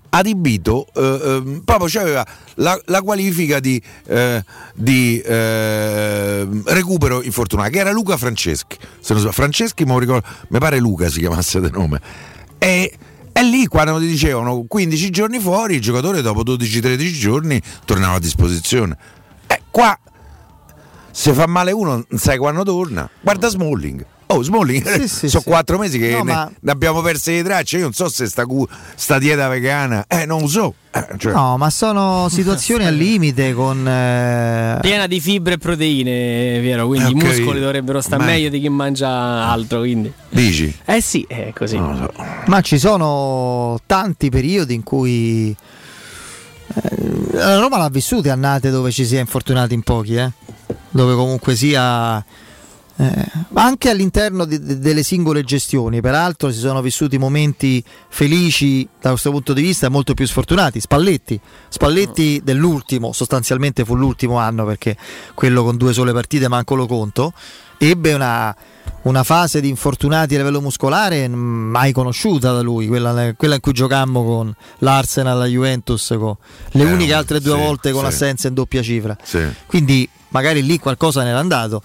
adibito eh, eh, proprio c'aveva la, la qualifica di, eh, di eh, recupero infortunato, che era Luca Franceschi, se non so, Franceschi mi ricordo, mi pare Luca si chiamasse di nome, e, e lì quando ti dicevano quindici giorni fuori, il giocatore dopo dodici tredici giorni tornava a disposizione. E qua se fa male uno non sai quando torna, guarda Smalling. Oh, Smalling, sì, sì, sono sì. quattro mesi che no, ne, ma... ne abbiamo perse le tracce. Io non so se sta, sta dieta vegana, eh, non lo so. Eh, cioè. No, ma sono situazioni al limite con eh... piena di fibre e proteine, vero? Quindi okay. i muscoli dovrebbero stare ma... meglio di chi mangia altro. Quindi dici? Eh sì, è così. Non lo so. Ma ci sono tanti periodi in cui eh, la Roma l'ha vissuta annate dove ci si è infortunati in pochi, eh? Dove comunque sia. Eh, anche all'interno di, de, delle singole gestioni, peraltro si sono vissuti momenti felici da questo punto di vista, molto più sfortunati. Spalletti, Spalletti dell'ultimo, sostanzialmente fu l'ultimo anno perché quello con due sole partite manco lo conto, ebbe una, una fase di infortunati a livello muscolare mai conosciuta da lui, quella, quella in cui giocammo con l'Arsenal, la Juventus, con le eh, uniche altre due sì, volte con sì. l'assenza in doppia cifra. Sì. Quindi magari lì qualcosa n'era andato.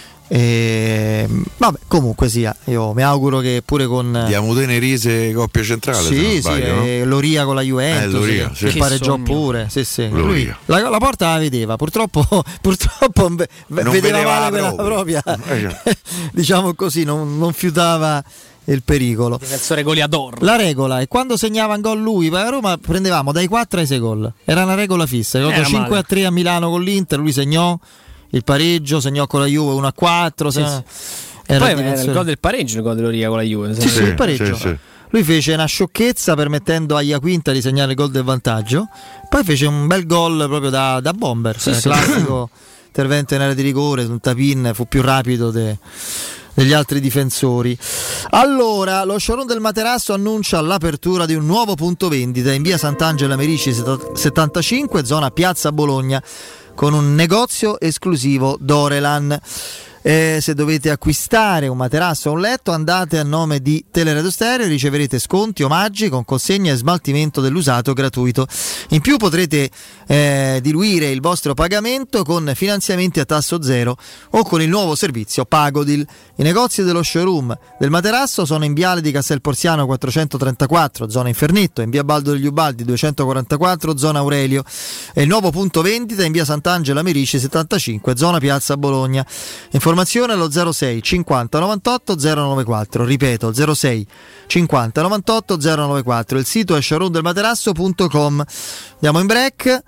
E, vabbè, comunque sia, io mi auguro che pure con Diamutene Rise coppia centrale, sì, sbaglio, sì, no? Loria con la Juventus, eh, Loria, sì. che che pareggiò sogno. pure, sì, sì. Lui, la, la porta la vedeva, purtroppo, purtroppo ve, vedeva, vedeva male quella propria, diciamo così, non, non fiutava il pericolo. Difensore goleador. La regola è quando segnava un gol lui, a Roma prendevamo dai quattro ai sei gol, era una regola fissa, cinque a tre a Milano con l'Inter, lui segnò il pareggio, segnò con la Juve uno a quattro. Sì, sì. Era poi era il gol del pareggio, il gol dell'Oria con la Juve. Sì, sì, il pareggio. Sì, sì. Lui fece una sciocchezza permettendo a Iaquinta di segnare il gol del vantaggio. Poi fece un bel gol proprio da, da bomber, sì, sì. classico intervento in area di rigore, un tapin, fu più rapido de, degli altri difensori. Allora, lo showroom del Materasso annuncia l'apertura di un nuovo punto vendita in via Sant'Angela Merici settantacinque, zona Piazza Bologna, con un negozio esclusivo Dorelan. Eh, se dovete acquistare un materasso o un letto, andate a nome di Teleradio Stereo e riceverete sconti, omaggi con consegna e smaltimento dell'usato gratuito. In più potrete eh, diluire il vostro pagamento con finanziamenti a tasso zero o con il nuovo servizio Pagodil. I negozi dello showroom del materasso sono in Viale di Castel Porziano quattrocentotrentaquattro, zona Infernetto, in via Baldo degli Ubaldi duecentoquarantaquattro, zona Aurelio, e il nuovo punto vendita in via Sant'Angela Merici settantacinque, zona Piazza Bologna. Informazione allo zero sei cinquanta novantotto zero novantaquattro, ripeto zero sei cinquanta novantotto zero novantaquattro. Il sito è showroom del materasso punto com. Andiamo in break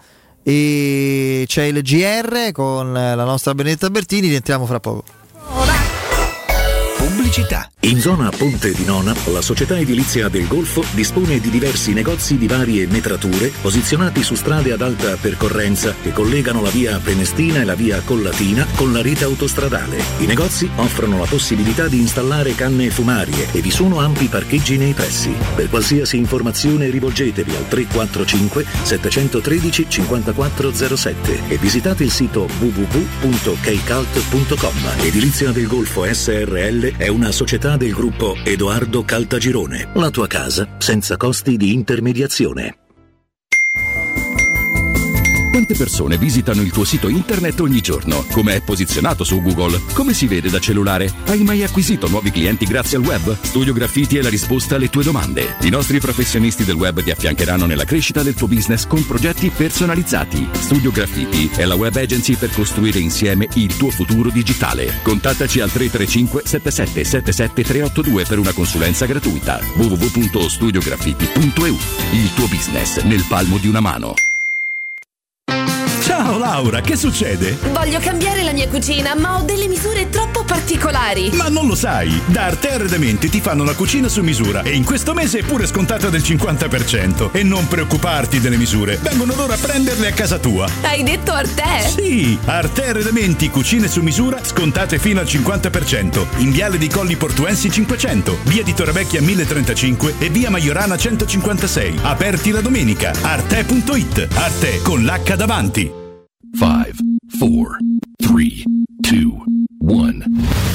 e c'è il G R con la nostra Benedetta Bertini, rientriamo fra poco. Pubblicità. In zona Ponte di Nona, la società edilizia del Golfo dispone di diversi negozi di varie metrature posizionati su strade ad alta percorrenza che collegano la via Prenestina e la via Collatina con la rete autostradale. I negozi offrono la possibilità di installare canne fumarie e vi sono ampi parcheggi nei pressi. Per qualsiasi informazione rivolgetevi al tre quattro cinque sette uno tre cinque zero sette e visitate il sito w w w punto keicalt punto com. Edilizia del Golfo S R L è una società del gruppo Edoardo Caltagirone. La tua casa senza costi di intermediazione. Quante persone visitano il tuo sito internet ogni giorno? Come è posizionato su Google? Come si vede da cellulare? Hai mai acquisito nuovi clienti grazie al web? Studio Graffiti è la risposta alle tue domande. I nostri professionisti del web ti affiancheranno nella crescita del tuo business con progetti personalizzati. Studio Graffiti è la web agency per costruire insieme il tuo futuro digitale. Contattaci al tre tre cinque sette sette sette sette tre otto due per una consulenza gratuita. w w w punto studio graffiti punto e u. Il tuo business nel palmo di una mano. Ciao Laura, che succede? Voglio cambiare la mia cucina, ma ho delle misure troppo particolari. Ma non lo sai, da Arte Arredamenti ti fanno la cucina su misura e in questo mese è pure scontata del cinquanta per cento. E non preoccuparti delle misure, vengono loro a prenderle a casa tua. Hai detto Arte? Sì, Arte Arredamenti, cucine su misura, scontate fino al cinquanta per cento. In Viale di Colli Portuensi cinquecento, via di Torrevecchia mille trentacinque e via Maiorana centocinquantasei. Aperti la domenica. Arte punto it. Arte con l'H davanti. five, four, three, two, one.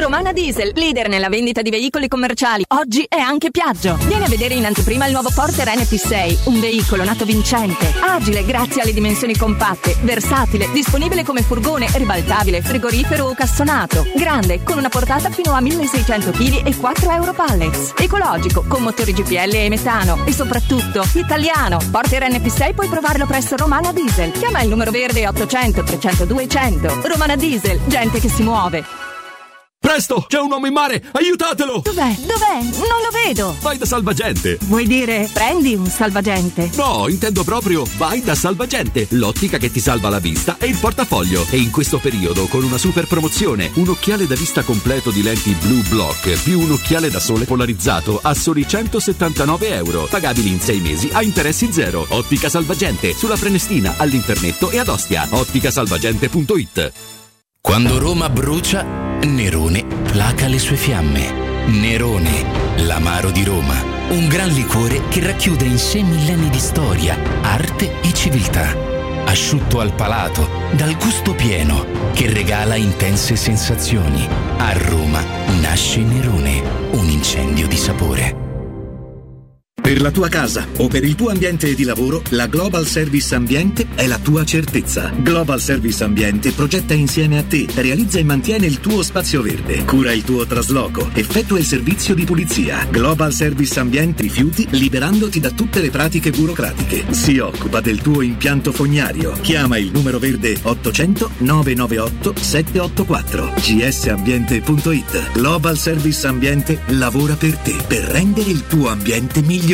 Romana Diesel, leader nella vendita di veicoli commerciali. Oggi è anche Piaggio. Vieni a vedere in anteprima il nuovo Porter N P sei, un veicolo nato vincente, agile grazie alle dimensioni compatte, versatile, disponibile come furgone, ribaltabile, frigorifero o cassonato, grande, con una portata fino a milleseicento chili e quattro euro pallets, ecologico, con motori G P L e metano e soprattutto italiano. Porter N P sei puoi provarlo presso Romana Diesel. Chiama il numero verde ottocento trecentodue cento. Romana Diesel, gente che si muove. Presto, c'è un uomo in mare, aiutatelo! Dov'è? Dov'è? Non lo vedo! Vai da Salvagente! Vuoi dire prendi un salvagente? No, intendo proprio vai da Salvagente, l'ottica che ti salva la vista e il portafoglio. E in questo periodo con una super promozione, un occhiale da vista completo di lenti Blue Block più un occhiale da sole polarizzato a soli centosettantanove euro, pagabili in sei mesi a interessi zero. Ottica Salvagente, sulla Prenestina, all'Internetto e ad Ostia. ottica salvagente punto it. Quando Roma brucia, Nerone placa le sue fiamme. Nerone, l'amaro di Roma. Un gran liquore che racchiude in sé millenni di storia, arte e civiltà. Asciutto al palato, dal gusto pieno, che regala intense sensazioni. A Roma nasce Nerone, un incendio di sapore. Per la tua casa o per il tuo ambiente di lavoro, la Global Service Ambiente è la tua certezza. Global Service Ambiente progetta insieme a te, realizza e mantiene il tuo spazio verde, cura il tuo trasloco, effettua il servizio di pulizia. Global Service Ambiente rifiuti, liberandoti da tutte le pratiche burocratiche. Si occupa del tuo impianto fognario. Chiama il numero verde ottocento novecentonovantaotto settecentoottantaquattro. g s ambiente punto it. Global Service Ambiente lavora per te, per rendere il tuo ambiente migliore.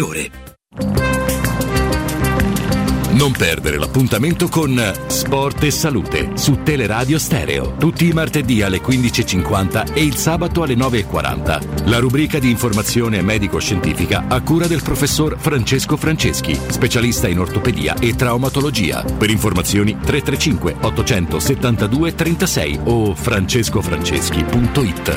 Non perdere l'appuntamento con Sport e Salute su Teleradio Stereo, tutti i martedì alle quindici e cinquanta e il sabato alle nove e quaranta. La rubrica di informazione medico-scientifica a cura del professor Francesco Franceschi, specialista in ortopedia e traumatologia. Per informazioni tre tre cinque ottocentosettantadue trentasei o francescofranceschi punto it.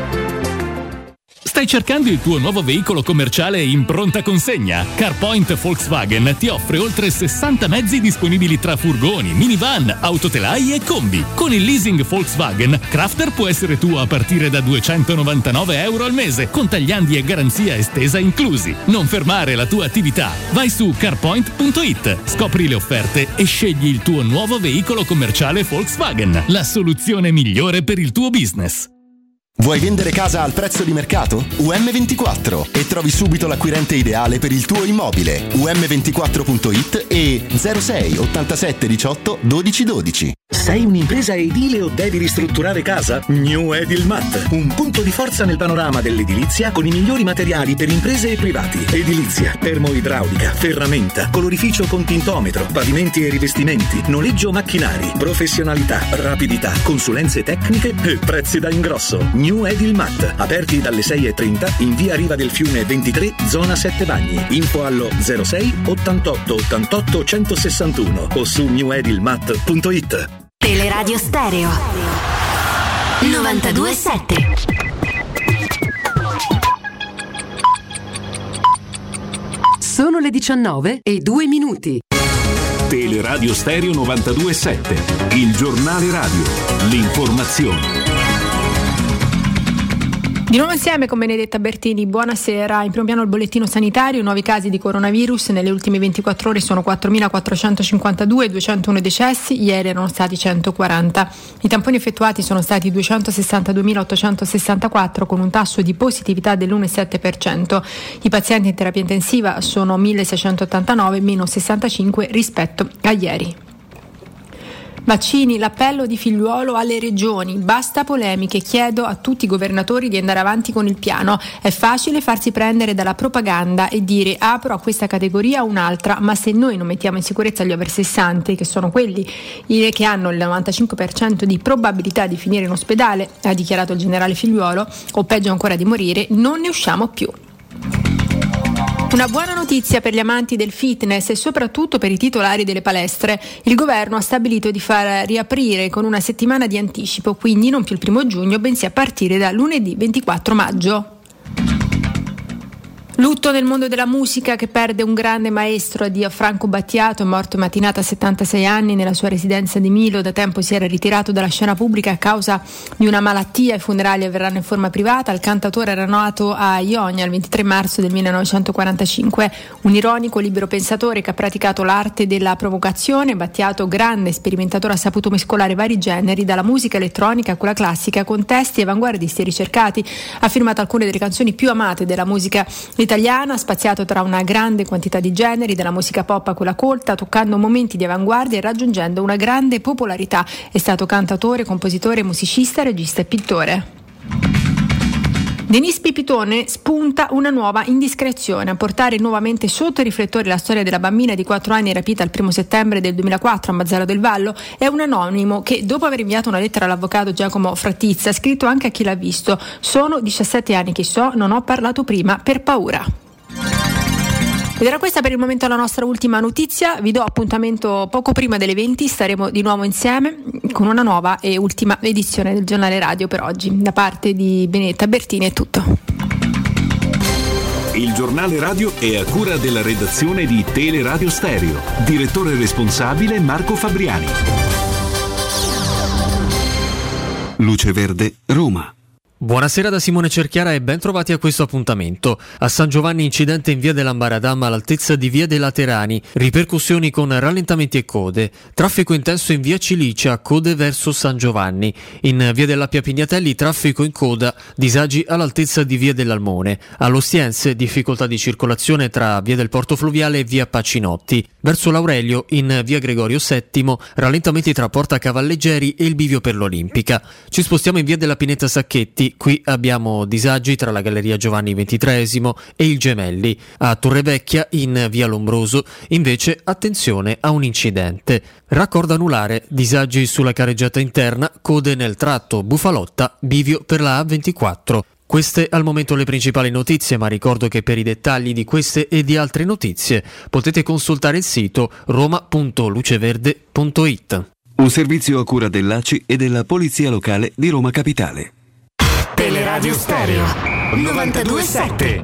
Stai cercando il tuo nuovo veicolo commerciale in pronta consegna? CarPoint Volkswagen ti offre oltre sessanta mezzi disponibili tra furgoni, minivan, autotelai e combi. Con il leasing Volkswagen, Crafter può essere tuo a partire da duecentonovantanove euro al mese, con tagliandi e garanzia estesa inclusi. Non fermare la tua attività. Vai su carpoint punto it, scopri le offerte e scegli il tuo nuovo veicolo commerciale Volkswagen, la soluzione migliore per il tuo business. Vuoi vendere casa al prezzo di mercato? U M ventiquattro e trovi subito l'acquirente ideale per il tuo immobile. U M ventiquattro punto it e zero sei ottantasette diciotto dodici dodici. Sei un'impresa edile o devi ristrutturare casa? New Edilmat, un punto di forza nel panorama dell'edilizia con i migliori materiali per imprese e privati. Edilizia, termoidraulica, ferramenta, colorificio con tintometro, pavimenti e rivestimenti, noleggio macchinari, professionalità, rapidità, consulenze tecniche e prezzi da ingrosso. New Edilmat, aperti dalle sei e trenta in via Riva del Fiume ventitré, zona Sette Bagni. Info allo zero sei ottantotto ottantotto centosessantuno o su new edilmat punto it. Teleradio Stereo novantadue sette. Sono le diciannove e due minuti. Teleradio Stereo novantadue sette, il giornale radio, l'informazione. Di nuovo insieme con Benedetta Bertini, buonasera. In primo piano il bollettino sanitario, i nuovi casi di coronavirus nelle ultime ventiquattro ore sono quattromilaquattrocentocinquantadue, duecentouno decessi, ieri erano stati centoquaranta. I tamponi effettuati sono stati duecentosessantaduemilaottocentosessantaquattro con un tasso di positività dell'uno virgola sette per cento. I pazienti in terapia intensiva sono milleseicentottantanove, meno sessantacinque rispetto a ieri. Vaccini, l'appello di Figliuolo alle regioni. Basta polemiche, chiedo a tutti i governatori di andare avanti con il piano. È facile farsi prendere dalla propaganda e dire apro a questa categoria o un'altra, ma se noi non mettiamo in sicurezza gli over sessanta, che sono quelli che hanno il novantacinque per cento di probabilità di finire in ospedale, ha dichiarato il generale Figliuolo, o peggio ancora di morire, non ne usciamo più. Una buona notizia per gli amanti del fitness e soprattutto per i titolari delle palestre. Il governo ha stabilito di far riaprire con una settimana di anticipo, quindi non più il primo giugno, bensì a partire da lunedì ventiquattro maggio. Lutto nel mondo della musica che perde un grande maestro. Addio a Franco Battiato, è morto in mattinata a settantasei anni nella sua residenza di Milo. Da tempo si era ritirato dalla scena pubblica a causa di una malattia. I funerali avverranno in forma privata. Il cantautore era nato a Ionia il ventitré marzo del millenovecentoquarantacinque, un ironico libero pensatore che ha praticato l'arte della provocazione. Battiato, grande sperimentatore, ha saputo mescolare vari generi, dalla musica elettronica a quella classica, con testi avanguardisti e ricercati. Ha firmato alcune delle canzoni più amate della musica italiana, spaziato tra una grande quantità di generi, dalla musica pop a quella colta, toccando momenti di avanguardia e raggiungendo una grande popolarità. È stato cantautore, compositore, musicista, regista e pittore. Denis Pipitone spunta una nuova indiscrezione. A portare nuovamente sotto i riflettori la storia della bambina di quattro anni rapita il primo settembre del duemilaquattro a Mazzara del Vallo è un anonimo che, dopo aver inviato una lettera all'avvocato Giacomo Frattizza, ha scritto anche a chi l'ha visto: sono diciassette anni che so, non ho parlato prima per paura. Ed era questa per il momento la nostra ultima notizia. Vi do appuntamento poco prima delle venti, staremo di nuovo insieme con una nuova e ultima edizione del giornale radio per oggi. Da parte di Benedetta Bertini è tutto. Il giornale radio è a cura della redazione di Teleradio Stereo. Direttore responsabile Marco Fabriani. Luce Verde, Roma. Buonasera da Simone Cerchiara e ben trovati a questo appuntamento. A San Giovanni incidente in via dell'Ambaradam all'altezza di via dei Laterani, ripercussioni con rallentamenti e code, traffico intenso in via Cilicia, code verso San Giovanni, in via dell'Appia Pignatelli traffico in coda, disagi all'altezza di via dell'Almone, all'Ostiense difficoltà di circolazione tra via del Porto Fluviale e via Pacinotti, verso l'Aurelio in via Gregorio settimo, rallentamenti tra Porta Cavalleggeri e il bivio per l'Olimpica. Ci spostiamo in via della Pineta Sacchetti. Qui abbiamo disagi tra la Galleria Giovanni ventitreesimo e il Gemelli. A Torrevecchia in via Lombroso invece attenzione a un incidente. Raccordo anulare, disagi sulla carreggiata interna, code nel tratto Bufalotta, bivio per la A ventiquattro. Queste al momento le principali notizie, ma ricordo che per i dettagli di queste e di altre notizie potete consultare il sito roma punto luceverde punto it. Un servizio a cura dell'A C I e della Polizia Locale di Roma Capitale. Teleradio Stereo novantadue sette.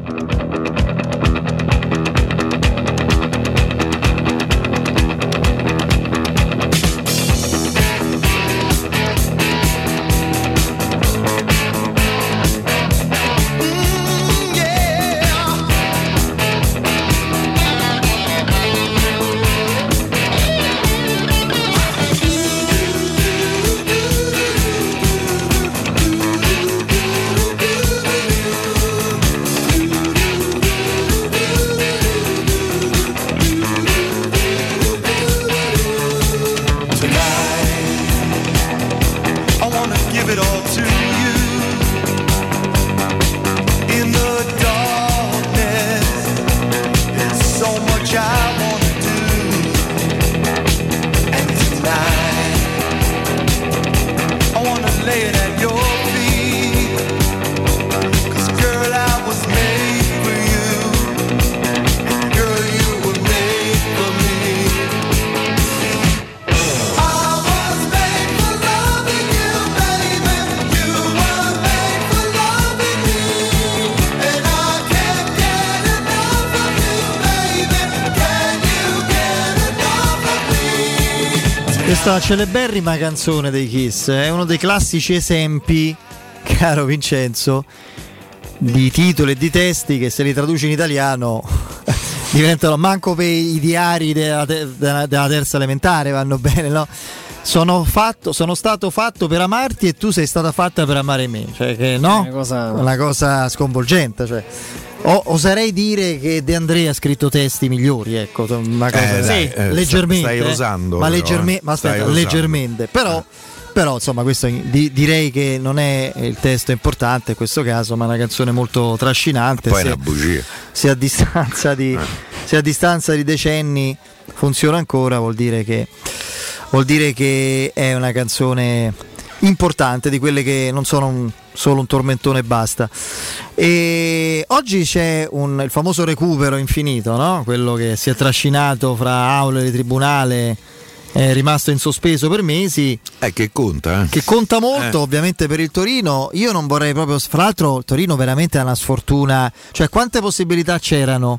Questa celeberrima canzone dei Kiss è uno dei classici esempi, caro Vincenzo, di titoli e di testi che, se li traduci in italiano, diventano manco per i diari della, della, della terza elementare, vanno bene, no? Sono, fatto, sono stato fatto per amarti e tu sei stata fatta per amare me, cioè che no? Una cosa, una cosa sconvolgente, cioè. O, oserei dire che De André ha scritto testi migliori, ecco, una cosa eh, dai, sì, eh, leggermente, stai osando, ma, però, leggerme, eh. ma aspetta, Stai leggermente, però, eh. però insomma questo di, direi che non è il testo importante in questo caso, ma è una canzone molto trascinante. Poi se, è una bugia. Se a distanza di, eh. se a distanza di decenni funziona ancora, vuol dire che vuol dire che è una canzone importante, di quelle che non sono un, solo un tormentone e basta. E oggi c'è un, il famoso recupero infinito, no? Quello che si è trascinato fra aule di tribunale è rimasto in sospeso per mesi. Eh, che conta, eh? Che conta molto, eh. ovviamente, per il Torino. Io non vorrei proprio. Fra l'altro, il Torino veramente ha una sfortuna. Cioè, quante possibilità c'erano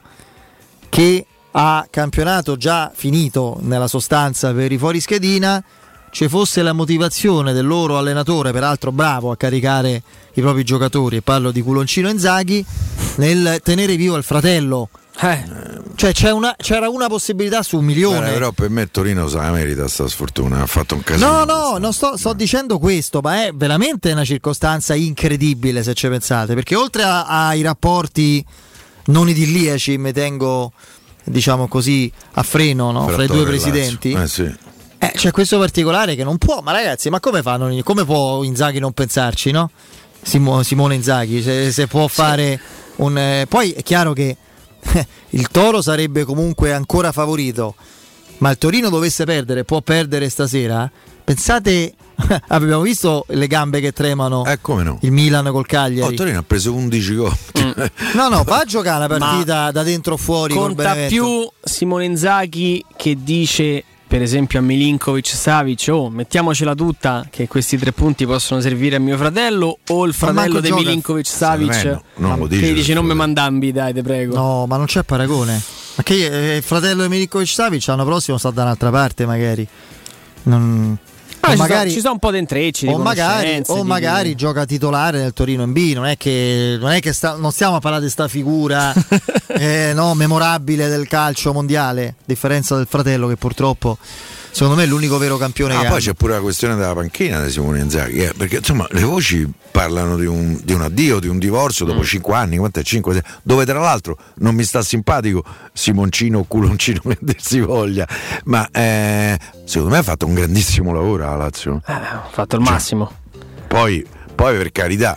che a campionato già finito nella sostanza per i fuori schedina ci fosse la motivazione del loro allenatore, peraltro bravo a caricare i propri giocatori, e parlo di Culoncino Inzaghi, nel tenere vivo il fratello. Eh. Cioè c'è una, c'era una possibilità su un milione. Beh, però per me Torino se la merita sta sfortuna, ha fatto un casino. No, no, non sto, sto dicendo questo, ma è veramente una circostanza incredibile se ci pensate, perché oltre a, ai rapporti non idilliaci, mi tengo, diciamo così, a freno, no? fra i due presidenti. Eh, sì. Eh, c'è questo particolare che non può, ma ragazzi, ma come fanno? Come può Inzaghi non pensarci, no? Simo, Simone Inzaghi, se, se può fare sì. un... Eh, poi è chiaro che il Toro sarebbe comunque ancora favorito, ma il Torino dovesse perdere, può perdere stasera. Pensate, abbiamo visto le gambe che tremano, eh, come no? Il Milan col Cagliari. Oh, il Torino ha preso undici gol. Mm. No, no, va a giocare la partita ma da dentro o fuori. Conta col più Simone Inzaghi che dice, per esempio, a Milinkovic Savic: oh, mettiamocela tutta che questi tre punti possono servire a mio fratello, o il fratello di Milinkovic Savic no, no, che dice, dice non mi mandambi, dai, te prego. No, ma non c'è paragone. Ma che il fratello di Milinkovic Savic l'anno prossimo sta da un'altra parte, magari. Non... Ah, o ci, magari, sta, ci sta un po' di intrecci, o magari, o di... magari gioca titolare nel Torino in B. Non è che, non, è che sta, non stiamo a parlare di sta figura eh, no, memorabile del calcio mondiale, a differenza del fratello che purtroppo secondo me è l'unico vero campione. Ah, che poi ha. C'è pure la questione della panchina di Simone Inzaghi, eh, perché insomma le voci parlano di un, di un addio, di un divorzio dopo cinque mm. anni, quant'è? cinque, dove tra l'altro non mi sta simpatico Simoncino o Culoncino che dir si voglia, ma eh, secondo me ha fatto un grandissimo lavoro la Lazio. Eh, ha fatto il cioè, massimo. Poi, poi per carità,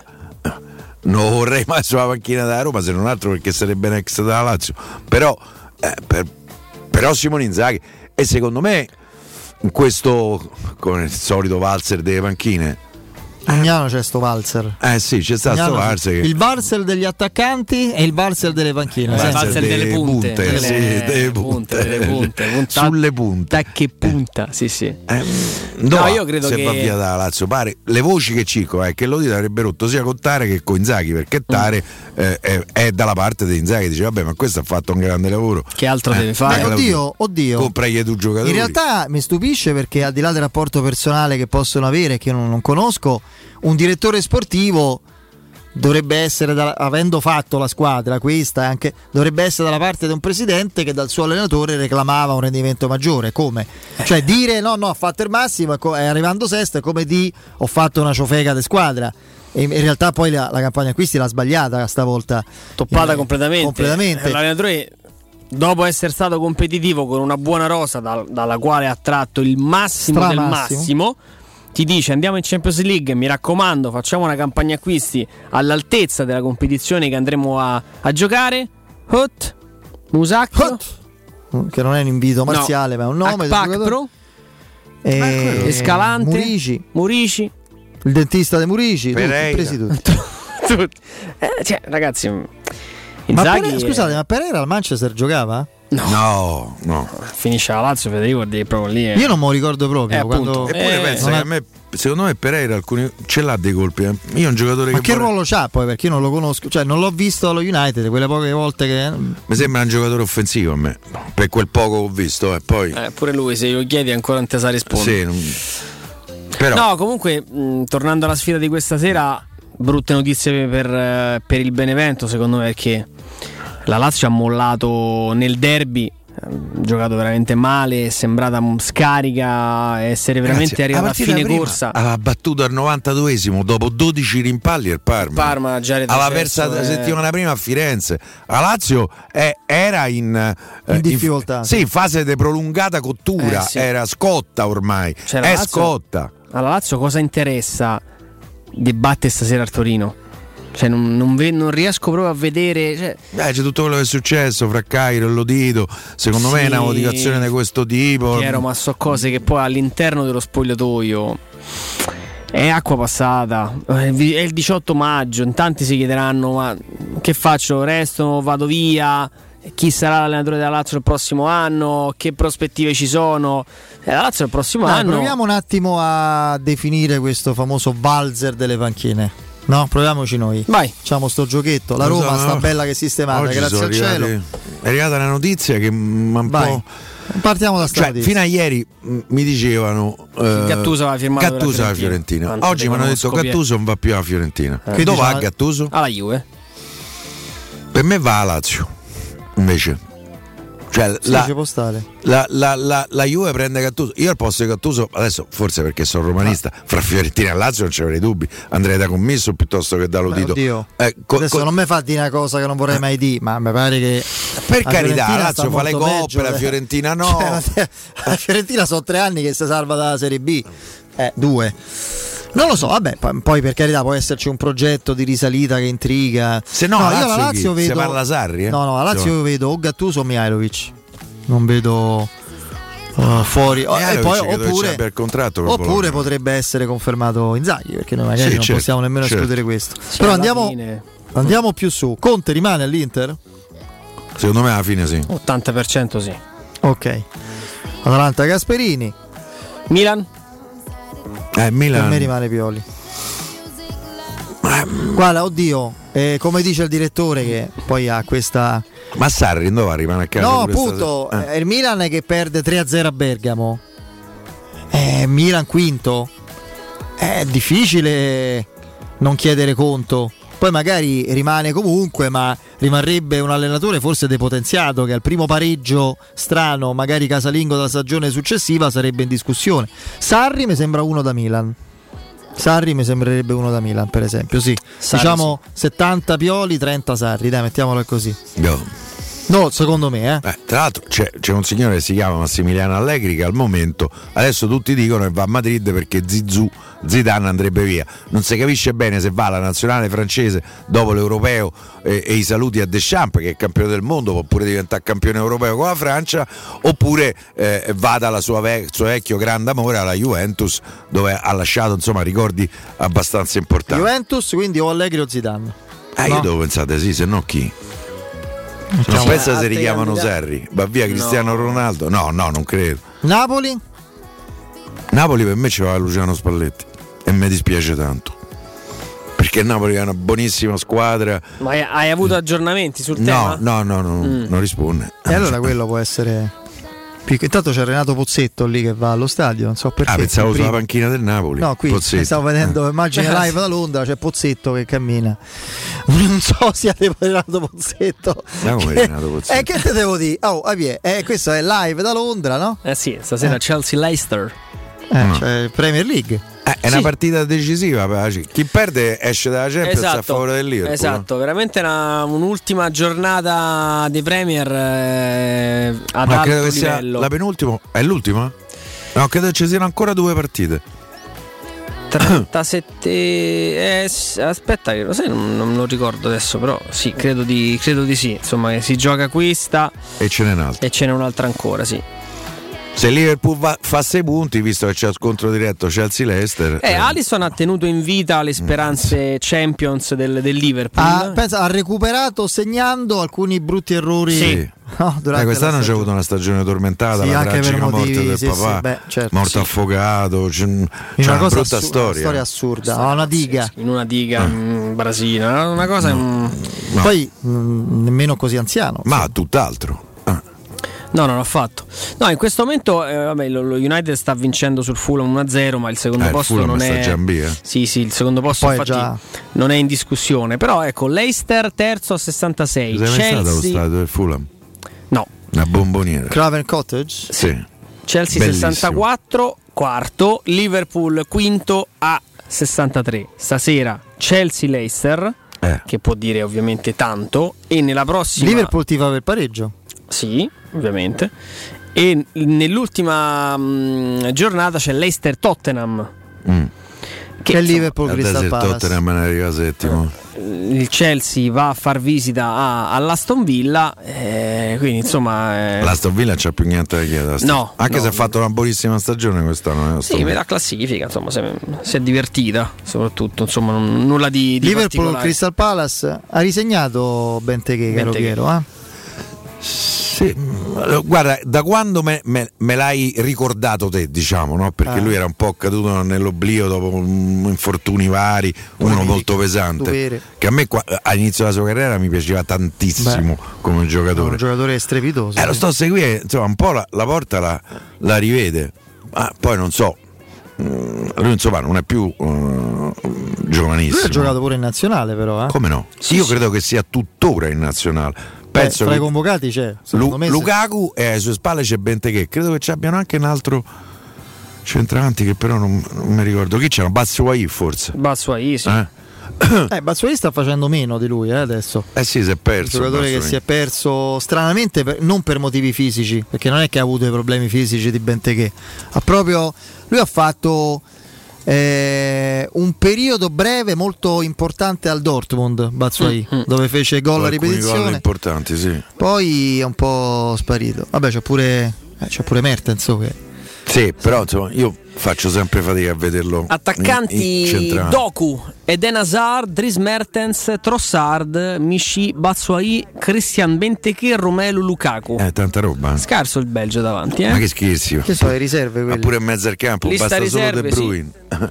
non vorrei mai sulla panchina della Roma, se non altro perché sarebbe un ex della Lazio, però, eh, per, però Simone Inzaghi, e secondo me in questo, con il solito valzer delle panchine, a Milano c'è sto valzer. Eh sì, c'è stato sto valzer. Che... Il valzer degli attaccanti e il valzer delle panchine. Il valzer delle, delle punte, punte, delle, sì, delle punte, delle punte, punta, sulle punte. Da che punta? Sì, sì. Eh, no, no, io credo se che va via da Lazio, pare le voci che circolano è che Lodi avrebbe rotto sia con Tare che con Inzaghi, perché Tare mm. eh, è, è dalla parte di Inzaghi, dice vabbè, ma questo ha fatto un grande lavoro. Che altro eh, deve fare? Beh, oddio, oddio. Compragli tu giocatori. In realtà mi stupisce perché al di là del rapporto personale che possono avere, che io non, non conosco, un direttore sportivo dovrebbe essere, da, avendo fatto la squadra questa, anche dovrebbe essere dalla parte di un presidente che dal suo allenatore reclamava un rendimento maggiore. Come? Cioè dire no no ha fatto il massimo, è arrivando sesto, è come di ho fatto una ciofeca di squadra, e in realtà poi la, la campagna acquisti l'ha sbagliata stavolta, toppata eh, completamente. completamente L'allenatore, dopo essere stato competitivo con una buona rosa da, dalla quale ha tratto il massimo Stra del massimo, massimo ti dice andiamo in Champions League, mi raccomando facciamo una campagna acquisti all'altezza della competizione che andremo a, a giocare. Hot Musacchio, che non è un invito marziale, no, ma è un nome del Pro e... ah, Escalante, Murici. Murici, il dentista di Murici, tutti, presi tutti. eh, cioè, ragazzi, ma Pereira, scusate, ma Pereira al Manchester giocava? No, no, no. Finisce la Lazio, Federico, proprio lì. Io non me lo ricordo proprio. Eh, quando... Eppure eh, pensa che ha... a me, secondo me Pereira alcuni ce l'ha dei colpi. Eh. Io un giocatore ma che. che vorrei... ruolo c'ha poi? Perché io non lo conosco, cioè non l'ho visto allo United quelle poche volte che. Mi sembra un giocatore offensivo a me. Per quel poco che ho visto, e eh, poi. Eh, pure lui, se glielo chiedi ancora non te sa rispondere. Sì, non... Però... No, comunque, mh, tornando alla sfida di questa sera, brutte notizie per, per il Benevento, secondo me, perché la Lazio ha mollato nel derby, giocato veramente male, è sembrata scarica, essere veramente Ragazzi, arrivata a fine corsa. Aveva battuto al novantaduesimo dopo dodici rimpalli il Parma. Il Parma già aveva perso la è... settimana prima a Firenze. La Lazio è, era in, in eh, difficoltà. In, sì, in fase di prolungata cottura, eh, sì. Era scotta ormai. Cioè, è Lazio, scotta. Alla Lazio cosa interessa di battere stasera al Torino? Cioè non, non, ve, non riesco proprio a vedere, cioè... Beh, c'è tutto quello che è successo fra Cairo e Lodito. Secondo sì, me è una motivazione di questo tipo. Chiaro, ma so cose che poi all'interno dello spogliatoio è acqua passata. È il diciotto maggio, in tanti si chiederanno ma che faccio? Resto, vado via? chi sarà l'allenatore della Lazio il prossimo anno, che prospettive ci sono. Eh, la Lazio il prossimo Dai, anno. Proviamo un attimo a definire questo famoso valzer delle panchine. No, proviamoci noi. Vai. Facciamo sto giochetto. La Roma sta bella che sistemata, Oggi grazie al arrivati, cielo. È arrivata la notizia che un Vai. po'. Partiamo da sta cioè, notizia. fino a ieri mh, mi dicevano eh, Gattuso aveva firmato Gattuso per la alla Fiorentina. Fiorentina. Oggi mi hanno detto Scopie. Gattuso non va più alla Fiorentina. Eh. Che dove va diciamo- Gattuso? Alla Juve. Per me va a Lazio. Invece. Cioè, Sì, la, ci può stare. la, la, la, la Juve prende Gattuso. Io al posto di Gattuso, adesso forse perché sono romanista, Ah. fra Fiorentina e Lazio non ci avrei dubbi. Andrei da commesso piuttosto che da Lodito. Oddio. Eh, co- Adesso co- non mi fa dire una cosa che non vorrei mai dire, ma mi pare che per la carità, Fiorentina la Lazio sta fa le molto coppe, peggio, la eh. Fiorentina no. Cioè, la Fiorentina sono tre anni che si salva dalla Serie B. Eh, due. Non lo so, vabbè, poi, poi per carità può esserci un progetto di risalita che intriga. Se no, io Lazio la Lazio chi? Se vedo parla Sarri, eh? No, no, la Lazio Insomma. io vedo o Gattuso o Mihajlovic. Non vedo uh, fuori oh, e poi oppure, il contratto con oppure Bologna. potrebbe essere confermato Inzaghi, perché noi magari Sì, non certo, possiamo nemmeno certo. escludere questo. Sì, Però alla andiamo, fine- andiamo più su. Conte rimane all'Inter? Secondo me alla fine sì. ottanta per cento sì. Ok. Atalanta Gasperini. Milan? Eh, Milan. Per me rimane Pioli. Guarda, oddio, eh, come dice il direttore che poi ha questa... Ma Sarri dove va? Rimane a casa? No, pure appunto, stasera? Eh. è il Milan che perde tre a zero a Bergamo. Eh, Milan quinto. È difficile non chiedere conto. Poi magari rimane comunque, ma rimarrebbe un allenatore forse depotenziato che al primo pareggio strano, magari casalingo della stagione successiva, sarebbe in discussione. Sarri mi sembra uno da Milan. Sarri mi sembrerebbe uno da Milan, per esempio, sì. Sarri, diciamo settanta Pioli, trenta Sarri, dai, mettiamola così. No. No, secondo me, eh. Eh, tra l'altro c'è, c'è un signore che si chiama Massimiliano Allegri che al momento adesso tutti dicono che va a Madrid perché Zizou, Zidane andrebbe via. Non si capisce bene se va alla nazionale francese dopo l'europeo e, e i saluti a Deschamps che è campione del mondo, può pure diventare campione europeo con la Francia, oppure eh, va dal suo vecchio grande amore alla Juventus dove ha lasciato insomma ricordi abbastanza importanti. Juventus, quindi o Allegri o Zidane. Eh, no? io devo pensare sì, se no chi? Non Diciamo- pensa se altri richiamano candidati? Sarri, va via Cristiano No. Ronaldo? No, no, non credo. Napoli? Napoli per me ci va Luciano Spalletti e mi dispiace tanto. Perché Napoli è una buonissima squadra. Ma hai, hai avuto aggiornamenti sul No, tema? no, no, no, Mm. non risponde. E allora quello può essere. Più- Intanto c'è Renato Pozzetto lì che va allo stadio, non so perché. Ah, pensavo prima. sulla panchina del Napoli. No, qui Pozzetto. stavo vedendo immagine live da Londra, c'è Pozzetto che cammina. Non so se è Renato Pozzetto. Ma come Che- Renato Pozzetto? Eh, che te devo dire? Oh, ah, vie, eh, questo è live da Londra, no? Eh sì, stasera Eh. Chelsea-Leicester. Eh, Mm. c'è Premier League. Eh, è una partita decisiva. per la- Chi perde esce dalla Champions a favore del Liverpool. esatto, veramente una, un'ultima giornata di Premier eh, ad Ma alto credo che sia livello. la penultima. È l'ultima? No, credo che ci siano ancora due partite. trentasette eh, s- aspetta, che lo sai, non, non lo ricordo adesso, però sì, credo di, credo di sì. Insomma, che si gioca questa E ce n'è un'altra. e ce n'è un'altra ancora, sì. Se il Liverpool va- fa sei punti, visto che c'è lo scontro diretto Chelsea-Leicester. Eh, Alisson ha tenuto in vita le speranze Champions del, del Liverpool. Ha, pensa, ha recuperato segnando alcuni brutti errori. Sì. No, Eh, durante quest'anno la c'è stagione. avuto una stagione tormentata, Sì, la anche per tragica motivi, morte del sì, papà, sì, beh, certo, morto sì. affogato, c'è, c'è In una, una cosa brutta assurda, storia. una storia assurda, no, una diga. In una diga in Brasile, una cosa. mm, No. Poi mh, nemmeno così anziano. Ma tutt'altro. No, non l'ho fatto. No, in questo momento eh, vabbè, lo, lo United sta vincendo sul Fulham uno a zero, ma il secondo Eh, il posto Fulham non sta è. già in B, eh. Sì, sì, il secondo posto Poi è infatti già- non è in discussione. Però ecco, Leicester terzo a sessantasei. Sei mai stato allo Chelsea stadio del Fulham? No. Una bomboniera. Craven Cottage? Sì. Chelsea Bellissimo. sessantaquattro, quarto, Liverpool quinto a sessantatré. Stasera Chelsea-Leicester, Eh. che può dire ovviamente tanto, e nella prossima Liverpool ti fa per pareggio. Sì, ovviamente. E nell'ultima mh, giornata c'è Leicester-Tottenham. Mm. Che è Liverpool Adesso Crystal il Palace. Tottenham ne arriva settimo. Il Chelsea va a far visita a, all'Aston Villa, eh, quindi insomma. eh, L'Aston Villa c'ha più niente da chiedere. No, Anche no. se ha fatto una buonissima stagione quest'anno. eh, Aston Sì, Villa. metà classifica, insomma, si è, si è divertita, soprattutto, insomma, non- nulla di, di Liverpool particolare. Crystal Palace ha risegnato Benteke, caro Benteke. Piero, eh? Sì, guarda, da quando me, me, me l'hai ricordato te, diciamo, no? Perché ah. lui era un po' caduto nell'oblio dopo infortuni vari, uno Dovere. molto pesante. Dovere. Che a me qua, all'inizio della sua carriera mi piaceva tantissimo Beh, come giocatore. Un giocatore strepitoso. Eh, lo sto a seguire, insomma, un po' la, la porta la, la rivede. Ma poi non so. Lui insomma non è più uh, giovanissimo. Lui ha giocato pure in nazionale, però. Eh? Come no? Sì, Io sì. credo che sia tuttora in nazionale. Penso Beh, tra che i convocati c'è Lu- Lukaku e alle sue spalle c'è Benteke. Credo che ci abbiano anche un altro centravanti che però non, non mi ricordo chi c'era. Batshuayi forse. Batshuayi sì. Eh? Eh, Batshuayi sta facendo meno di lui eh, adesso. Eh sì, si è perso. Un giocatore che si è perso stranamente, per, non per motivi fisici, perché non è che ha avuto i problemi fisici di Benteke. Ha proprio lui ha fatto eh, un periodo breve molto importante al Dortmund, Batshuayi, mm-hmm. dove fece gol a ripetizione. Gol importanti, sì. Poi è un po' sparito. Vabbè, c'è pure eh, c'è pure Mertens che sì, però insomma io faccio sempre fatica a vederlo. Attaccanti in, in Doku, Eden Hazard, Dries Mertens, Trossard, Michy Batshuayi, Christian Benteke, Romelu Lukaku. Eh, tanta roba. Scarso il Belgio davanti, eh? Ma che scherzi. Che sono le riserve quelle? Ma pure in mezzo al campo, Lista basta riserve, solo De Bruyne.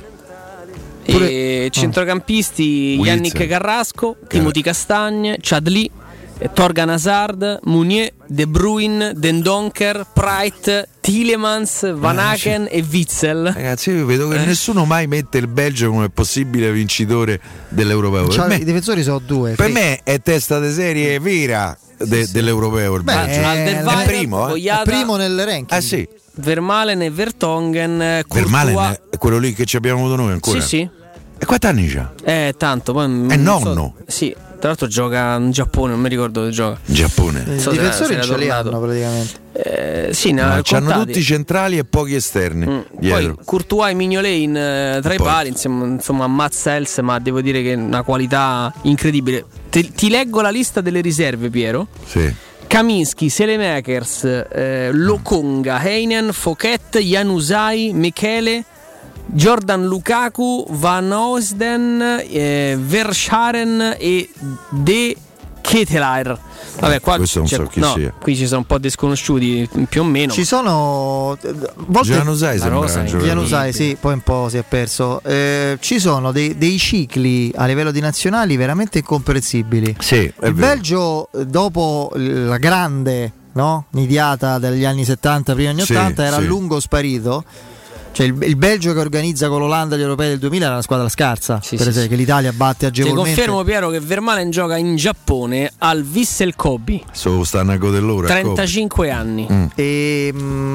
Sì. pure... E centrocampisti oh. Yannick Carrasco, Timothy Castagne, Chadli, Torgan Hazard, Mounier, De Bruyne, Dendonker, Preit, Tielemans, Van Aken e Witzel. Ragazzi, io vedo che eh. nessuno mai mette il Belgio come possibile vincitore dell'Europeo. Per me, I difensori sono due. Per me è testa di serie vera de, sì, sì. dell'Europeo il Beh, Belgio. È, è primo, eh? è primo nel ranking. Ah sì. Vermaelen e Vertonghen. Vermaelen è quello lì che ci abbiamo avuto noi ancora. Sì, sì. E quanti anni c'ha? Eh, tanto. Poi è nonno. So, sì. Tra l'altro gioca in Giappone, non mi ricordo dove gioca. In Giappone. I so difensori non ce li hanno praticamente. Eh, sì, ne no, hanno tutti centrali e pochi esterni. Mm. Poi Courtois e Mignolet in, uh, tra i pali, insomma, insomma Mazzels, ma devo dire che è una qualità incredibile. Te, ti leggo la lista delle riserve, Piero. Sì. Kaminski, Selemakers, eh, Lokonga, Heinen, Fouquet, Januzaj, Michele, Jordan Lukaku, Van Oosden, eh, Verscharen e De Ketelaar. Vabbè, qua questo non so chi no, sia. Qui ci sono un po' desconosciuti più o meno. Ci sono volte Januzaj sembra Januzaj, sì, poi un po' si è perso. Eh, ci sono dei, dei cicli a livello di nazionali veramente incomprensibili. Sì, il vero. Belgio dopo la grande, no, nidiata degli anni settanta, primi anni ottanta, sì, era sì. a lungo sparito. Cioè il, il Belgio che organizza con l'Olanda gli europei del duemila era una squadra scarsa, sì, per sì, esempio, sì. che l'Italia batte agevolmente. Ti confermo, Piero, che Vermaelen gioca in Giappone al Vissel Kobe. So, stanno a godell'ora. trentacinque anni. Mm. E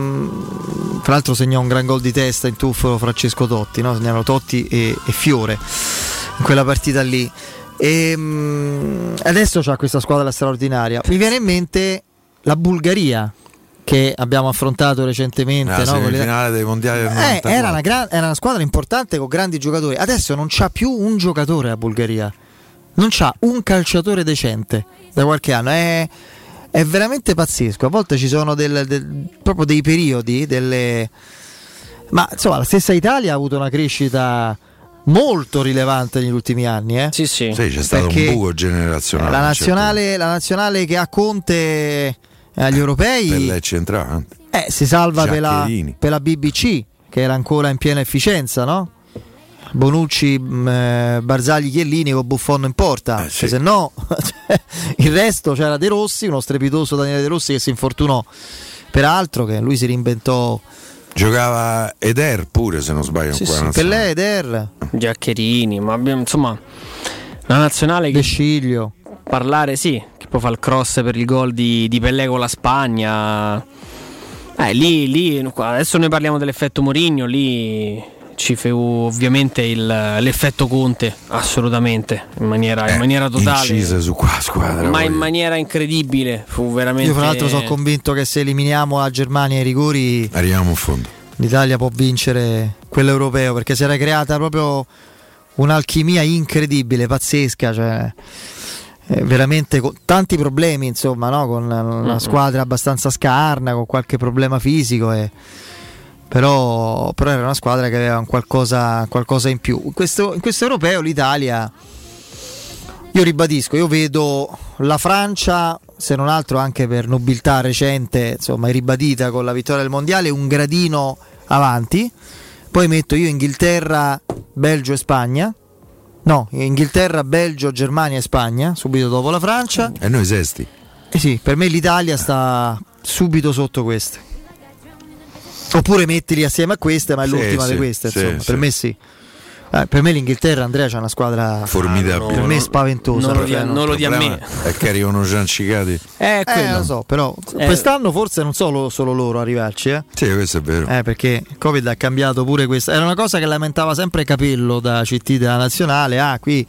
mh, tra l'altro segnò un gran gol di testa in tuffo Francesco Totti, no? Segnarono Totti e, e Fiore in quella partita lì. E mh, adesso c'ha questa squadra straordinaria. Mi viene in mente la Bulgaria, che abbiamo affrontato recentemente, la no? semifinale dei mondiali del eh, era, una gran, era una squadra importante con grandi giocatori. Adesso non c'ha più un giocatore la Bulgaria, non c'ha un calciatore decente da qualche anno. È, è veramente pazzesco. A volte ci sono del, del, proprio dei periodi, delle... ma insomma la stessa Italia ha avuto una crescita molto rilevante negli ultimi anni, eh? Sì, sì. Sì, c'è stato un buco generazionale. La nazionale, certo. la nazionale che ha Conte agli europei Pelle centrante. Eh, si salva per la, per la B B C, che era ancora in piena efficienza, no? Bonucci, mh, Barzagli, Chiellini con Buffon in porta, eh, sì. cioè, se no il resto c'era De Rossi, uno strepitoso Daniele De Rossi che si infortunò, peraltro, che lui si reinventò. Giocava Eder pure, se non sbaglio, sì, sì, Pellè, Eder, Giaccherini, ma abbiamo, insomma, la nazionale che De Sciglio. Parlare, sì, che poi fa il cross per il gol di, di Pellè con la Spagna. Eh, lì, lì, adesso noi parliamo dell'effetto Mourinho, lì ci fu ovviamente il, l'effetto Conte, assolutamente, in maniera, eh, in maniera totale. Incise su qua squadra. Ma in maniera incredibile, fu veramente. Io fra l'altro sono convinto che se eliminiamo la Germania ai rigori arriviamo in fondo. L'Italia può vincere quell'europeo, perché si era creata proprio un'alchimia incredibile, pazzesca, cioè veramente con tanti problemi, insomma, no? Con una squadra abbastanza scarna, con qualche problema fisico, e... però, però era una squadra che aveva un qualcosa, qualcosa in più. In questo, in questo europeo l'Italia, io ribadisco, io vedo la Francia se non altro anche per nobiltà recente, insomma, ribadita con la vittoria del mondiale, un gradino avanti. Poi metto io Inghilterra, Belgio e Spagna. No, Inghilterra, Belgio, Germania e Spagna, subito dopo la Francia. E noi sesti. Eh sì, per me l'Italia sta subito sotto queste. Oppure mettili assieme a queste, ma è Sì, l'ultima sì, di queste, sì, insomma. sì. Per me sì. Eh, per me l'Inghilterra, Andrea, c'ha una squadra formidabile. per me spaventosa. Non lo dia- non lo dia a me. È che arrivano giancicati. Eh, Eh, lo so, però Eh. quest'anno forse non solo, solo loro arrivarci, eh. Sì, questo è vero. Eh, perché il Covid ha cambiato pure questa. Era una cosa che lamentava sempre Capello da C T della nazionale. Ah, qui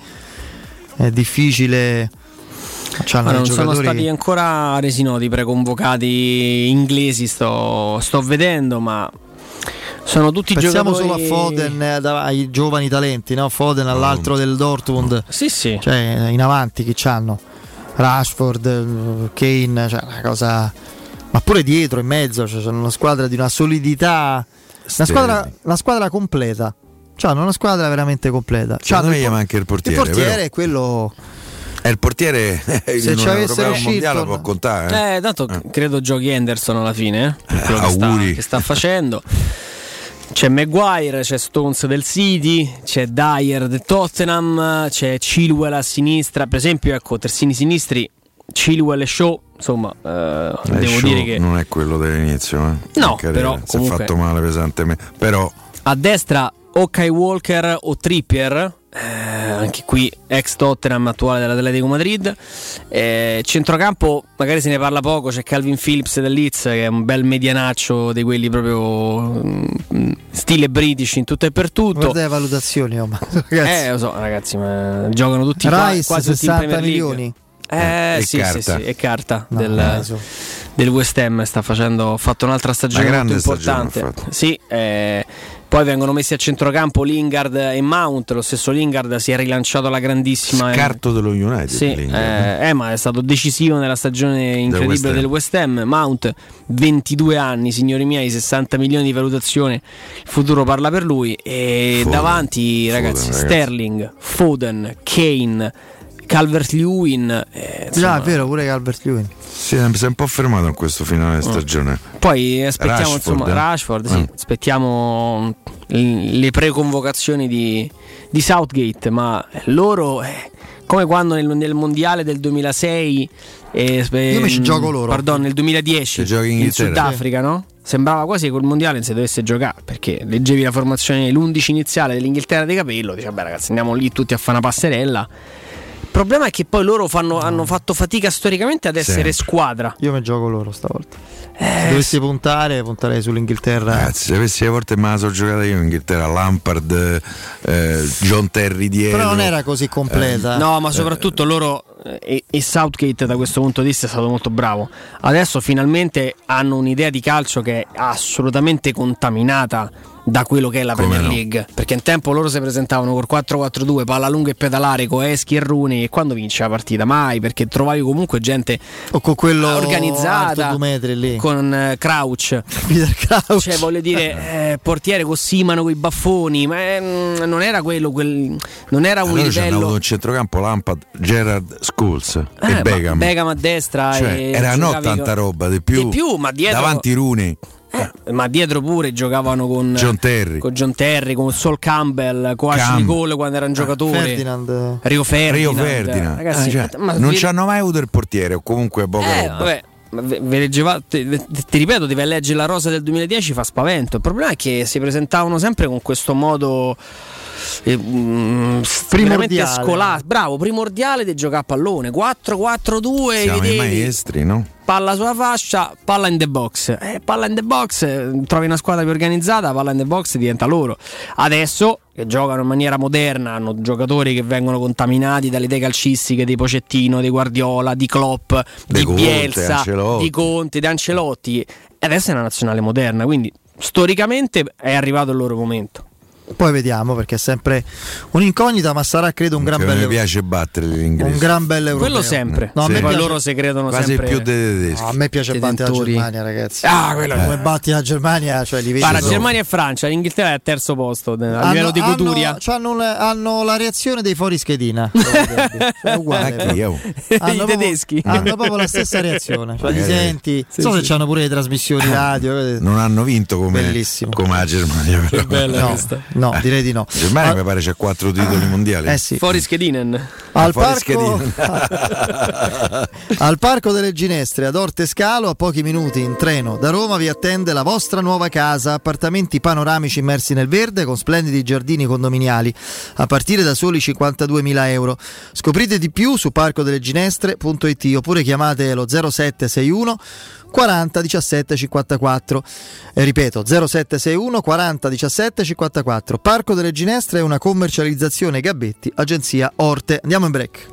è difficile. C'hanno Ma non i sono giocatori- stati ancora resi noti i preconvocati inglesi, sto, sto vedendo, ma sono tutti Pensiamo giocatori. solo a Foden, eh, da- ai giovani talenti, no? Foden all'altro del Dortmund. Sì, sì. Cioè, in avanti chi c'hanno? Rashford, eh, Kane, cioè una cosa. Ma pure dietro, in mezzo, cioè, sono una squadra di una solidità. Una squadra, una squadra completa. Cioè, una squadra veramente completa. Secondo me il gli por- manca il portiere. Il portiere però. è quello. È il portiere. Se in ci un avessero europeo mondiale Shilton- può contare. Eh, tanto credo giochi Henderson alla fine, eh, per quello che sta, auguri. che sta facendo. C'è Maguire, c'è Stones del City, c'è Dyer del Tottenham, c'è Chilwell a sinistra. Per esempio, ecco, terzini sinistri, Chilwell e Shaw. Insomma, eh, Eh, devo Shaw dire che non è quello dell'inizio. Eh. No, Per però, carità, si è comunque- fatto male pesantemente. Però a destra o Kai Walker o Trippier. Eh, anche qui ex Tottenham, attuale dell'Atletico Madrid. Eh, centrocampo magari se ne parla poco, c'è Calvin Phillips del Leeds che è un bel medianaccio di quelli proprio mm, stile British in tutto e per tutto. Guarda le valutazioni, oh, ma, ragazzi. Eh lo so ragazzi, ma giocano tutti qua, Rice quasi tutti in sessanta Premier League. milioni. Eh, E sì, carta. sì, sì, è carta No, del, eh, so. del West Ham, sta facendo, ha fatto un'altra stagione Una molto grande stagione importante. ha fatto. Sì, eh, poi vengono messi a centrocampo Lingard e Mount. Lo stesso Lingard si è rilanciato alla grandissima. scarto dello United. Sì, Lingard. eh, eh, ma è stato decisivo nella stagione incredibile West Ham. del West Ham. Mount, ventidue anni, signori miei, sessanta milioni di valutazione. Il futuro parla per lui. E Foden. davanti, Foden, ragazzi, ragazzi. Sterling, Foden, Kane, Calvert-Lewin. Eh, insomma, Già, è vero, pure Calvert-Lewin. Sì, si è un po' fermato in questo finale di stagione. Poi aspettiamo Rashford, insomma eh? Rashford, sì, Mm. aspettiamo l- le preconvocazioni di, di Southgate, ma loro eh, come quando nel, nel mondiale del duemilasei eh, Io mi ci gioco loro. Pardon, nel duemiladieci Ci giochi in in Inghilterra. Sudafrica, no? Sembrava quasi che quel mondiale non si dovesse giocare, perché leggevi la formazione, l'undici iniziale dell'Inghilterra di Capello, dice vabbè ragazzi andiamo lì tutti a fare una passerella. Il problema è che poi loro fanno- hanno fatto fatica storicamente ad essere Sempre. squadra. Io mi gioco loro stavolta. Eh, Se dovessi puntare, punterei sull'Inghilterra. Ragazzi, se avessi le volte me la sono giocata io in Inghilterra, Lampard, eh, John Terry dietro. Però non era così completa. No, ma soprattutto loro eh, e, e Southgate da questo punto di vista è stato molto bravo. Adesso finalmente hanno un'idea di calcio che è assolutamente contaminata da quello che è la Come Premier no? League, perché un tempo loro si presentavano col quattro quattro due, palla lunga e pedalare con Eschi e Rooney, e quando vince la partita? Mai, perché trovavi comunque gente O con quello organizzata, alto due metri lì. con eh, Crouch. Peter Crouch. Cioè, voglio dire, eh, portiere con Simano con i baffoni, ma eh, mm, non era quello, quel, non era un Allora c'hanno avuto livello. un centrocampo Lampard, Gerrard, Scholes Eh, e ma Beckham. Beckham a destra, Cioè, e era non giocavi tanta con- roba, di più. Di più, ma dietro- Davanti Rooney, Eh, ma dietro pure giocavano con John Terry. con John Terry, con Sol Campbell, con Ashley Cam- Cole quando era un giocatore, Ferdinand. Rio Ferdinand. Rio Ferdinand. Ragazzi, Eh, cioè, ma non vi- ci hanno mai avuto il portiere, o comunque poca eh, roba. vabbè, ma ve, ve leggevate- ve- ti ripeto, devi leggere la rosa del duemiladieci, fa spavento. Il problema è che si presentavano sempre con questo modo eh, mm, veramente scolastico, bravo, primordiale di giocare a pallone. quattro quattro due, Siamo i vedevi, maestri, no? palla sulla fascia, palla in the box. Eh, palla in the box, eh, trovi una squadra più organizzata, palla in the box diventa loro. Adesso che giocano in maniera moderna, hanno giocatori che vengono contaminati dalle idee calcistiche di Pochettino, di Guardiola, di Klopp, De di Conte, Bielsa, Ancelotti. di Conte, di Ancelotti. E adesso è una nazionale moderna, quindi storicamente è arrivato il loro momento. Poi vediamo, perché è sempre un'incognita, ma sarà credo un gran bel. bel Mi piace battere l'inglese. Un gran bel europeo. Quello sempre. No, a Sì. me Poi piace, loro si credono quasi sempre più dei tedeschi. no, a me piace battere la Detentori. Germania, ragazzi. Ah, quello come batti la Germania, cioè li vedi. Guarda, solo. Germania e Francia, l'Inghilterra è al terzo posto a Hanno- livello di goduria. Hanno, hanno, un- hanno la reazione dei fuori schedina. È uguale. Ecco, io. Hanno I proprio- tedeschi. hanno proprio la stessa reazione. Cioè, li Eh, senti. sì, so sì. se hanno pure le trasmissioni radio. Non hanno vinto come, Bellissimo. come la Germania. Però. Bella No, questa. no, direi di no. La Germania Al- mi pare c'ha quattro titoli mondiali. Eh sì. Fuori Schedinen. Al Fuori parco, schedina. al Parco delle Ginestre ad Orte Scalo, a pochi minuti in treno da Roma, vi attende la vostra nuova casa. Appartamenti panoramici immersi nel verde con splendidi giardini condominiali a partire da soli cinquantaduemila euro. Scoprite di più su parco delle ginestre punto it oppure chiamate lo zero sette sei uno quaranta diciassette cinquantaquattro. E ripeto, zero sette sei uno quaranta diciassette cinquantaquattro. Parco delle Ginestre è una commercializzazione Gabetti, agenzia Orte. Andiamo in break.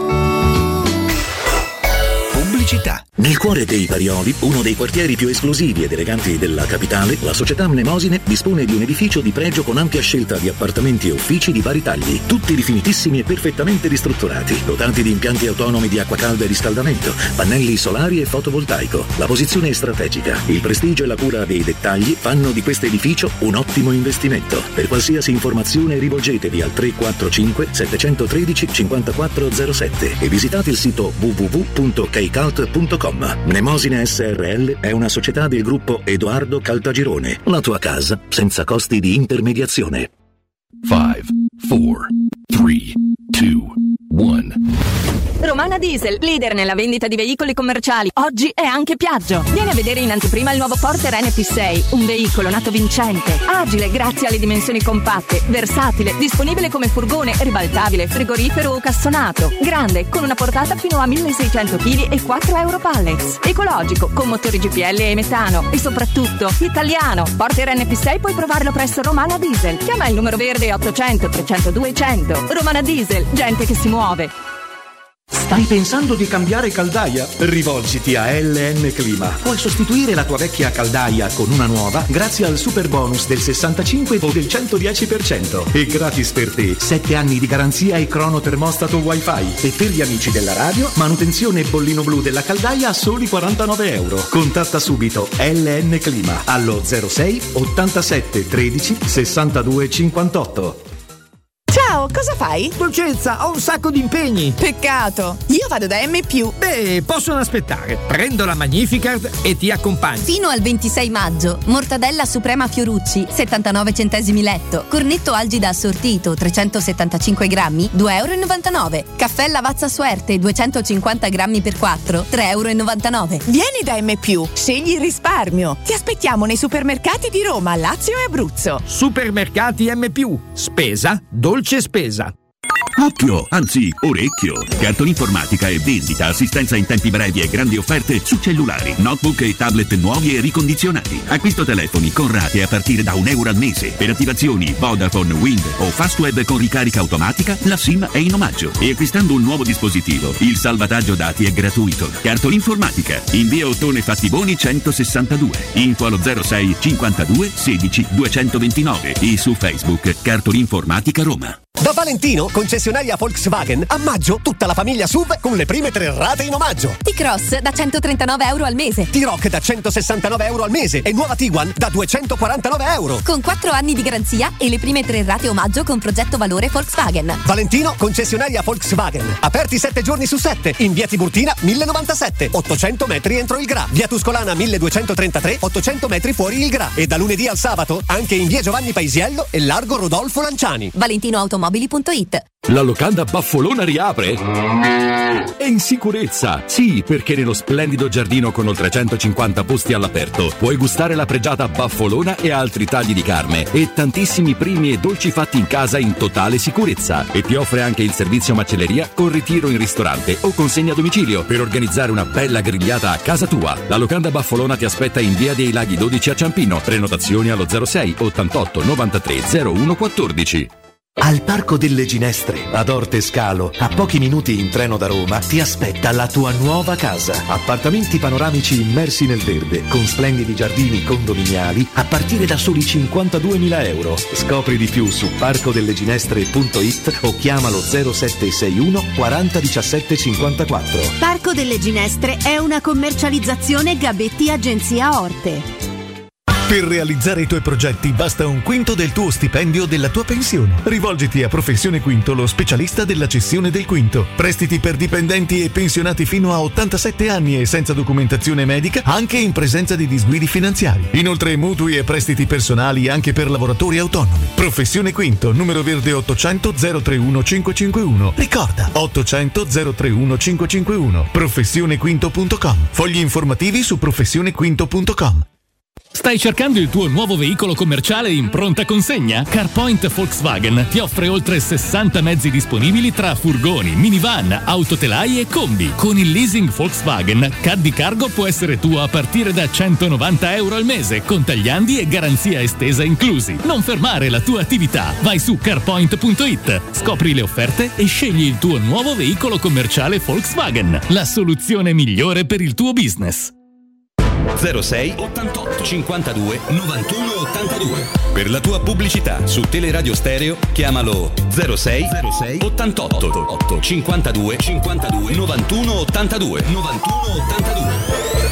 Pubblicità. Nel cuore dei Parioli, uno dei quartieri più esclusivi ed eleganti della capitale, la società Mnemosine dispone di un edificio di pregio con ampia scelta di appartamenti e uffici di vari tagli, tutti rifinitissimi e perfettamente ristrutturati, dotati di impianti autonomi di acqua calda e riscaldamento, pannelli solari e fotovoltaico. La posizione è strategica, il prestigio e la cura dei dettagli fanno di questo edificio un ottimo investimento. Per qualsiasi informazione rivolgetevi al tre quattro cinque sette uno tre cinque zero sette e visitate il sito w w w punto keycult punto com. Mnemosine S R L è una società del gruppo Edoardo Caltagirone. La tua casa senza costi di intermediazione. five, four, three, two, one. Romana Diesel, leader nella vendita di veicoli commerciali. Oggi è anche Piaggio. Vieni a vedere in anteprima il nuovo Porter N P sei, un veicolo nato vincente, agile grazie alle dimensioni compatte, versatile, disponibile come furgone, ribaltabile, frigorifero o cassonato, grande, con una portata fino a milleseicento chili e quattro euro pallets, ecologico, con motori G P L e metano e soprattutto italiano. Porter N P sei puoi provarlo presso Romana Diesel. Chiama il numero verde ottocento trecento duecento. Romana Diesel, gente che si muove. Stai pensando di cambiare caldaia? Rivolgiti a L N Clima. Puoi sostituire la tua vecchia caldaia con una nuova grazie al super bonus del sessantacinque o del centodieci per cento. E gratis per te sette anni di garanzia e crono termostato wifi. E per gli amici della radio, manutenzione e bollino blu della caldaia a soli quarantanove euro. Contatta subito L N Clima allo zero sei ottantasette tredici sessantadue cinquantotto. Ciao, cosa fai? Dolcezza, ho un sacco di impegni. Peccato, io vado da M più. Beh, possono aspettare. Prendo la Magnificard e ti accompagno. Fino al ventisei maggio, mortadella suprema Fiorucci, settantanove centesimi letto. Cornetto algida assortito, trecentosettantacinque grammi, due e novantanove euro. Caffè Lavazza Suerte, duecentocinquanta grammi per quattro, tre e novantanove euro. Vieni da M più, scegli il risparmio. Ti aspettiamo nei supermercati di Roma, Lazio e Abruzzo. Supermercati M più. Spesa, dolce spesa. Occhio, anzi orecchio. Cartolinformatica e vendita, assistenza in tempi brevi e grandi offerte su cellulari, notebook e tablet nuovi e ricondizionati. Acquisto telefoni con rate a partire da un euro al mese. Per attivazioni Vodafone, Wind o Fastweb con ricarica automatica, la SIM è in omaggio. E acquistando un nuovo dispositivo, il salvataggio dati è gratuito. Cartolinformatica, in via Ottone Fattiboni centosessantadue. Info allo zero sei cinquantadue sedici duecentoventinove e su Facebook Cartolinformatica Roma. Da Valentino, concessionaria Volkswagen, a maggio tutta la famiglia S U V con le prime tre rate in omaggio. T-Cross da centotrentanove euro al mese. T-Roc da centosessantanove euro al mese e nuova Tiguan da duecentoquarantanove euro. Con quattro anni di garanzia e le prime tre rate omaggio con progetto valore Volkswagen. Valentino, concessionaria Volkswagen. Aperti sette giorni su sette. In via Tiburtina millenovantasette, ottocento metri entro il Gra. Via Tuscolana milleduecentotrentatré, ottocento metri fuori il Gra. E da lunedì al sabato anche in via Giovanni Paisiello e largo Rodolfo Lanciani. Valentino Automobili punto it. La locanda Baffolona riapre? È in sicurezza! Sì, perché nello splendido giardino con oltre centocinquanta posti all'aperto puoi gustare la pregiata Baffolona e altri tagli di carne e tantissimi primi e dolci fatti in casa in totale sicurezza. E ti offre anche il servizio macelleria con ritiro in ristorante o consegna a domicilio per organizzare una bella grigliata a casa tua. La locanda Baffolona ti aspetta in via dei Laghi dodici a Ciampino. Prenotazioni allo zero sei ottantotto novantatré zero uno quattordici. Al Parco delle Ginestre, ad Orte Scalo, a pochi minuti in treno da Roma, ti aspetta la tua nuova casa. Appartamenti panoramici immersi nel verde, con splendidi giardini condominiali, a partire da soli cinquantaduemila euro. Scopri di più su parco delle ginestre punto it o chiamalo zero sette sei uno quaranta diciassette cinquantaquattro. Parco delle Ginestre è una commercializzazione Gabetti Agenzia Orte. Per realizzare i tuoi progetti basta un quinto del tuo stipendio o della tua pensione. Rivolgiti a Professione Quinto, lo specialista della cessione del quinto. Prestiti per dipendenti e pensionati fino a ottantasette anni e senza documentazione medica, anche in presenza di disguidi finanziari. Inoltre mutui e prestiti personali anche per lavoratori autonomi. Professione Quinto, numero verde ottocento zero trentuno cinquecentocinquantuno. Ricorda, ottocento zero trentuno cinquecentocinquantuno. professione quinto punto com. Fogli informativi su professione quinto punto com. Stai cercando il tuo nuovo veicolo commerciale in pronta consegna? CarPoint Volkswagen ti offre oltre sessanta mezzi disponibili tra furgoni, minivan, autotelai e combi. Con il leasing Volkswagen, Caddy Cargo può essere tuo a partire da centonovanta euro al mese, con tagliandi e garanzia estesa inclusi. Non fermare la tua attività. Vai su carpoint punto it, scopri le offerte e scegli il tuo nuovo veicolo commerciale Volkswagen. La soluzione migliore per il tuo business. zero sei ottantotto cinquantadue novantuno ottantadue. Per la tua pubblicità su Teleradio Stereo chiamalo zero sei ottantotto cinquantadue cinquantadue novantuno ottantadue novantuno ottantadue.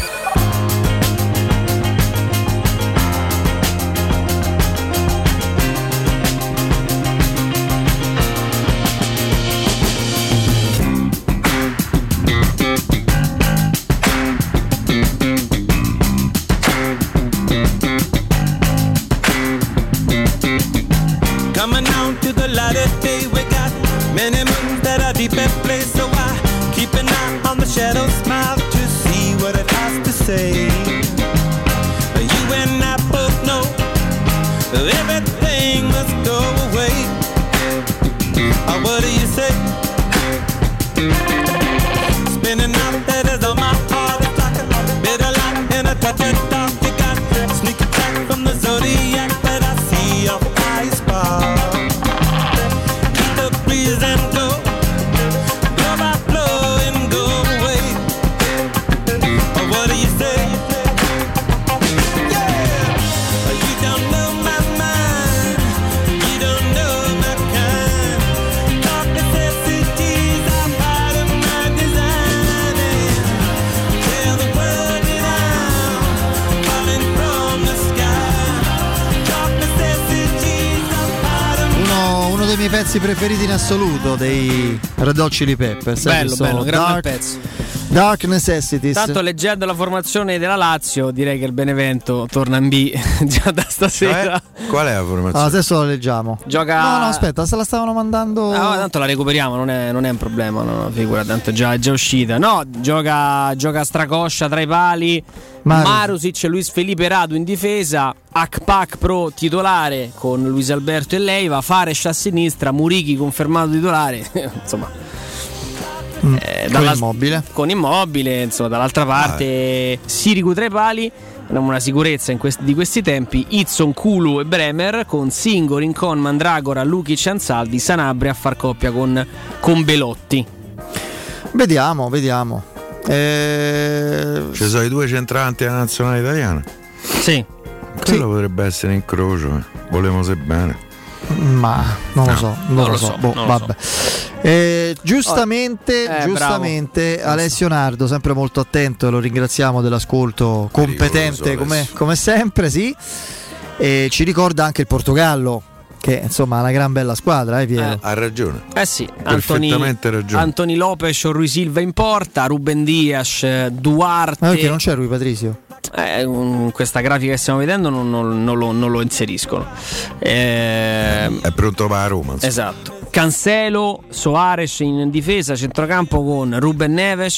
Coming on to the light of day, we got many moons that are deep at play, so I keep an eye on the shadow smile to see what it has to say. You and I both know everything must go away. Oh, what do you say? Spinning out letters on my heart, it's like a bitter light and a touch of dark. You got a sneak attack from the zodiac that I see off I spot. Keep the breeze and go, blow by blow and go away. Oh, what do you say? Yeah, you don't know my mind, you don't know my kind. Dark necessities are part of my design. Tell the world that I'm falling from the sky. Dark necessities are part of Uno, uno dei miei pezzi preferiti in assoluto dei Red Hot Chili Peppers. Bello, bello, grande Dark, pezzo. Dark Necessities. Tanto leggendo la formazione della Lazio direi che il Benevento torna in B già da stasera. Cioè? Qual è la formazione? Ah, adesso la leggiamo. Gioca... No, no, aspetta, se la stavano mandando. No, tanto la recuperiamo, non è, non è un problema, no, no, figura, tanto già, è già uscita. No, gioca, gioca Stracoscia tra i pali, Marusic. Marusic e Luis Felipe Radu in difesa, Akpak Pro titolare con Luis Alberto e Leiva, Fares a sinistra, Murichi confermato titolare, insomma. Mm, Eh, con dalla- Immobile. con Immobile, insomma, dall'altra parte Sirigu tra i pali, abbiamo una sicurezza in questi, di questi tempi, Izzon, Kulu e Bremer con Singo, Rincon, Mandragora, Lukic e Ansaldi, Sanabria a far coppia con, con Belotti. Vediamo, vediamo. Eh... Ci sono i due centranti della nazionale italiana. Sì. Quello potrebbe essere in incrocio, eh. Volemo se bene. Ma non lo No, so, non, non lo lo so. so, Boh, non lo vabbè. Eh, giustamente, Eh, giustamente bravo. Alessio Nardo, sempre molto attento, e lo ringraziamo dell'ascolto competente Pericoloso, come, Alessio. come sempre, sì. E ci ricorda anche il Portogallo, che insomma ha una gran bella squadra, eh, Piero? Ha ragione. Eh sì, Antoni, Perfettamente ragione. Antoni Lopez o Rui Silva in porta, Ruben Dias, Duarte. Ma perché non c'è Rui Patrizio? Eh, un- questa grafica che stiamo vedendo non, non- non lo, non lo inseriscono. Eh, È pronto per la Roma. insomma. esatto. Cancelo, Soares in difesa, centrocampo con Ruben Neves,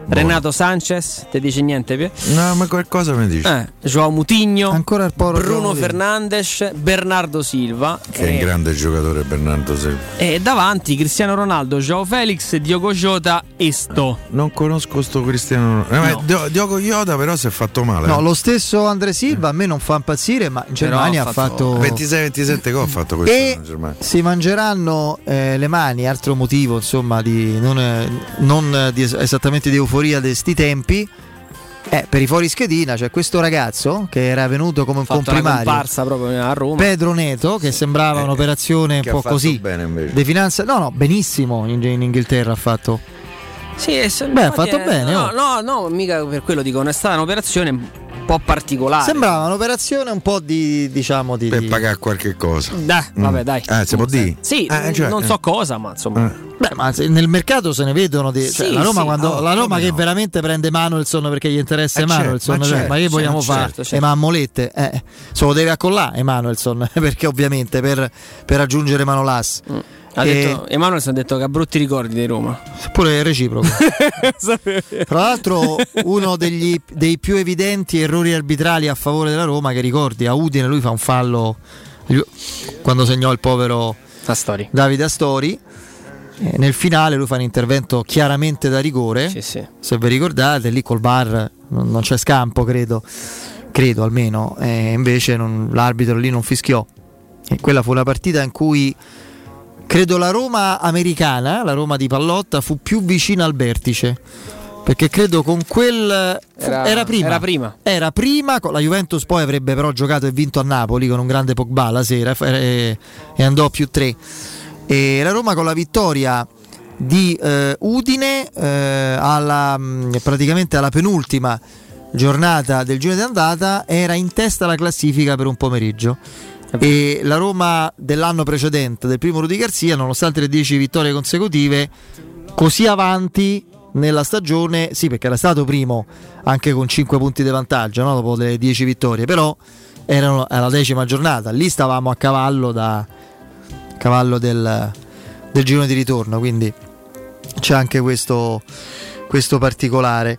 Renato Sanchez, ti dice niente più? No, ma qualcosa mi dice. Eh, Joao Moutinho, ancora il povero Bruno Joao Fernandes, Bernardo Silva. Che è un e, grande giocatore Bernardo Silva. e davanti Cristiano Ronaldo, Joao Felix, Diogo Jota e Sto. Non conosco sto Cristiano Ronaldo. Eh, No. ma Dio- Diogo Jota però si è fatto male. No, eh. lo stesso Andre Silva a me non fa impazzire, ma in Però Germania ha ha fatto fatto ventisei ventisette gol ha fatto questo e in Germania. si mangeranno eh, le mani, altro motivo insomma di non, eh, non eh, di es- esattamente di euforia di sti tempi. Eh, per i fuori schedina c'è questo ragazzo che era venuto come un Fatto una comprimario, comparsa proprio a Roma. Pedro Neto, che sembrava Eh, un'operazione che un ha po' fatto così bene invece. di finanza. No, no, benissimo in, in Inghilterra ha fatto. Sì, e se- Beh, ha infatti fatto è- bene, No, oh. no, no, mica per quello dico, è stata un'operazione un po' particolare. Sembrava un'operazione un po' di diciamo di, Per di- pagare qualche cosa. Dai, vabbè, dai. Eh, si può dire? Sì, Eh, cioè, non eh. so cosa, ma insomma. Beh, ma se- nel mercato se ne vedono di, cioè, Sì, la Roma sì, quando oh, la Roma come che no. veramente prende Manuelson perché gli interessa Eh, Emanuelson, certo, ma cioè, certo, ma che vogliamo certo, fare? certo, certo. E Mammolette, eh, se lo deve accollare Emanuelson perché ovviamente per, per raggiungere Manolas. Mm. Ha E- detto, Emanuele ha detto che ha brutti ricordi di Roma. Pure è reciproco. Tra l'altro uno degli, dei più evidenti errori arbitrali a favore della Roma, che ricordi a Udine lui fa un fallo quando segnò il povero Astori. Davide Astori. Eh, nel finale lui fa un intervento chiaramente da rigore, Sì, sì. se vi ricordate, lì col V A R non, non c'è scampo, credo, credo almeno, e invece non- l'arbitro lì non fischiò. E quella fu la partita in cui credo la Roma americana, la Roma di Pallotta, fu più vicina al vertice. Perché credo con quel fu- Era- era, prima. era prima. Era prima, con la Juventus poi avrebbe però giocato e vinto a Napoli con un grande Pogba la sera e, e andò a più tre. E la Roma con la vittoria di eh, Udine eh, alla, mh, praticamente alla penultima giornata del girone di andata era in testa alla classifica per un pomeriggio. E la Roma dell'anno precedente, del primo Rudy Garcia, nonostante le dieci vittorie consecutive, così avanti nella stagione, sì, perché era stato primo anche con cinque punti di vantaggio, no? Dopo le dieci vittorie, però erano alla decima giornata, lì stavamo a cavallo da cavallo del, del girone di ritorno, quindi c'è anche questo, questo particolare.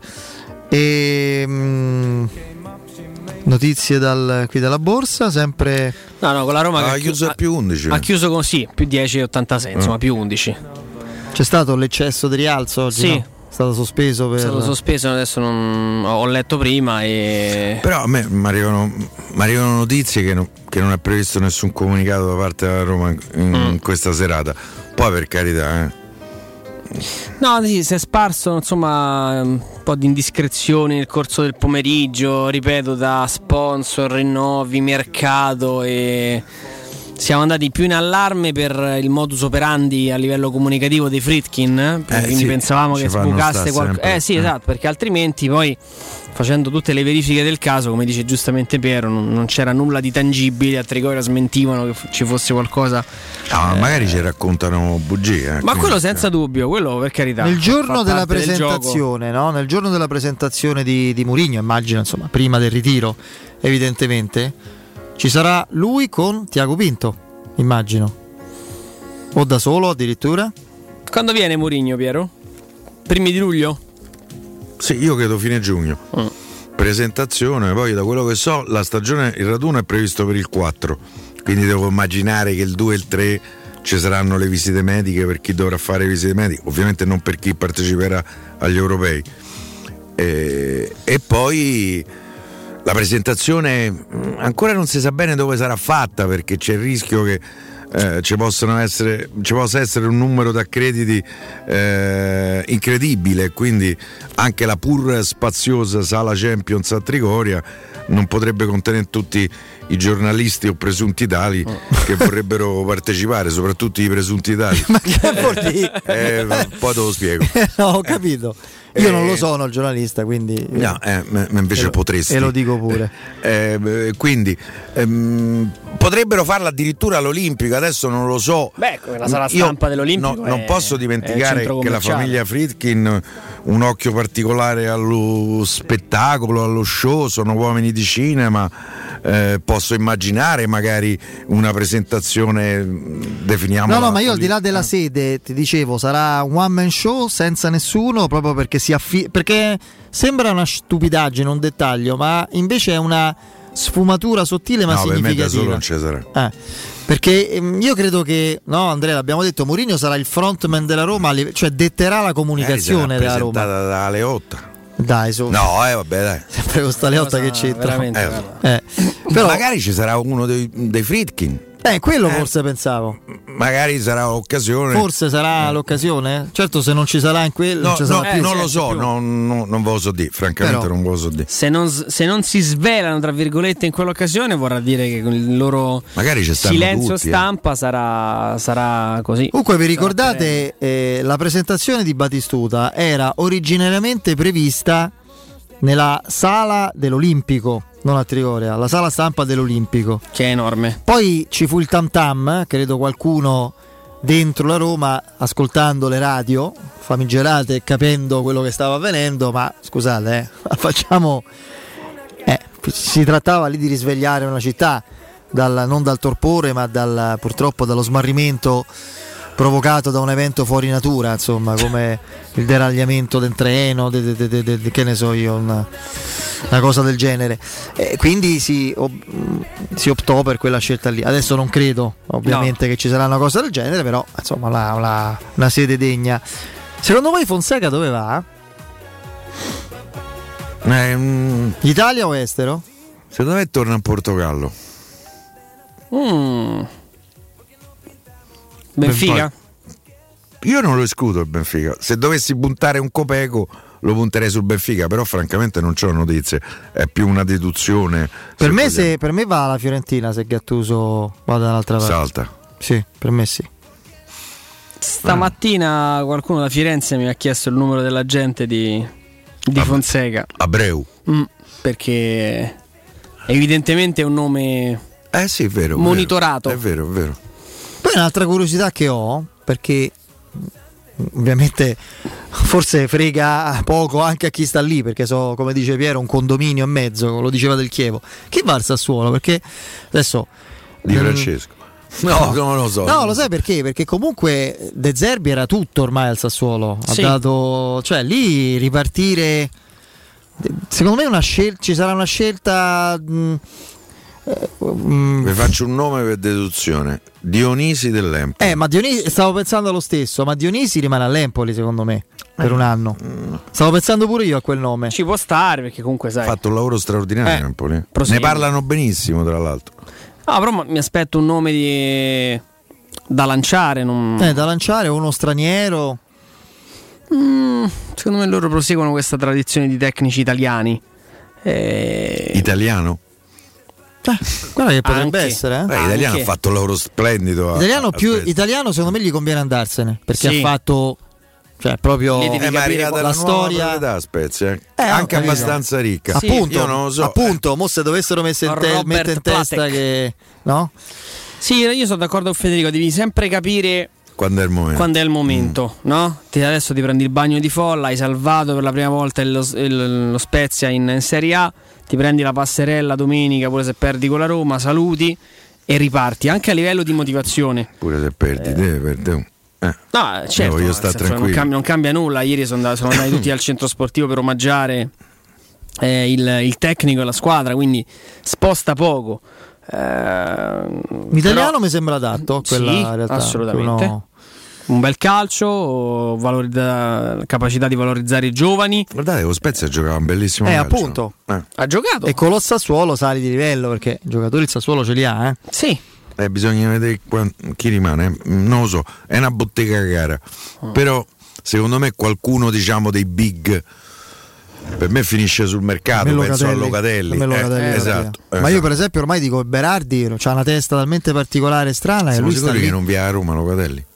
E mh, notizie dal, qui dalla borsa, sempre No, no, con la Roma Ha che chiuso a più undici. ha chiuso con sì, più dieci virgola ottantasei, insomma, Mm. più undici. c'è stato l'eccesso di rialzo oggi, Sì. no? È stato sospeso per È stato sospeso, adesso non ho letto prima e Però a me mi arrivano, m'arrivano notizie che, no- che non è previsto nessun comunicato da parte della Roma in, in Mm. questa serata. Poi per carità, eh. No, sì, si è sparso insomma un po' di indiscrezioni nel corso del pomeriggio, ripeto, da sponsor, rinnovi, mercato, e siamo andati più in allarme per il modus operandi a livello comunicativo dei Friedkin, eh, quindi sì, pensavamo ci che fanno sbucasse sta qualcosa. sempre. Eh sì, Eh. esatto, perché altrimenti poi facendo tutte le verifiche del caso, come dice giustamente Piero, non, non c'era nulla di tangibile, a Trigoria smentivano che f- ci fosse qualcosa. No, magari ci raccontano bugie. eh, Ma quindi- quello senza dubbio, quello per carità. nel fa giorno della parte del gioco. presentazione, no? Nel giorno della presentazione di, di Mourinho, immagino, insomma, prima del ritiro, evidentemente, ci sarà lui con Tiago Pinto, immagino. O da solo addirittura? Quando viene Mourinho, Piero? Primi di luglio? Sì, io credo fine giugno. Mm. Presentazione, poi da quello che so, la stagione, il raduno è previsto per il quattro. Quindi devo immaginare che il due e il tre ci saranno le visite mediche per chi dovrà fare visite mediche, ovviamente non per chi parteciperà agli europei. E, e poi la presentazione mh, ancora non si sa bene dove sarà fatta, perché c'è il rischio che eh, ci possano essere ci possa essere un numero di accrediti eh, incredibile, quindi anche la pur spaziosa sala Champions a Trigoria non potrebbe contenere tutti i giornalisti o presunti tali che vorrebbero partecipare, soprattutto i presunti tali. Ma che vuol dire? Eh, poi te lo spiego. No, ho capito. Io Eh, non lo sono il giornalista, quindi No, eh, ma ma invece e lo- potresti. E lo dico pure. Eh, beh, quindi ehm, potrebbero farlo addirittura all'Olimpico, adesso non lo so. Beh, la sala Io stampa dell'Olimpico no- è- non posso è il dimenticare centro che la commerciale. famiglia Friedkin un occhio particolare allo spettacolo, allo show, sono uomini di cinema, eh, posso immaginare magari una presentazione, definiamo. No, no, ma io al di là della sede ti dicevo, sarà un one man show senza nessuno, proprio perché si affi- perché sembra una stupidaggine, un dettaglio, ma invece è una sfumatura sottile ma no, significativa. Per me da solo non ci sarà. Eh, perché ehm, io credo che, no, Andrea, l'abbiamo detto, Mourinho sarà il frontman della Roma, cioè detterà la comunicazione eh, della Roma. Da Leotta. Dai, su. No, eh, vabbè, dai. Sempre questa Leotta che c'entra. Eh, Eh, però magari ci sarà uno dei, dei Friedkin. Eh, quello Eh. forse pensavo. Magari sarà l'occasione. Forse sarà l'occasione? Certo, se non ci sarà in quello, No, non ci no, sarà più. non lo so, no, no, non ve lo so dire, francamente Però, non ve lo so dire. Se non, se non si svelano, tra virgolette, in quell'occasione, vorrà dire che con il loro Magari ci stanno silenzio tutti, eh. stampa sarà, sarà così. Comunque vi ricordate eh, la presentazione di Batistuta era originariamente prevista nella sala dell'Olimpico, non a Trigoria, la sala stampa dell'Olimpico, che è enorme. Poi ci fu il tam tam, credo qualcuno dentro la Roma, ascoltando le radio famigerate e capendo quello che stava avvenendo, ma scusate, eh, facciamo eh, si trattava lì di risvegliare una città dal, non dal torpore, ma dal, purtroppo dallo smarrimento provocato da un evento fuori natura, insomma, come il deragliamento del treno, de, de, de, de, de, che ne so io, una, una cosa del genere. E quindi si, ob, si optò per quella scelta lì. Adesso non credo, ovviamente, no, che ci sarà una cosa del genere, però insomma la, la, una sede degna. Secondo voi Fonseca dove va? Eh, mm, Italia o estero? Secondo me torna in Portogallo. Mm. Benfica? Io non lo escludo il Benfica. Se dovessi puntare un copeco lo punterei sul Benfica, però francamente non c'ho notizie, è più una deduzione. Per me, se, per me va alla Fiorentina se Gattuso va dall'altra parte. Salta. Sì, per me sì. Stamattina qualcuno da Firenze mi ha chiesto il numero dell'agente di, di Fonseca. Abreu. Mm, perché evidentemente è un nome eh sì, è vero, monitorato. È vero, è vero. Poi un'altra curiosità che ho, perché ovviamente forse frega poco anche a chi sta lì, perché so, come dice Piero, un condominio e mezzo, lo diceva del Chievo. Chi va al Sassuolo? Perché adesso Di Francesco. No, non lo so. No, lo sai perché? Perché comunque De Zerbi era tutto ormai al Sassuolo. Ha Sì. dato, cioè lì ripartire. Secondo me una scel- ci sarà una scelta. Mh, Vi faccio un nome per deduzione: Dionisi dell'Empoli. Eh, ma Dionisi, stavo pensando allo stesso, ma Dionisi rimane all'Empoli secondo me per un anno. Stavo pensando pure io a quel nome. Ci può stare perché comunque sai. Ha fatto un lavoro straordinario Eh, a Empoli. Ne prosegui. parlano benissimo, tra l'altro. No, però mi aspetto un nome di... da lanciare. Non... Eh, da lanciare uno straniero. Mm, secondo me loro proseguono questa tradizione di tecnici italiani. Eh... Italiano? Eh, guarda che potrebbe Anche. essere. Eh? Beh, Italiano ha fatto un lavoro splendido. a- Italiano a più Spezia. italiano secondo me gli conviene andarsene perché Sì. ha fatto, cioè proprio Lì devi Eh, ma è capire arrivata la la nuova storia. proprietà a Spezia, eh. Eh, ho anche capito. abbastanza ricca. Sì, appunto, io non lo so. appunto, mo se dovessero messe in te- Robert mettere in testa Platek. che no? Sì, io sono d'accordo con Federico, devi sempre capire Quando è il momento. quando è il momento, no? Ti, adesso ti prendi il bagno di folla, hai salvato per la prima volta il- lo, il- lo Spezia in, in Serie A, ti prendi la passerella domenica pure se perdi con la Roma, saluti e riparti, anche a livello di motivazione. Pure se perdi, Eh. deve perdere. Eh. No, certo, voglio no, stare nel senso, non, tranquillo. cambia, non cambia nulla. Ieri sono, andati, sono andati tutti al centro sportivo per omaggiare eh, il, il tecnico e la squadra, quindi sposta poco. Eh, L'italiano però- mi sembra adatto a quella Sì, in realtà. assolutamente. Uno- Un bel calcio, valorizza- capacità di valorizzare i giovani. Guardate, lo Spezia giocava un bellissimo Eh, calcio. appunto. Eh. Ha giocato? E con lo Sassuolo sali di livello perché i giocatori il Sassuolo ce li ha, eh. Sì. Eh, bisogna vedere qua- chi rimane. Non lo so, è una bottega cara. Oh. Però secondo me qualcuno, diciamo, dei big per me finisce sul mercato. Per me Penso a Locatelli. Locatelli. Per me Eh, Locatelli esatto, Ma esatto. io per esempio ormai dico Berardi c'ha una testa talmente particolare e strana che Siamo lui sta sicuri lì. che non via a Roma Locatelli?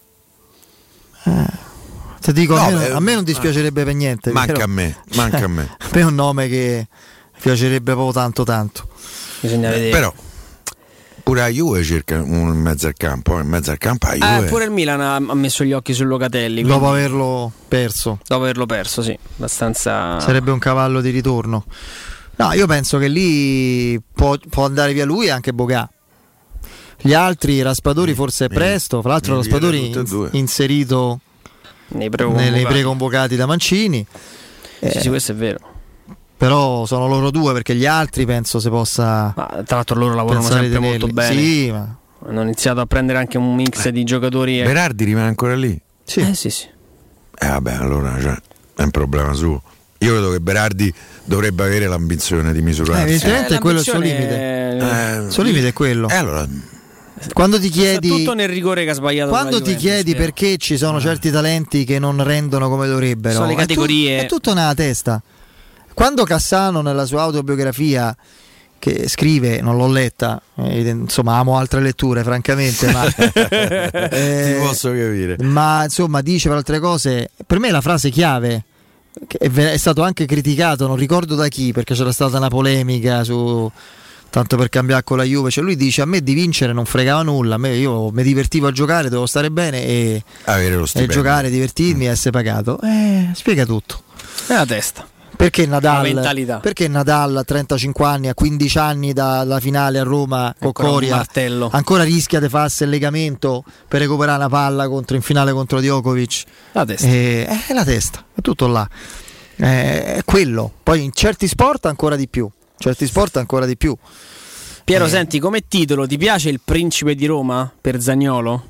Ti dico, No, a, me, beh, a me non dispiacerebbe per niente. Manca vero? a me, manca Cioè, a me. A me è un nome che piacerebbe proprio tanto tanto. Bisogna vedere. Però pure la Juve cerca uno in mezzo al campo, in mezzo al campo la Eh, Juve. pure il Milan ha, ha messo gli occhi su Locatelli. Dopo quindi- averlo perso. dopo averlo perso, sì. Abbastanza. Sarebbe un cavallo di ritorno. No, io penso che lì può, può andare via lui e anche Bogà. Gli altri, Raspadori forse è presto, fra l'altro Raspadori in, inserito nei nei preconvocati da Mancini. Sì, eh, sì, questo è vero. Però sono loro due, perché gli altri penso si possa. Ma tra l'altro loro lavorano sempre tenerli. molto bene. Sì, ma hanno iniziato a prendere anche un mix eh. di giocatori. Berardi rimane ancora lì? Sì, eh, sì, sì. Eh vabbè, allora cioè, è un problema suo. Io credo che Berardi dovrebbe avere l'ambizione di misurarsi. Eh, evidentemente è quello il suo limite. È... Eh, il suo limite è quello. Eh, allora quando ti chiedi tutto nel rigore che ha sbagliato, quando ti chiedi spero. perché ci sono certi talenti che non rendono come dovrebbero, sono le categorie, è, tu, è tutto nella testa. Quando Cassano nella sua autobiografia, che scrive, non l'ho letta, eh, insomma amo altre letture francamente, ma eh, ti posso capire, ma insomma dice per altre cose, per me la frase chiave che è, è stato anche criticato, non ricordo da chi, perché c'era stata una polemica su, tanto per cambiare con la Juve, cioè lui dice: a me di vincere non fregava nulla, a me, io mi divertivo a giocare, dovevo stare bene e, avere lo e giocare, divertirmi e essere pagato. Eh, spiega tutto. È la testa. Perché Nadal, perché Nadal a trentacinque anni, a quindici anni dalla finale a Roma con Coria, ancora rischia di farsi il legamento per recuperare una palla contro, in finale contro Djokovic? La testa. Eh, è la testa, è tutto là. Eh, è quello. Poi in certi sport ancora di più. Certi sport ancora di più. Piero, eh. senti, come titolo ti piace Il Principe di Roma per Zaniolo?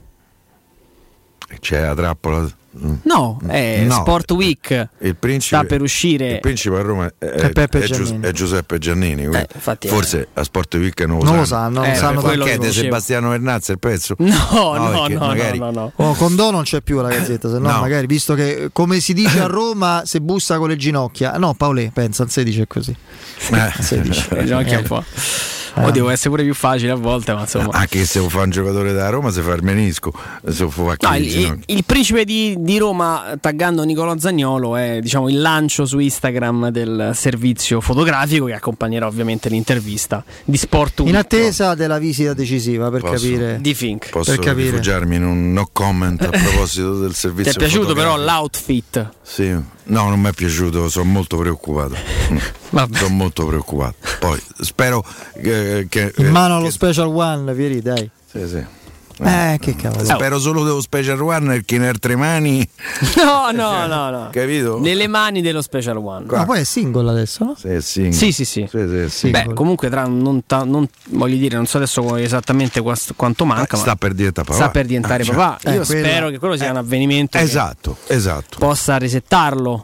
C'è la trappola. No, è no. Sport Week. Il principe, sta per uscire. Il principe a Roma è, è, Peppe è, Giannini. è Giuseppe Giannini. Eh, forse a Sport Week non lo non sanno. Lo sanno, non eh, sanno perché è Sebastiano Vernazza il pezzo? No, no, no, no, magari... no, no, no. Oh, Condò non c'è più la Gazzetta, se no, no magari, visto che come si dice a Roma, se bussa con le ginocchia. No, Paolè, pensa, il sedici è così. Eh. sedici. Le ginocchia un po'. Oddio, può essere pure più facile a volte, ma insomma. Anche se fa un giocatore da Roma si fa il menisco. Se fa no, il, il, il principe di, di Roma, taggando Nicolò Zaniolo, è diciamo il lancio su Instagram del servizio fotografico che accompagnerà ovviamente l'intervista di Sport Week. In attesa della visita decisiva per posso, capire. Di Fink. Posso per capire. rifugiarmi in un no comment a proposito del servizio. Ti è piaciuto però l'outfit? Sì. No, non mi è piaciuto, sono molto preoccupato. sono molto preoccupato. Poi spero che, che in mano allo che... Special One, Vieri, dai. Sì, sì. Eh, che cavolo. Spero solo dello Special One perché in altre mani. No, no, no, no. Capito? Nelle mani dello Special One. Ma poi è single adesso, no? Sì, è single. Sì, sì, sì. sì, sì, sì. Beh, comunque tra non, ta, non voglio dire, non so adesso esattamente quanto manca, sta ma per diventare papà. Sta per diventare ah, papà. cioè, Io eh, spero quello, che quello sia eh, un avvenimento esatto, che esatto. possa resettarlo.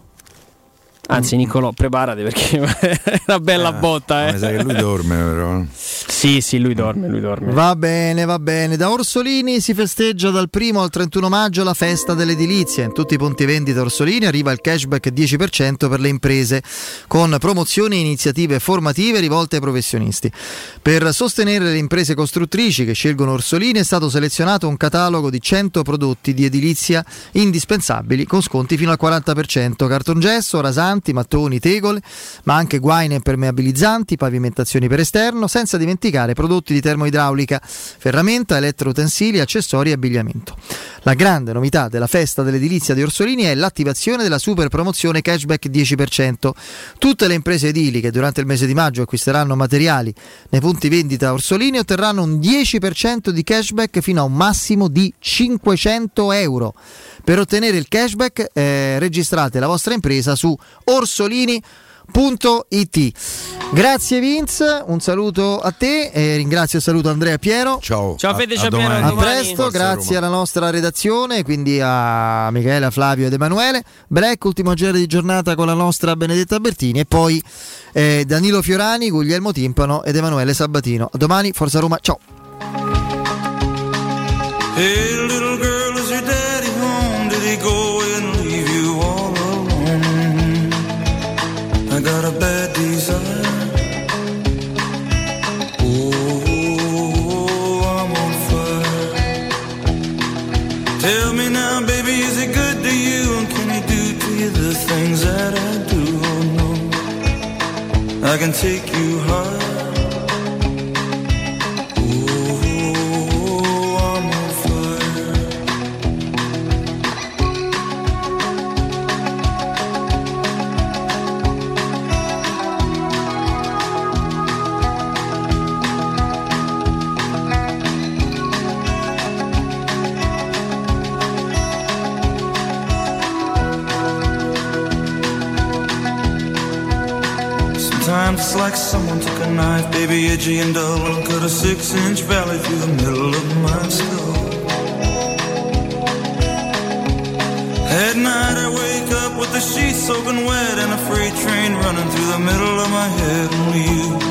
Anzi, Nicolò, preparati perché è una bella eh, botta. Eh. Mi sa che lui dorme, però. Sì, sì, lui dorme, lui dorme. Va bene, va bene. Da Orsolini si festeggia dal primo al trentuno maggio la festa dell'edilizia. In tutti i punti vendita Orsolini arriva il cashback dieci per cento per le imprese, con promozioni e iniziative formative rivolte ai professionisti. Per sostenere le imprese costruttrici che scelgono Orsolini è stato selezionato un catalogo di cento prodotti di edilizia indispensabili con sconti fino al quaranta per cento. Cartongesso, rasanti, mattoni, tegole, ma anche guaine impermeabilizzanti, pavimentazioni per esterno, senza dimenticare prodotti di termoidraulica, ferramenta, elettroutensili, accessori e abbigliamento. La grande novità della festa dell'edilizia di Orsolini è l'attivazione della super promozione cashback dieci per cento. Tutte le imprese edili che durante il mese di maggio acquisteranno materiali nei punti vendita Orsolini otterranno un dieci per cento di cashback fino a un massimo di cinquecento euro. Per ottenere il cashback eh, registrate la vostra impresa su orsolini punto it. Grazie Vince, un saluto a te e ringrazio e saluto Andrea e Piero. Ciao. Ciao Fede, ciao Piero. A presto, Forza grazie Roma. Alla nostra redazione, quindi a Michele, Flavio ed Emanuele. Break, ultimo giro di giornata con la nostra Benedetta Bertini e poi eh, Danilo Fiorani, Guglielmo Timpano ed Emanuele Sabatino. A domani, Forza Roma, ciao. Hey little girl, is your daddy home? Did he go and leave you all alone? I got a bad desire. Oh, I'm on fire. Tell me now, baby, is it good to you? And can he do to you the things that I do? Oh no, I can take you high. It's like someone took a knife, baby, edgy and dull, and cut a six-inch valley through the middle of my skull. At night I wake up with the sheets soaking wet and a freight train running through the middle of my head. Only you